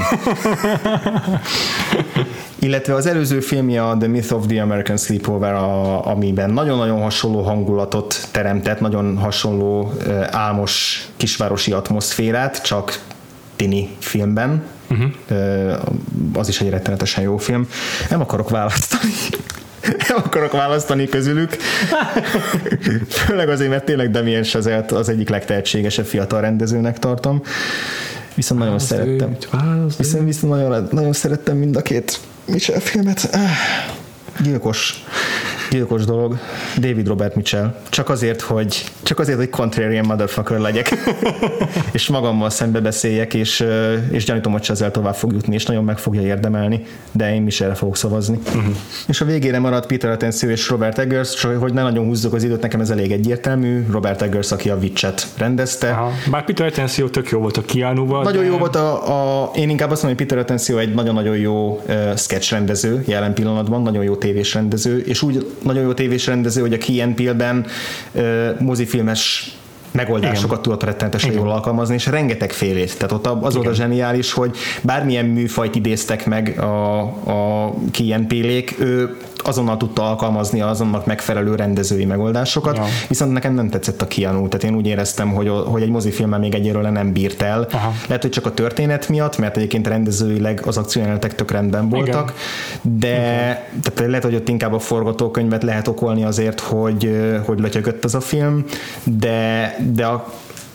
Illetve az előző filmje a The Myth of the American Sleepover, amiben nagyon-nagyon hasonló hangulatot teremtett, nagyon hasonló álmos kisvárosi atmoszférát, csak tini filmben. Az is egy rettenetesen jó film. Nem akarok választani közülük. Főleg azért, mert tényleg Damien Chazelle-t az egyik legtehetségesebb fiatal rendezőnek tartom. Viszont nagyon szerettem. Viszont nagyon szerettem mind a két Mitchell filmet. Gyilkos dolog. David Robert Mitchell. Csak azért, hogy contrarian motherfucker legyek. És magammal szembe beszéljek, és gyanítom, hogy Chazelle tovább fog jutni, és nagyon meg fogja érdemelni, de én Mitchellre fogok szavazni. És a végére maradt Peter Atencio és Robert Eggers, csak hogy ne nagyon húzzuk az időt, nekem ez elég egyértelmű. Robert Eggers, aki a Witch-et rendezte. Aha. Bár Peter Atencio tök jó volt a Keanuval. Nagyon jó volt én inkább azt mondom, hogy Peter Atencio egy nagyon-nagyon jó sketch rendező jelen pillanatban, nagyon jó tévés rendező, és úgy nagyon jó tévés rendező, hogy a Key and Peele-ben mozifilmes megoldásokat tudott rettenetesen jól alkalmazni, és rengeteg félét. Tehát ott az volt a zseniális, hogy bármilyen műfajt idéztek meg a Key and Peele-ék, ő azonnal tudta alkalmazni azonnak megfelelő rendezői megoldásokat, viszont nekem nem tetszett a Keanu, tehát én úgy éreztem, hogy egy mozifilmmel még egyelőre nem bírt el. Lehet, hogy csak a történet miatt, mert egyébként rendezőileg az akciójelenetek tök rendben voltak, de tehát lehet, hogy ott inkább a forgatókönyvet lehet okolni azért, hogy lötyögött ez a film, de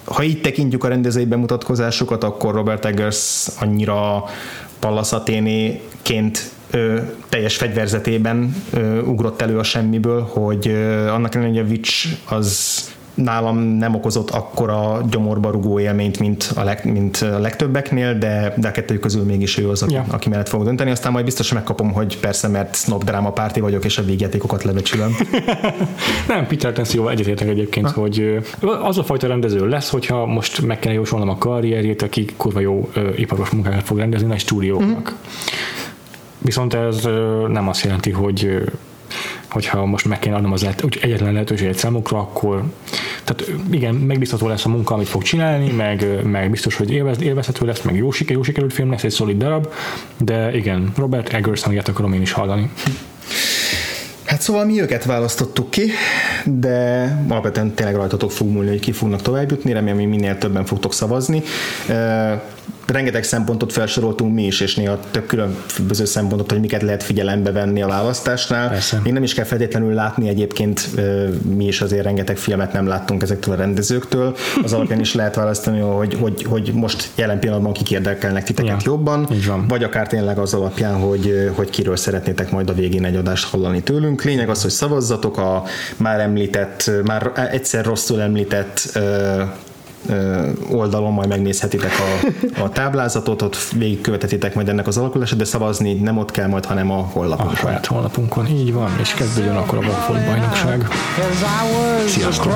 ha így tekintjük a rendezői bemutatkozásokat, akkor Robert Eggers annyira Pallas Athénéként teljes fegyverzetében ugrott elő a semmiből, hogy annak ellenére, hogy a Witch az nálam nem okozott akkora gyomorba rugó élményt, mint a legtöbbeknél, de a kettőjük közül mégis ő az, aki mellett fog dönteni. Aztán majd biztos megkapom, hogy persze, mert snob dráma párti vagyok, és a végjátékokat lebecsülöm. Nem, Peter Tencióval egyetértek egyébként, hogy az a fajta rendező lesz, hogyha most meg kell jósolnom a karrierjét, aki kurva jó iparos munkákat fog rendezni nagy stúdióknak. Viszont ez nem azt jelenti, hogyha most meg kéne adnom az egyetlen lehetőséget számukra, akkor tehát igen, megbízható lesz a munka, amit fog csinálni, meg biztos, hogy élvezhető lesz, meg jó sikerült film lesz, egy szolid darab, de igen, Robert Eggers hangját akarom én is hallani. Hát szóval mi őket választottuk ki, de alapvetően tényleg rajtatok fog múlni, hogy ki fognak tovább jutni, remélem, hogy minél többen fogtok szavazni. Rengeteg szempontot felsoroltunk mi is, és néha több különböző szempontot, hogy miket lehet figyelembe venni a választásnál. Persze. Még nem is kell feltétlenül látni, egyébként mi is azért rengeteg filmet nem láttunk ezektől a rendezőktől. Az alapján is lehet választani, hogy most jelen pillanatban kik érdekelnek titeket jobban, vagy akár tényleg az alapján, hogy kiről szeretnétek majd a végén egy adást hallani tőlünk. Lényeg az, hogy szavazzatok a már egyszer rosszul említett oldalon majd megnézhetitek a táblázatot, ott végigkövetetitek majd ennek az alakulását, de szavazni nem ott kell majd, hanem a honlapunkon. A saját honlapunkon, így van, és kezdődjön akkor a Waffle bajnokság. Sziasztok!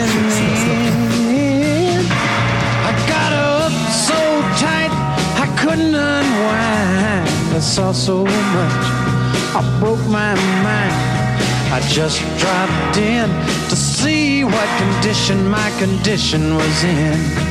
I just dropped in to see what condition my condition was in.